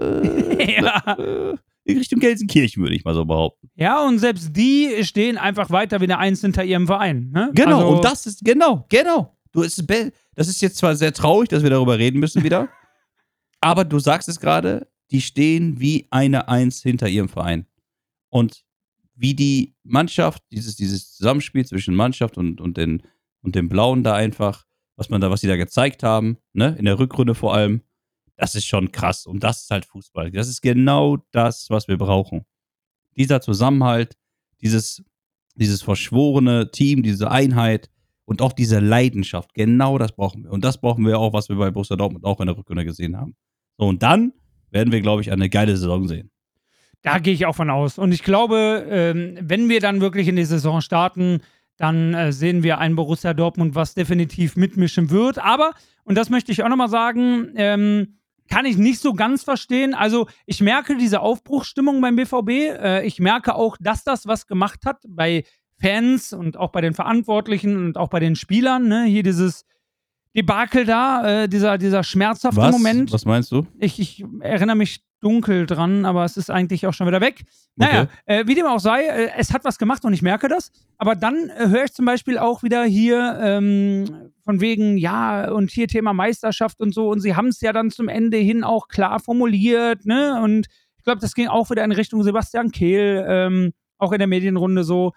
[SPEAKER 3] in Richtung Gelsenkirchen, würde ich mal so behaupten.
[SPEAKER 2] Ja, und selbst die stehen einfach weiter wie der Eins hinter ihrem Verein. Ne?
[SPEAKER 3] Genau, also, und das ist, genau. Das ist jetzt zwar sehr traurig, dass wir darüber reden müssen wieder, aber du sagst es gerade, die stehen wie eine Eins hinter ihrem Verein. Und wie die Mannschaft, dieses Zusammenspiel zwischen Mannschaft und den Blauen da einfach, was die da gezeigt haben, ne, in der Rückrunde vor allem, das ist schon krass. Und das ist halt Fußball. Das ist genau das, was wir brauchen. Dieser Zusammenhalt, dieses verschworene Team, diese Einheit und auch diese Leidenschaft, genau das brauchen wir. Und das brauchen wir auch, was wir bei Borussia Dortmund auch in der Rückrunde gesehen haben. So, und dann werden wir, glaube ich, eine geile Saison sehen.
[SPEAKER 2] Da gehe ich auch von aus. Und ich glaube, wenn wir dann wirklich in die Saison starten, dann sehen wir ein Borussia Dortmund, was definitiv mitmischen wird. Aber, und das möchte ich auch nochmal sagen, kann ich nicht so ganz verstehen. Also ich merke diese Aufbruchsstimmung beim BVB. Ich merke auch, dass das was gemacht hat bei Fans und auch bei den Verantwortlichen und auch bei den Spielern. Ne? Hier dieses Debakel da, dieser schmerzhafte Moment.
[SPEAKER 3] Was meinst du?
[SPEAKER 2] Ich erinnere mich dunkel dran, aber es ist eigentlich auch schon wieder weg. Naja, wie dem auch sei, es hat was gemacht und ich merke das. Aber dann höre ich zum Beispiel auch wieder hier von wegen, ja, und hier Thema Meisterschaft und so. Und sie haben es ja dann zum Ende hin auch klar formuliert, ne? Und ich glaube, das ging auch wieder in Richtung Sebastian Kehl, auch in der Medienrunde so.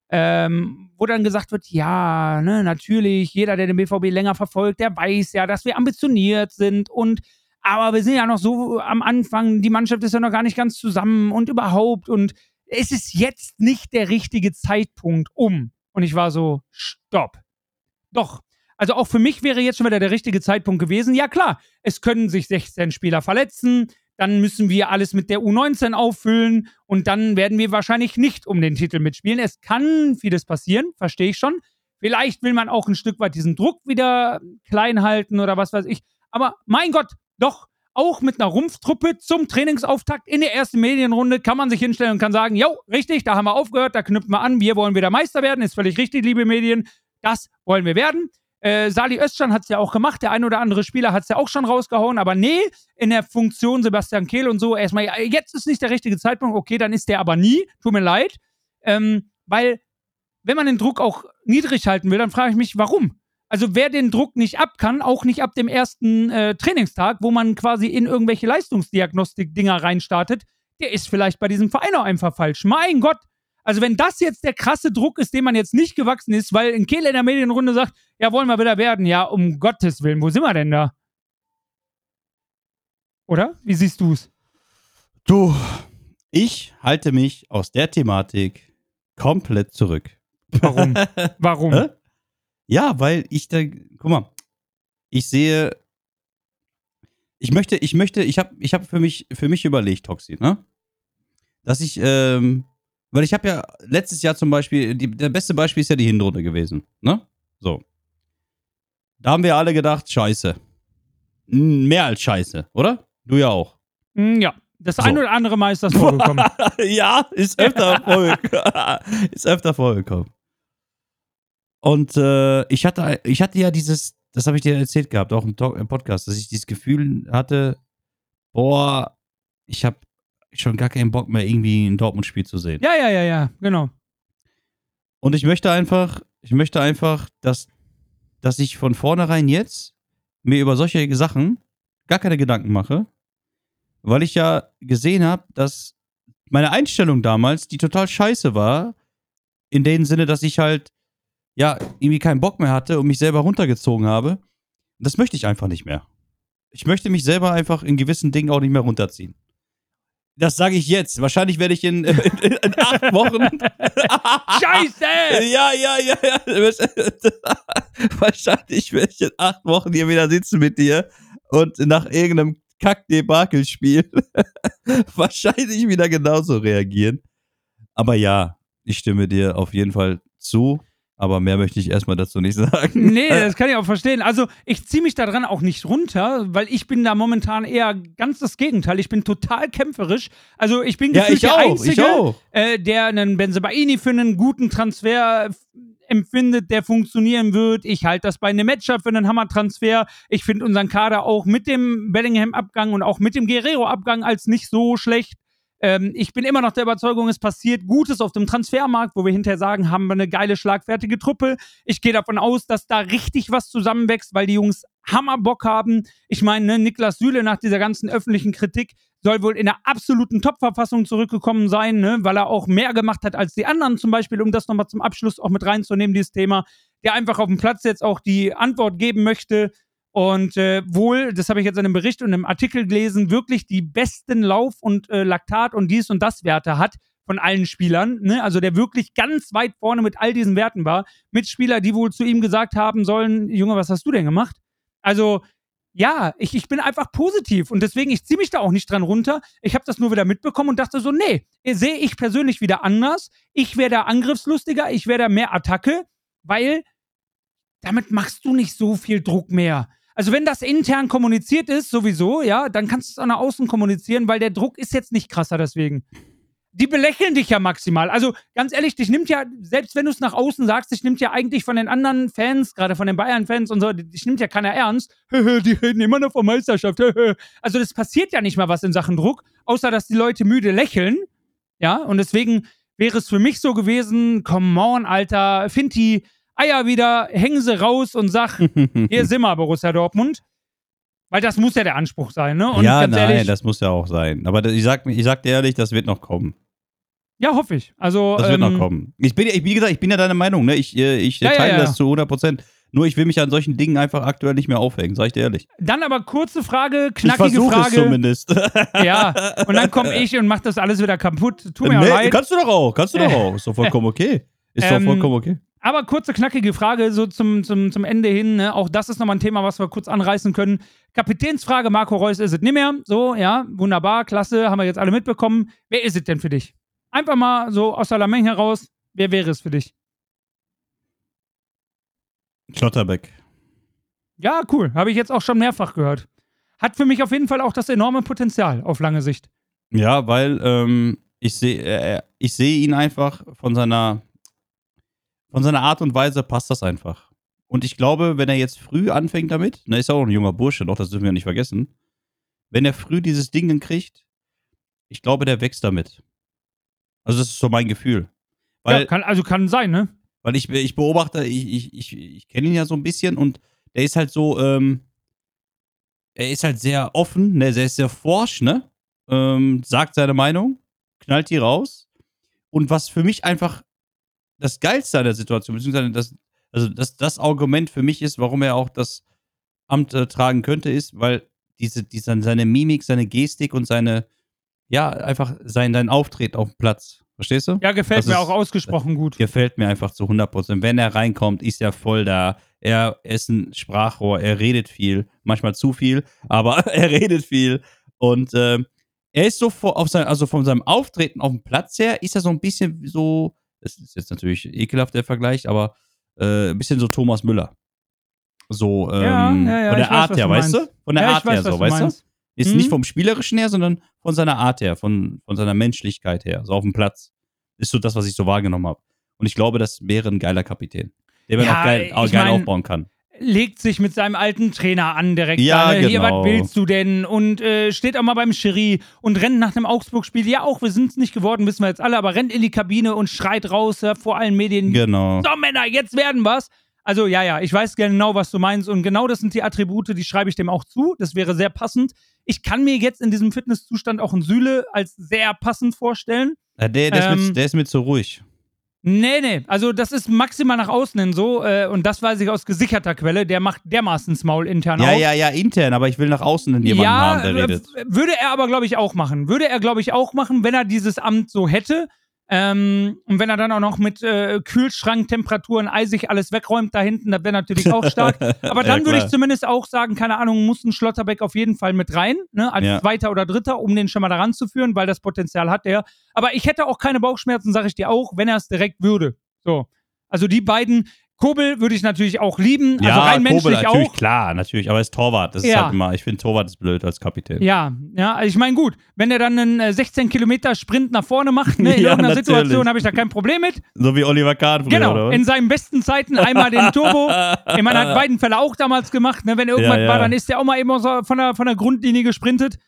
[SPEAKER 2] Wo dann gesagt wird, ja, ne, natürlich, jeder, der den BVB länger verfolgt, der weiß ja, dass wir ambitioniert sind aber wir sind ja noch so am Anfang, die Mannschaft ist ja noch gar nicht ganz zusammen und überhaupt und es ist jetzt nicht der richtige Zeitpunkt Und ich war so, stopp. Doch. Also auch für mich wäre jetzt schon wieder der richtige Zeitpunkt gewesen. Ja klar, es können sich 16 Spieler verletzen, dann müssen wir alles mit der U19 auffüllen und dann werden wir wahrscheinlich nicht um den Titel mitspielen. Es kann vieles passieren, verstehe ich schon. Vielleicht will man auch ein Stück weit diesen Druck wieder klein halten oder was weiß ich. Aber mein Gott, doch, auch mit einer Rumpftruppe zum Trainingsauftakt in der ersten Medienrunde kann man sich hinstellen und kann sagen, jo, richtig, da haben wir aufgehört, da knüpfen wir an, wir wollen wieder Meister werden, ist völlig richtig, liebe Medien, das wollen wir werden. Salih Özcan hat es ja auch gemacht, der ein oder andere Spieler hat es ja auch schon rausgehauen, aber nee, in der Funktion Sebastian Kehl und so, erstmal, jetzt ist nicht der richtige Zeitpunkt, okay, dann ist der aber nie, tut mir leid, weil, wenn man den Druck auch niedrig halten will, dann frage ich mich, warum? Also wer den Druck nicht ab kann, auch nicht ab dem ersten Trainingstag, wo man quasi in irgendwelche Leistungsdiagnostik-Dinger reinstartet, der ist vielleicht bei diesem Verein auch einfach falsch. Mein Gott! Also wenn das jetzt der krasse Druck ist, dem man jetzt nicht gewachsen ist, weil ein Kehl in der Medienrunde sagt, ja, wollen wir wieder werden. Ja, um Gottes Willen, wo sind wir denn da? Oder? Wie siehst du's?
[SPEAKER 3] Du, ich halte mich aus der Thematik komplett zurück.
[SPEAKER 2] Warum? Warum?
[SPEAKER 3] Ja, weil ich da, guck mal, ich sehe, ich habe für mich überlegt, Toxi, ne? Dass ich, weil ich habe ja letztes Jahr zum Beispiel, der beste Beispiel ist ja die Hinrunde gewesen, ne? So. Da haben wir alle gedacht, scheiße. Mehr als scheiße, oder? Du ja auch.
[SPEAKER 2] Ja, das ein oder andere Mal ist das vorgekommen.
[SPEAKER 3] Ja, ist öfter vorgekommen. Und ich hatte ja dieses, das habe ich dir erzählt gehabt, auch im Podcast, dass ich dieses Gefühl hatte, boah, ich habe schon gar keinen Bock mehr, irgendwie ein Dortmund-Spiel zu sehen.
[SPEAKER 2] Ja, genau.
[SPEAKER 3] Und ich möchte einfach, dass ich von vornherein jetzt mir über solche Sachen gar keine Gedanken mache, weil ich ja gesehen habe, dass meine Einstellung damals, die total scheiße war, in dem Sinne, dass ich halt ja, irgendwie keinen Bock mehr hatte und mich selber runtergezogen habe. Das möchte ich einfach nicht mehr. Ich möchte mich selber einfach in gewissen Dingen auch nicht mehr runterziehen. Das sage ich jetzt. Wahrscheinlich werde ich in 8 Wochen.
[SPEAKER 2] Scheiße!
[SPEAKER 3] Ja. Wahrscheinlich werde ich in 8 Wochen hier wieder sitzen mit dir und nach irgendeinem Kack-Debakel-Spiel wahrscheinlich wieder genauso reagieren. Aber ja, ich stimme dir auf jeden Fall zu. Aber mehr möchte ich erstmal dazu nicht sagen.
[SPEAKER 2] Nee, das kann ich auch verstehen. Also, ich ziehe mich daran auch nicht runter, weil ich bin da momentan eher ganz das Gegenteil. Ich bin total kämpferisch. Also, ich bin gefühlt der Einzige, der einen Bensebaini für einen guten Transfer empfindet, der funktionieren wird. Ich halte das bei einem Matchup für einen Hammer-Transfer. Ich finde unseren Kader auch mit dem Bellingham-Abgang und auch mit dem Guerrero-Abgang als nicht so schlecht. Ich bin immer noch der Überzeugung, es passiert Gutes auf dem Transfermarkt, wo wir hinterher sagen, haben wir eine geile, schlagfertige Truppe. Ich gehe davon aus, dass da richtig was zusammenwächst, weil die Jungs Hammerbock haben. Ich meine, ne, Niklas Süle nach dieser ganzen öffentlichen Kritik soll wohl in einer absoluten Top-Verfassung zurückgekommen sein, ne, weil er auch mehr gemacht hat als die anderen zum Beispiel, um das nochmal zum Abschluss auch mit reinzunehmen, dieses Thema, der einfach auf dem Platz jetzt auch die Antwort geben möchte. Und wohl, das habe ich jetzt in einem Bericht und einem Artikel gelesen, wirklich die besten Lauf- und Laktat- und dies- und das Werte hat von allen Spielern. Ne? Also der wirklich ganz weit vorne mit all diesen Werten war. Mitspieler, die wohl zu ihm gesagt haben sollen, Junge, was hast du denn gemacht? Also Ja, ich bin einfach positiv und deswegen, ich ziehe mich da auch nicht dran runter. Ich habe das nur wieder mitbekommen und dachte so, nee, sehe ich persönlich wieder anders. Ich wäre da angriffslustiger, ich wäre da mehr Attacke, weil damit machst du nicht so viel Druck mehr. Also wenn das intern kommuniziert ist, sowieso, ja, dann kannst du es auch nach außen kommunizieren, weil der Druck ist jetzt nicht krasser deswegen. Die belächeln dich ja maximal. Also ganz ehrlich, dich nimmt ja, selbst wenn du es nach außen sagst, dich nimmt ja eigentlich von den anderen Fans, gerade von den Bayern-Fans und so, dich nimmt ja keiner ernst. Die reden immer noch von Meisterschaft. Also das passiert ja nicht mal was in Sachen Druck, außer dass die Leute müde lächeln. Ja, und deswegen wäre es für mich so gewesen, come on, Alter, find die Eier wieder, hängen sie raus und sag, hier sind wir, Borussia Dortmund. Weil das muss ja der Anspruch sein, ne? Und
[SPEAKER 3] ja,
[SPEAKER 2] ganz
[SPEAKER 3] nein,
[SPEAKER 2] ehrlich,
[SPEAKER 3] das muss ja auch sein. Aber ich sag dir ehrlich, das wird noch kommen.
[SPEAKER 2] ja, hoffe ich. Also,
[SPEAKER 3] Das wird noch kommen. Wie gesagt, ich bin ja deiner Meinung, ne? Ich teile das zu 100%. Nur ich will mich an solchen Dingen einfach aktuell nicht mehr aufhängen, sag ich dir ehrlich.
[SPEAKER 2] Dann aber kurze Frage,
[SPEAKER 3] Ich
[SPEAKER 2] knackige
[SPEAKER 3] versuche
[SPEAKER 2] Frage.
[SPEAKER 3] es zumindest.
[SPEAKER 2] Ja, und dann komme ich und mach das alles wieder kaputt. Tut mir auch leid.
[SPEAKER 3] Kannst du doch auch. Ist doch vollkommen okay.
[SPEAKER 2] Aber kurze, knackige Frage, so zum Ende hin. Ne? Auch das ist nochmal ein Thema, was wir kurz anreißen können. Kapitänsfrage, Marco Reus ist es nicht mehr. So, ja, wunderbar, klasse, haben wir jetzt alle mitbekommen. Wer ist es denn für dich? Einfach mal so aus der Lameng heraus, wer wäre es für dich?
[SPEAKER 3] Schlotterbeck.
[SPEAKER 2] Ja, cool, habe ich jetzt auch schon mehrfach gehört. Hat für mich auf jeden Fall auch das enorme Potenzial auf lange Sicht.
[SPEAKER 3] Ja, weil ich sehe ihn einfach von seiner Art und Weise passt das einfach. Und ich glaube, wenn er jetzt früh anfängt damit, na, ist er auch ein junger Bursche noch, das dürfen wir nicht vergessen. Wenn er früh dieses Ding dann kriegt, ich glaube, der wächst damit. Also das ist so mein Gefühl. Weil,
[SPEAKER 2] ja, kann sein, ne?
[SPEAKER 3] Weil ich beobachte, ich kenne ihn ja so ein bisschen und der ist halt so, er ist halt sehr offen, ne, der ist sehr forsch, ne? Sagt seine Meinung, knallt die raus. Und was für mich einfach das Geilste an der Situation, beziehungsweise das Argument für mich ist, warum er auch das Amt tragen könnte, ist, weil seine Mimik, seine Gestik und einfach sein Auftreten auf dem Platz. Verstehst du?
[SPEAKER 2] Ja, gefällt mir auch ausgesprochen gut.
[SPEAKER 3] Gefällt mir einfach zu 100%. Wenn er reinkommt, ist er voll da. Er ist ein Sprachrohr, er redet viel, manchmal zu viel, aber er redet viel. Und er ist so von seinem Auftreten auf dem Platz her, ist er so ein bisschen so, das ist jetzt natürlich ekelhaft der Vergleich, aber ein bisschen so Thomas Müller. So, von der Art her, weißt du? Von der Art her, so, weißt du? Ist nicht vom Spielerischen her, sondern von seiner Art her, von seiner Menschlichkeit her, so auf dem Platz. Ist so das, was ich so wahrgenommen habe. Und ich glaube, das wäre ein geiler Kapitän, der man auch geil aufbauen kann.
[SPEAKER 2] Legt sich mit seinem alten Trainer an direkt.
[SPEAKER 3] Ja,
[SPEAKER 2] genau. Hier,
[SPEAKER 3] genau.
[SPEAKER 2] was willst du denn? Und steht auch mal beim Schiri und rennt nach einem Augsburg-Spiel. Ja, auch, wir sind es nicht geworden, wissen wir jetzt alle, aber rennt in die Kabine und schreit raus vor allen Medien.
[SPEAKER 3] Genau.
[SPEAKER 2] So, Männer, jetzt werden wir's. Also, ja, ich weiß genau, was du meinst. Und genau das sind die Attribute, die schreibe ich dem auch zu. Das wäre sehr passend. Ich kann mir jetzt in diesem Fitnesszustand auch einen Süle als sehr passend vorstellen.
[SPEAKER 3] Ja, der ist mir zu ruhig.
[SPEAKER 2] Nee. Also, das ist maximal nach außen hin so. Und das weiß ich aus gesicherter Quelle. Der macht dermaßen das Maul intern auf.
[SPEAKER 3] Ja, intern. Aber ich will nach außen hin jemanden haben, der redet.
[SPEAKER 2] Würde er aber, glaube ich, auch machen. Wenn er dieses Amt so hätte. Und wenn er dann auch noch mit Kühlschranktemperaturen eisig alles wegräumt da hinten, das wäre natürlich auch stark. Aber dann würde ich zumindest auch sagen, keine Ahnung, muss ein Schlotterbeck auf jeden Fall mit rein, ne, als Zweiter oder Dritter, um den schon mal daran zu führen, weil das Potenzial hat er. Aber ich hätte auch keine Bauchschmerzen, sage ich dir auch, wenn er es direkt würde. So. Also die beiden, Kobel würde ich natürlich auch lieben, also rein menschlich
[SPEAKER 3] Kobel natürlich,
[SPEAKER 2] auch.
[SPEAKER 3] Klar, natürlich, aber er ist Torwart, das ist halt immer, ich finde Torwart ist blöd als Kapitän.
[SPEAKER 2] Ja, also ich meine, gut, wenn er dann einen 16 Kilometer Sprint nach vorne macht, ne, in irgendeiner Situation, habe ich da kein Problem mit.
[SPEAKER 3] So wie Oliver Kahn früher,
[SPEAKER 2] genau,
[SPEAKER 3] oder was?
[SPEAKER 2] In seinen besten Zeiten einmal den Turbo. Ich meine, hat Weidenfeller auch damals gemacht, ne, wenn irgendwas war, dann ist der auch mal eben so von der Grundlinie gesprintet.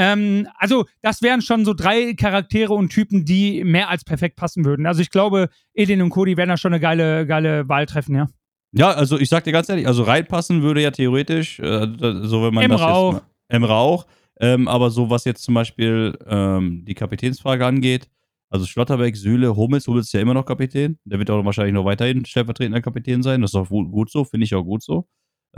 [SPEAKER 2] Also, das wären schon so 3 Charaktere und Typen, die mehr als perfekt passen würden. Also, ich glaube, Edin und Cody werden da schon eine geile Wahl treffen, ja.
[SPEAKER 3] Ja, also ich sag dir ganz ehrlich, also reinpassen würde ja theoretisch, so wenn man
[SPEAKER 2] Emre auch.
[SPEAKER 3] Emre auch. Aber so was jetzt zum Beispiel die Kapitänsfrage angeht, also Schlotterbeck, Süle, Hummels ist ja immer noch Kapitän. Der wird auch wahrscheinlich noch weiterhin stellvertretender Kapitän sein. Das ist auch gut so, finde ich auch gut so.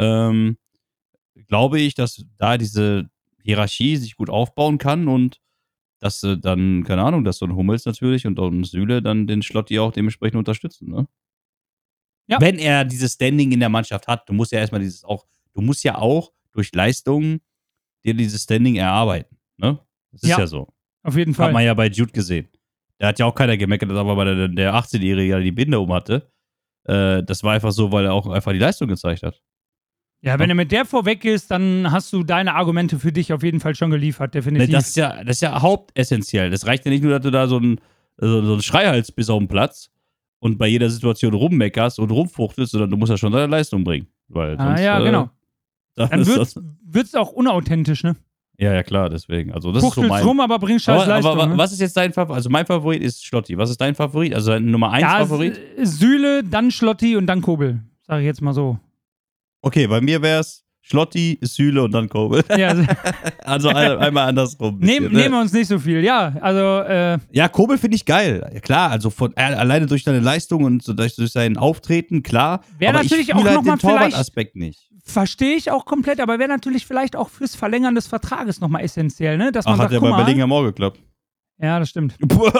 [SPEAKER 3] Glaube ich, dass da diese Hierarchie sich gut aufbauen kann und dass dann, keine Ahnung, dass so ein Hummels natürlich und auch ein Süle dann den Schlotti auch dementsprechend unterstützen, ne? Ja. Wenn er dieses Standing in der Mannschaft hat, du musst ja auch durch Leistungen dir dieses Standing erarbeiten. Ne? Das ist ja so.
[SPEAKER 2] Auf jeden Fall.
[SPEAKER 3] Hat man ja bei Jude gesehen. Da hat ja auch keiner gemeckert, dass aber der 18-Jährige die Binde hatte. Das war einfach so, weil er auch einfach die Leistung gezeigt hat.
[SPEAKER 2] Ja, wenn du mit der vorweg ist, dann hast du deine Argumente für dich auf jeden Fall schon geliefert, definitiv.
[SPEAKER 3] Ne, das ist ja hauptessentiell. Das reicht ja nicht nur, dass du da so ein Schreihals bist auf dem Platz und bei jeder Situation rummeckerst und rumfuchtelst, sondern du musst ja schon deine Leistung bringen. Weil sonst,
[SPEAKER 2] genau. Dann wird's auch unauthentisch, ne?
[SPEAKER 3] Ja, klar, deswegen. Also das
[SPEAKER 2] Fuchtelst
[SPEAKER 3] ist so mein...
[SPEAKER 2] rum, aber bringst scheiß Leistung.
[SPEAKER 3] Aber
[SPEAKER 2] ne?
[SPEAKER 3] was ist jetzt dein Favorit? Also mein Favorit ist Schlotti. Was ist dein Favorit? Also dein Nummer 1 Favorit?
[SPEAKER 2] Süle, dann Schlotti und dann Kobel. Sag ich jetzt mal so.
[SPEAKER 3] Okay, bei mir wär's Schlotti, Süle und dann Kobel.
[SPEAKER 2] Ja,
[SPEAKER 3] also einmal andersrum.
[SPEAKER 2] Nehmen wir uns nicht so viel, ja. Also,
[SPEAKER 3] ja, Kobel finde ich geil. Ja, klar, also alleine durch deine Leistung und so durch sein Auftreten, klar.
[SPEAKER 2] Wäre natürlich
[SPEAKER 3] ich
[SPEAKER 2] auch
[SPEAKER 3] halt
[SPEAKER 2] nochmal
[SPEAKER 3] den Torwart-Aspekt nicht.
[SPEAKER 2] Verstehe ich auch komplett, aber wäre natürlich vielleicht auch fürs Verlängern des Vertrages nochmal essentiell, ne? Dass man sagt,
[SPEAKER 3] hat ja bei Berlin ja auch geklappt.
[SPEAKER 2] Ja, das stimmt.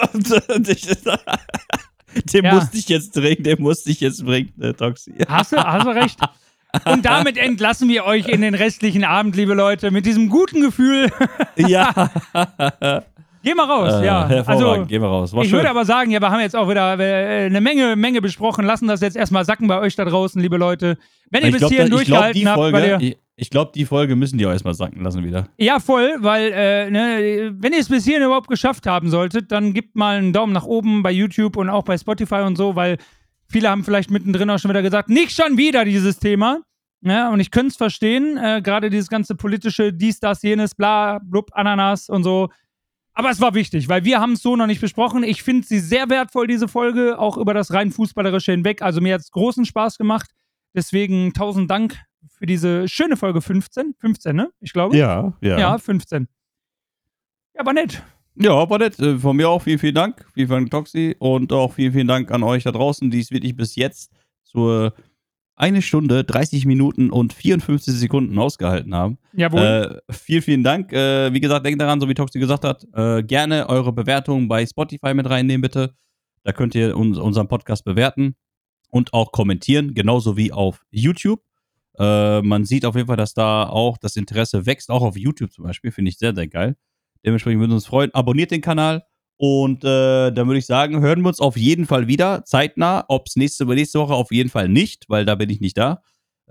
[SPEAKER 3] Den musste ich jetzt bringen, Toxi.
[SPEAKER 2] Hast du recht. Und damit entlassen wir euch in den restlichen Abend, liebe Leute, mit diesem guten Gefühl.
[SPEAKER 3] Ja.
[SPEAKER 2] Geh mal raus, ja.
[SPEAKER 3] Also, geh mal raus.
[SPEAKER 2] Ich würde aber sagen, ja, wir haben jetzt auch wieder eine Menge besprochen. Lassen das jetzt erstmal sacken bei euch da draußen, liebe Leute. Wenn ihr bis hierhin durchgehalten habt,
[SPEAKER 3] ich glaube, die Folge müssen die auch erstmal sacken lassen wieder.
[SPEAKER 2] Ja, voll, weil, wenn ihr es bis hierhin überhaupt geschafft haben solltet, dann gebt mal einen Daumen nach oben bei YouTube und auch bei Spotify und so, weil viele haben vielleicht mittendrin auch schon wieder gesagt, nicht schon wieder dieses Thema. Ja, und ich könnte es verstehen, gerade dieses ganze politische, dies, das, jenes, bla, blub, Ananas und so. Aber es war wichtig, weil wir haben es so noch nicht besprochen. Ich finde sie sehr wertvoll, diese Folge, auch über das rein Fußballerische hinweg. Also mir hat es großen Spaß gemacht. Deswegen 1000 Dank für diese schöne Folge 15. 15, ne? Ich glaube.
[SPEAKER 3] Ja.
[SPEAKER 2] Ja, 15. Ja, war nett.
[SPEAKER 3] Ja, war nett. Von mir auch vielen Dank. Vielen Dank, Toxi. Und auch vielen Dank an euch da draußen, die es wirklich bis jetzt zur 1 Stunde, 30 Minuten und 54 Sekunden ausgehalten haben.
[SPEAKER 2] Jawohl.
[SPEAKER 3] Vielen Dank. Wie gesagt, denkt daran, so wie Toxi gesagt hat, gerne eure Bewertungen bei Spotify mit reinnehmen, bitte. Da könnt ihr unseren Podcast bewerten und auch kommentieren, genauso wie auf YouTube. Man sieht auf jeden Fall, dass da auch das Interesse wächst, auch auf YouTube zum Beispiel. Finde ich sehr, sehr geil. Dementsprechend würden wir uns freuen. Abonniert den Kanal. Und dann würde ich sagen, hören wir uns auf jeden Fall wieder, zeitnah. Ob es nächste Woche auf jeden Fall nicht, weil da bin ich nicht da.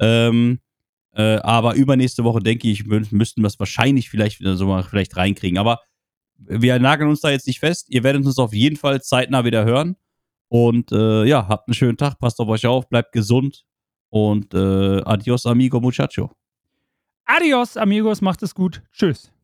[SPEAKER 3] Aber übernächste Woche, denke ich, müssten wir es wahrscheinlich vielleicht reinkriegen. Aber wir nageln uns da jetzt nicht fest. Ihr werdet uns auf jeden Fall zeitnah wieder hören. Und habt einen schönen Tag, passt auf euch auf, bleibt gesund. Und adios, amigo, muchacho.
[SPEAKER 2] Adios, amigos, macht es gut. Tschüss.